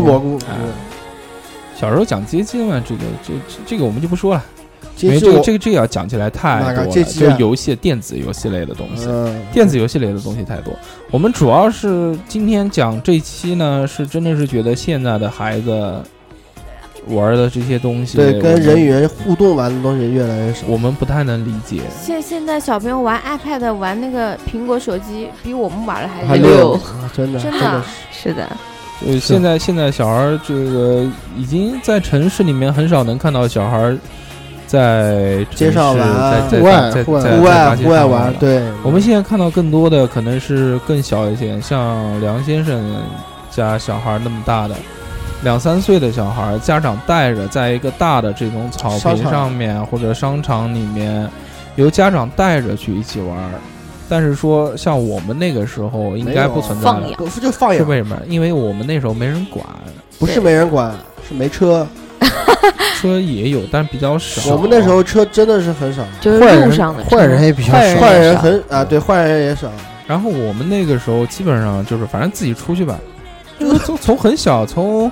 小时候讲街机嘛，这个我们就不说了。因为这个要讲起来太多了，就游戏电子游戏类的东西，电子游戏类的东西太多。我们主要是今天讲这期呢，是真的是觉得现在的孩子玩的这些东西， 对，跟人与人互动玩的东西越来越少， 我们不太能理解。 现在小朋友玩 iPad 玩那个苹果手机，比我们玩的还溜， 真的是的。 现在小孩这个已经在城市里面很少能看到小孩在街上玩， 户外玩。 对， 我们现在看到更多的可能是更小一些，像梁先生家小孩那么大的2、3岁的小孩，家长带着在一个大的这种草坪上面或者商场里面，由家长带着去一起玩。但是说像我们那个时候应该不存在了， 就放养。 是为什么？因为我们那时候没人管， 不是没人管，是没车。 车也有，但比较少。 我们那时候车真的是很少， 就是路上的车坏人也比较少， 坏人对，坏人也少。 然后我们那个时候基本上就是反正自己出去吧，就是从很小，从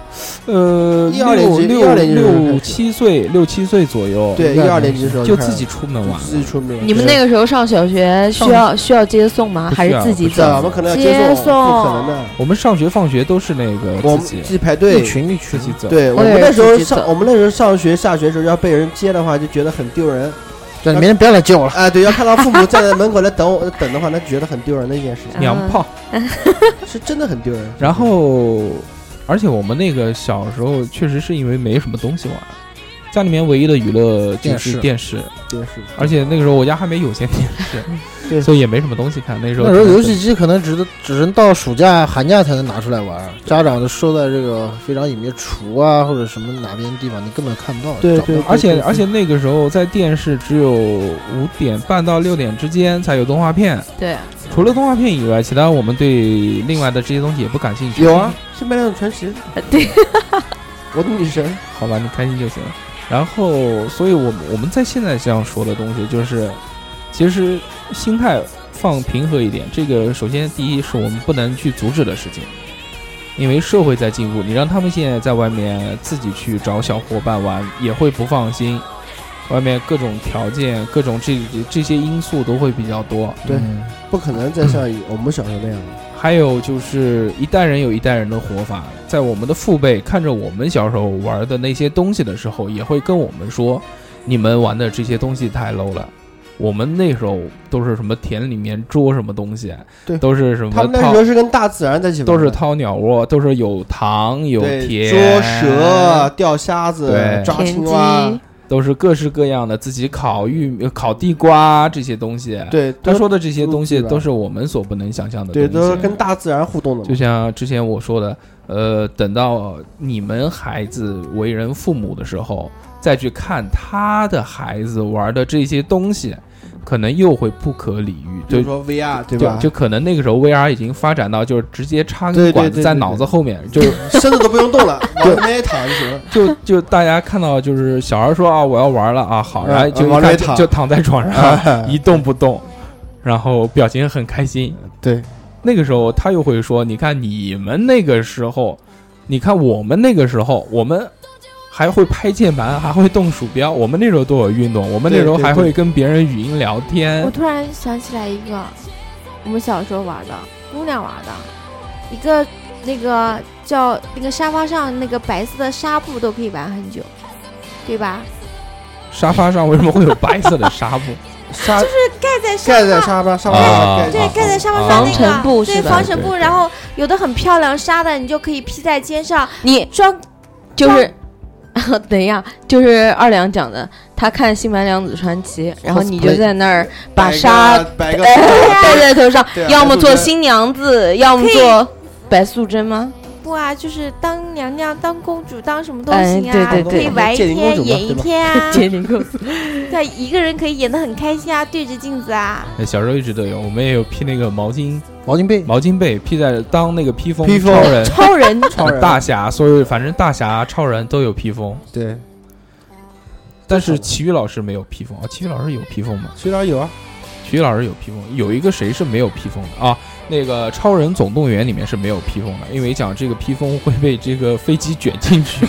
六七岁左右， 对，1、2年级的时候就自己出门玩， 自己出门。 你们那个时候上小学需要接送吗？还是自己走？ 我们可能要接送，不可能的。 我们上学放学都是那个我们自己排队， 一群自己走。 对，我们那时候上学下学的时候要被人接的话，就觉得很丢人。 对，明天不要来接我了。 哎，对，要看到父母站在门口来等的话，那觉得很丢人的一件事情。 娘炮， 是真的很丢人。 然后，而且我们那个小时候确实是因为没什么东西玩，家里面唯一的娱乐就是电视，而且那个时候我家还没有线电视，所以也没什么东西看。那时候游戏机可能只能到暑假寒假才能拿出来玩，家长就收在这个非常隐秘厨啊或者什么哪边地方，你根本看不到。 对，而且那个时候在电视只有5点半到6点之间才有动画片。 对， 除了动画片以外，其他我们对另外的这些东西也不感兴趣。 有啊，《新白娘子传奇》。 对， 我的女神。 好吧，你开心就行了。然后，所以我们在现在这样说的东西，就是其实心态放平和一点。这个首先第一是我们不能去阻止的事情，因为社会在进步，你让他们现在在外面自己去找小伙伴玩，也会不放心。外面各种条件、各种这些因素都会比较多。 对，不可能再像我们小时候那样。 还有就是一代人有一代人的活法，在我们的父辈看着我们小时候玩的那些东西的时候，也会跟我们说，你们玩的这些东西太 low 了。我们那时候都是什么田里面捉什么东西， 对， 都是什么？ 他们那时候是跟大自然在一起玩， 都是掏鸟窝，都是有糖有田， 捉蛇、钓虾子、抓青蛙。 都是各式各样的，自己烤烤地瓜这些东西。 对， 他说的这些东西都是我们所不能想象的东西。 对，都是跟大自然互动的。 就像之前我说的，等到你们孩子为人父母的时候，再去看他的孩子玩的这些东西，可能又会不可理喻。 比如说 VR， 对吧？ 就可能那个时候 VR 已经发展到就是直接插根管子在脑子后面，就身子都不用动了，往那边一躺就行了。 就大家看到就是小孩说啊我要玩了啊，好，然后就躺在床上一动不动，然后表情很开心。 对， 那个时候他又会说，你看你们那个时候，你看我们那个时候，我们还会拍键盘，还会动鼠标，我们那时候都有运动，我们那时候还会跟别人语音聊天。 我突然想起来一个，我们小时候玩的，姑娘玩的，一个那个叫那个沙发上那个白色的纱布都可以玩很久，对吧？ 沙发上为什么会有白色的纱布？ 就是盖在沙发上， 对，盖在沙发上防尘布是吧？ 对，防尘布，然后有的很漂亮纱的，你就可以披在肩上， 你就是等一下，就是二两讲的，他看《新白娘子传奇》，然后你就在那儿把纱戴在头上，要么做新娘子，要么做白素贞吗？ 不啊，就是当娘娘、当公主、当什么都行啊， 对， 可以玩一天、演一天啊。 杰林公主， 对，一个人可以演得很开心啊，对着镜子啊。 小时候一直都有，我们也有披那个毛巾被披在当那个披风超人大侠，所以反正大侠、超人都有披风。 对， 但是体育老师没有披风啊，体育老师有披风吗？ 体育老师有啊， 体育老师有披风，有一个谁是没有披风的啊？那个超人总动员里面是没有披风的，因为讲这个披风会被这个飞机卷进去。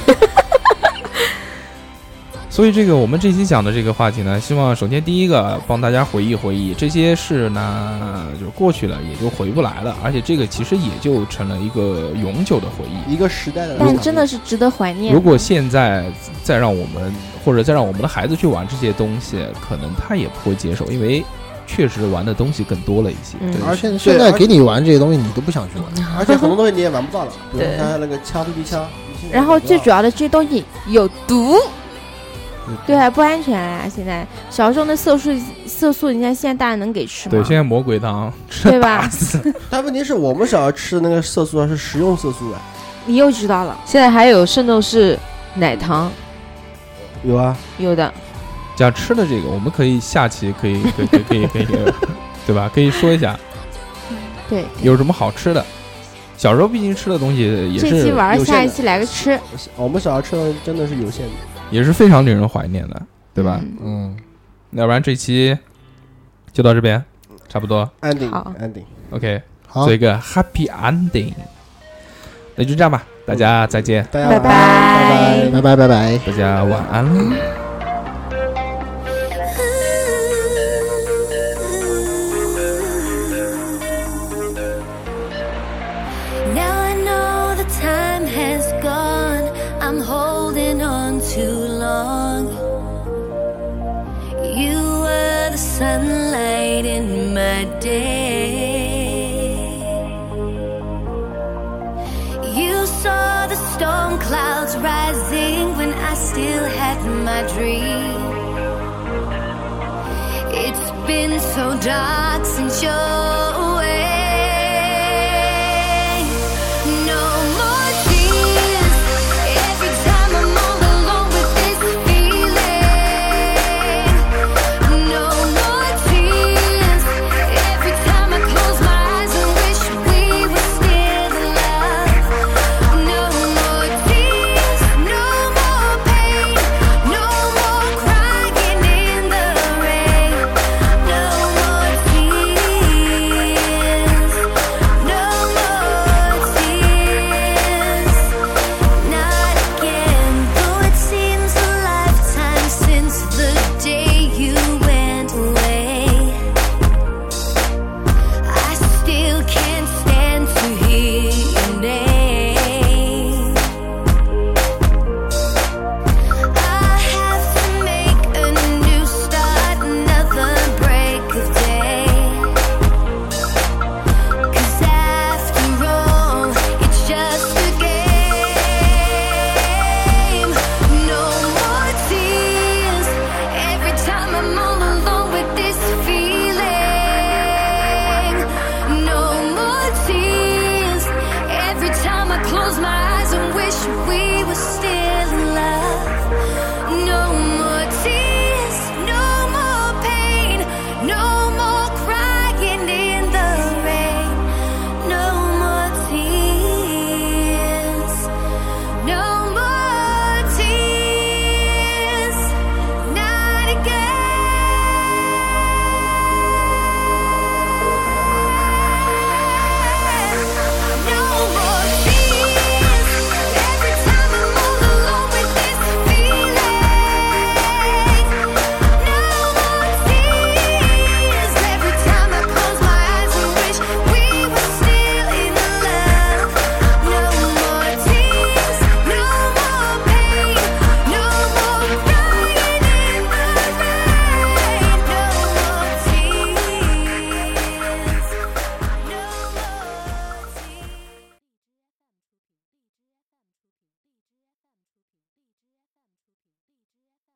所以这个我们这期讲的这个话题呢，希望首先第一个帮大家回忆回忆这些事呢，就是过去了也就回不来了，而且这个其实也就成了一个永久的回忆， 一个时代的。 但真的是值得怀念。 如果现在再让我们或者再让我们的孩子去玩这些东西，可能他也不会接受，因为确实玩的东西更多了一些。 而且现在给你玩这些东西，你都不想去玩， 而且很多东西你也玩不到了，比如像那个枪、BB 枪。 然后最主要的这些东西有毒。对啊，不安全啊！现在小时候的色素，你看现在大人能给吃吗？ 对，现在魔鬼糖， 对吧？ 但问题是我们小时候吃的那个色素是食用色素啊。 你又知道了， 现在还有圣斗士奶糖， 有啊， 有的。 讲吃的这个，我们可以下期可以，对吧？可以说一下， 对， 有什么好吃的？小时候毕竟吃的东西也是。 这期玩，下一期来个吃。 我们小时候吃的真的是有限的。 也是非常令人怀念的，对吧？ 嗯， 要不然这期就到这边，差不多。 好 ending OK， 好做一个 happy ending。那就这样吧，大家再见， 大家拜拜拜拜拜拜。 大家晚安了。 Now I know the time has gone. I'm holding on too long. You were the sunlight in my day. You saw the storm clouds rising when I still had my dream. It's been so dark since you're